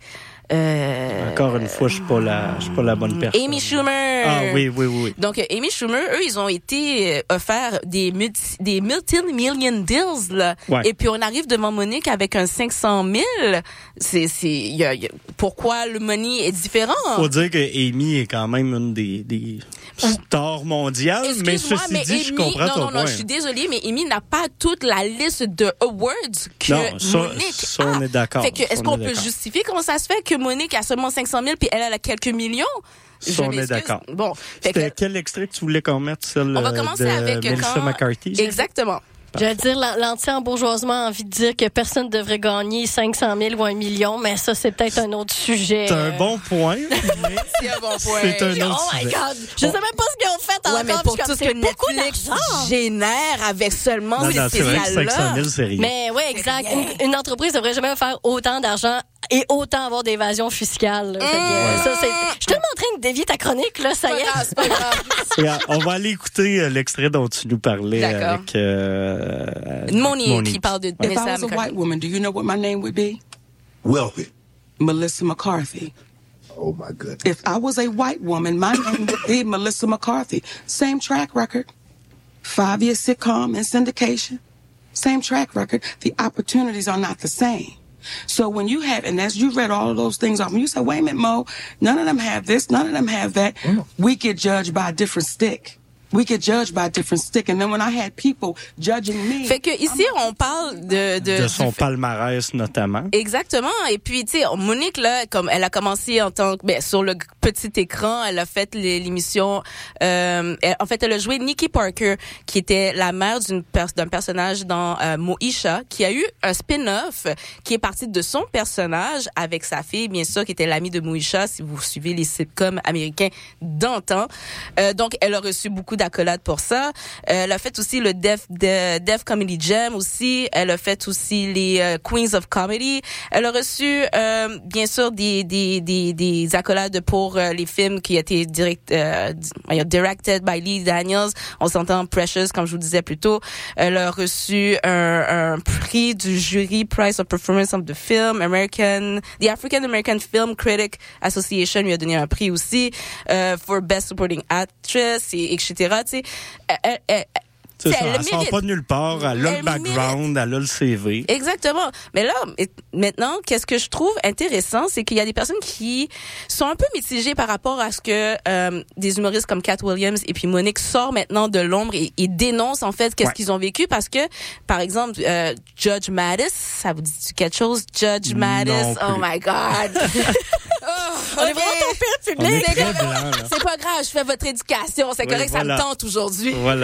Euh, Encore une fois, je suis pas la, je suis pas la bonne personne. Amy Schumer. Ah oui, oui, oui. Donc Amy Schumer, eux, ils ont été offerts des multi, des multi-million deals là. Ouais. Et puis on arrive devant Monique avec un cinq cent mille. C'est, c'est, y a, y a, pourquoi le money est différent? Faut dire que Amy est quand même une des, des stars mondiales, mais ceci mais dit, Amy, je comprends non, ton non, point. non, je suis désolée, mais Amy n'a pas toute la liste de awards que non, ça, Monique ça, a. on est d'accord. Fait que, est-ce qu'on peut justifier comment ça se fait que Monique a seulement cinq cent mille puis elle, elle a quelques millions? Ça, on est d'accord. Bon. C'était que, quel extrait que tu voulais qu'on mette, celle on va commencer de avec Melissa quand... McCarthy? Exactement. J'allais dire, l'anti-embourgeoisement a envie de dire que personne ne devrait gagner cinq cent mille ou un million, mais ça, c'est peut-être un autre sujet. C'est un bon point. Mais c'est un bon point. C'est un autre oh my sujet. God! Je sais même pas ce qu'ils ont fait encore. Ouais, mais pour tout tout ce que Netflix génère avec seulement non, ces non, c'est vrai que spéciales-là. cinq cent mille, c'est rien. Mais oui, exact. Une, une entreprise devrait jamais faire autant d'argent et autant avoir d'évasion fiscale. Là. Fait que, Mmh. ça, c'est... Je suis tellement en train de dévier ta chronique, là, ça y est. C'est pas grave. Regarde, on va aller écouter euh, l'extrait dont tu nous parlais D'accord. avec euh, Monique, Monique qui parle de If Melissa I was a McCarthy. white woman, do you know what my name would be? Wealthy. Melissa McCarthy. Oh my goodness. If I was a white woman, my name would be Melissa McCarthy. Same track record. Five-year sitcom and syndication. Same track record. The opportunities are not the same. So when you have, and as you read all of those things off, when you say, wait a minute, Mo, none of them have this, none of them have that, mm. we get judged by a different stick. We get judged by a different stick. And then when I had people judging me... Fait que ici, on parle de... De, de son du... palmarès, notamment. Exactement. Et puis, tu sais, Monique, là, comme elle a commencé en tant que... Ben, sur le petit écran, elle a fait l'émission... Euh, elle, en fait, elle a joué Nikki Parker, qui était la mère d'une pers- d'un personnage dans euh, Moesha, qui a eu un spin-off qui est parti de son personnage avec sa fille, bien sûr, qui était l'amie de Moesha, si vous suivez les sitcoms américains d'antan. Euh, donc, elle a reçu beaucoup d'accolades pour ça. Euh, elle a fait aussi le Def, de, Def Comedy Jam aussi. Elle a fait aussi les euh, Queens of Comedy. Elle a reçu, euh, bien sûr, des, des, des, des accolades pour euh, les films qui étaient direct, euh, directed by Lee Daniels. On s'entend Precious, comme je vous disais plus tôt. Elle a reçu un, un prix du jury Prize of Performance of the Film. American, the African American Film Critic Association lui a donné un prix aussi euh, for Best Supporting Actress, et etc. Tu sais, elle, elle, c'est ça, elle, elle sort pas de nulle part, elle a elle le background, elle a le C V. Exactement. Mais là, maintenant, qu'est-ce que je trouve intéressant, c'est qu'il y a des personnes qui sont un peu mitigées par rapport à ce que euh, des humoristes comme Cat Williams et puis Monique sortent maintenant de l'ombre et, et dénoncent en fait qu'est-ce ouais. qu'ils ont vécu, parce que, par exemple, euh, Judge Mattis, ça vous dit quelque chose? Judge Mattis, oh my God! Oh, on okay. est vraiment ton pire public. C'est, c'est pas grave, je fais votre éducation, c'est oui, correct, voilà. Ça me tente aujourd'hui. Voilà.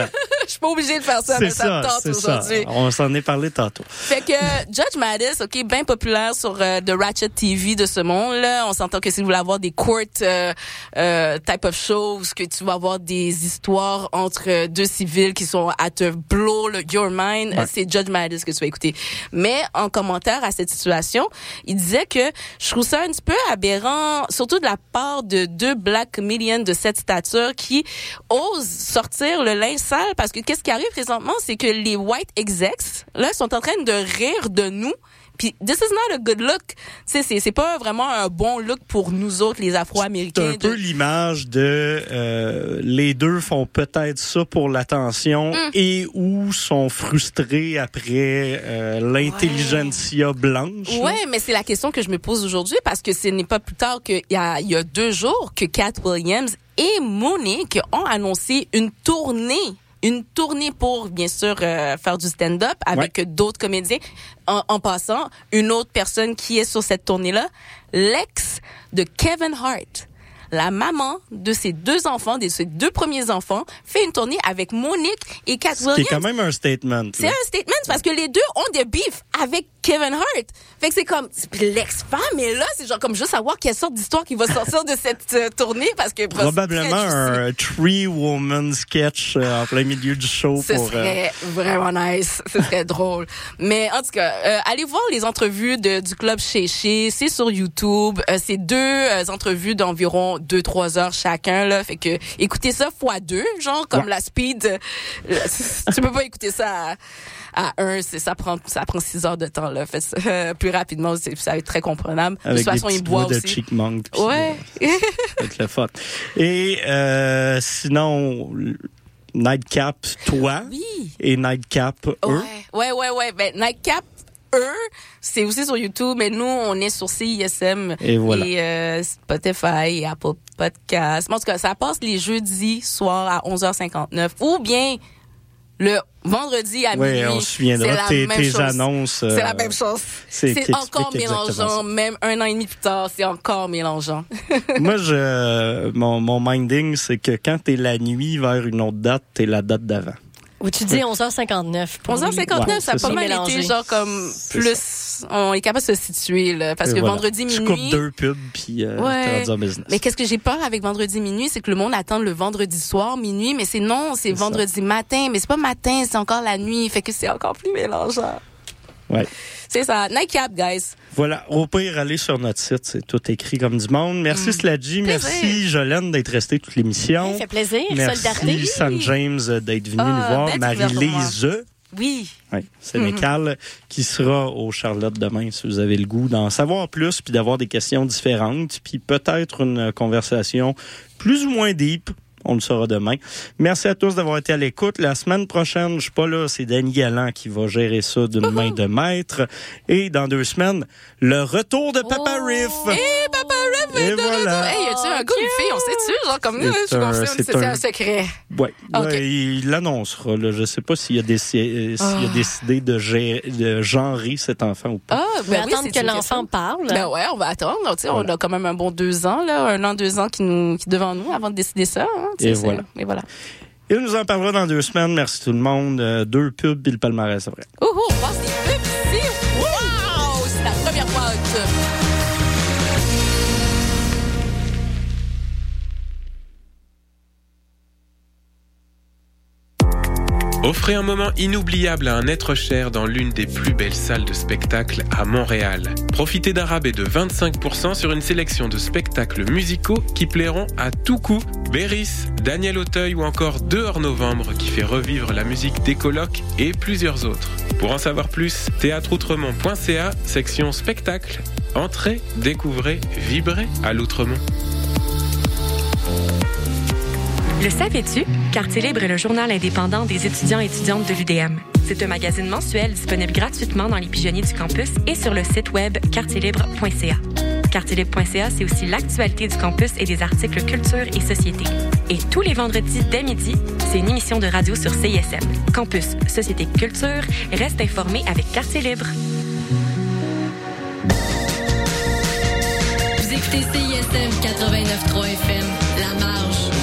Je suis pas obligée de faire ça, C'est mais ça, ça, me tente c'est ça. aujourd'hui. On s'en est parlé tantôt. Fait que Judge Mathis, OK, bien populaire sur euh, The Ratchet T V de ce monde-là. On s'entend que si vous voulez avoir des court euh, euh, type of shows, que tu vas avoir des histoires entre deux civils qui sont à te blow le, your mind, Ouais. c'est Judge Mathis que tu vas écouter. Mais en commentaire à cette situation, il disait que je trouve ça un petit peu aberrant, surtout de la part de deux black comedians de cette stature qui osent sortir le linge sale, parce que qu'est-ce qui arrive présentement, c'est que les white execs, là, sont en train de rire de nous. Puis, this is not a good look. Tu sais, c'est, c'est pas vraiment un bon look pour nous autres, les C'est Afro-Américains. un peu l'image de euh, les deux font peut-être ça pour l'attention Mm. et ou sont frustrés après euh, l'intelligentsia blanche. là. Ouais, mais c'est la question que je me pose aujourd'hui, parce que ce n'est pas plus tard qu'il y a, il y a deux jours que Cat Williams et Monique ont annoncé une tournée. Une tournée pour, bien sûr, euh, faire du stand-up avec Ouais. d'autres comédiens. En, en passant, une autre personne qui est sur cette tournée-là, l'ex de Kevin Hart. La maman de ses deux enfants, de ses deux premiers enfants, fait une tournée avec Monique et Cat Ce qui Williams. est quand même un statement. C'est là. un statement parce que les deux ont des beefs avec Kevin Hart. Fait que c'est comme, puis l'ex-femme est là, c'est genre comme juste savoir quelle sorte d'histoire qui va sortir de cette euh, tournée, parce que Probablement un three-woman sketch euh, en plein milieu du show. Ce pour, serait euh, vraiment nice. Ce serait drôle. Mais en tout cas, euh, allez voir les entrevues de, du Club Chéché. C'est sur YouTube. Euh, c'est deux euh, entrevues d'environ deux, trois heures chacun, là. Fait que, écoutez ça fois deux, genre, comme Ouais. la speed. Euh, tu peux pas écouter ça à, à un. C'est, ça prend, ça prend six heures de temps, là. Fait, euh, plus rapidement, c'est, ça va être très comprenable. avec de toute façon, des il petits boit bouts de aussi. Chickmunk. puis, Ouais. euh, avec le fun. Et euh, sinon, Nightcap, toi. Oui. Et Nightcap, eux. Ouais, ouais, ouais, ouais. Ben, Nightcap, eux, c'est aussi sur YouTube, mais nous, on est sur C I S M. Et voilà. Et euh, Spotify et Apple Podcasts. En tout cas, ça passe les jeudis soirs à onze heures cinquante-neuf. Ou bien le vendredi à Oui, minuit. on se souviendra C'est la tes, même tes chose. annonces. euh, C'est la même chose. c'est C'est qui encore explique exactement mélangeant. ça. Même un an et demi plus tard, c'est encore mélangeant. Moi, je, mon, mon minding, c'est que quand t'es la nuit vers une autre date, t'es la date d'avant. Ou tu dis onze heures cinquante-neuf. pour onze heures cinquante-neuf, Ouais, ça a c'est pas ça. mal Mélangé. été genre comme plus... On est capable de se situer, là. Parce Et que voilà. vendredi Tu minuit... coupes deux pubs, puis euh, Ouais. t'es rendu en business. Mais qu'est-ce que j'ai peur avec vendredi minuit, c'est que le monde attend le vendredi soir, minuit, mais c'est non, c'est, C'est vendredi matin, mais c'est pas matin, c'est encore la nuit, fait que c'est encore plus mélangeant. Ouais. C'est ça. Nightcap, guys. Voilà. Au pire, allez sur notre site. C'est tout écrit comme du monde. Merci, Sladji. Plaisir. Merci, Jolène, d'être restée toute l'émission. Ça fait plaisir. Merci, Solidarité. Saint James, euh, d'être venue Ah, nous voir. belle Marie-Lise, Oui. oui, Sénécal, qui sera au Charlotte demain, si vous avez le goût d'en savoir plus, puis d'avoir des questions différentes, puis peut-être une conversation plus ou moins deep. On le saura demain. Merci à tous d'avoir été à l'écoute. La semaine prochaine, je suis pas là, c'est Danny Galland qui va gérer ça d'une main de maître. Et dans deux semaines, le retour de Papa Riff. Et Papa Riff Et est de voilà. retour. Hey, y a-tu un gars ou une fille? On sait-tu? Genre, comme nous, C'est je un- pense que c'est c'est un- un secret. Ouais, Ok. ouais, il l'annoncera. Là. Je sais pas s'il a, déci- euh, s'il a Ah. décidé de, gé- de genrer cet enfant ou pas. Ah, On va ben oui, attendre c'est que une l'enfant question. parle. Ben ouais, on va attendre. Tu sais, on a quand même un bon deux ans, là, un an, deux ans qui nous, qui est devant nous avant de décider ça. Hein, tu Et sais, voilà. c'est- Et voilà. Il nous en parlera dans deux semaines. Merci tout le monde. Euh, deux pubs puis le palmarès après. Ouh, on passe des pubs ici. Wow! C'est la première fois que... Offrez un moment inoubliable à un être cher dans l'une des plus belles salles de spectacle à Montréal. Profitez d'un rabais de vingt-cinq pour cent sur une sélection de spectacles musicaux qui plairont à tout coup. Béris, Daniel Auteuil ou encore Dehors Novembre qui fait revivre la musique des colocs et plusieurs autres. Pour en savoir plus, théâtre outremont point c a, section spectacle. Entrez, découvrez, vibrez à l'Outremont. Le savais-tu? Quartier Libre est le journal indépendant des étudiants et étudiantes de l'U D M. C'est un magazine mensuel disponible gratuitement dans les pigeonniers du campus et sur le site web quartier libre point c a. quartier libre point c a, c'est aussi l'actualité du campus et des articles culture et société. Et tous les vendredis dès midi, c'est une émission de radio sur C I S M. Campus, société, culture, reste informé avec Quartier Libre. Vous écoutez C I S M quatre-vingt-neuf point trois F M, La Marge.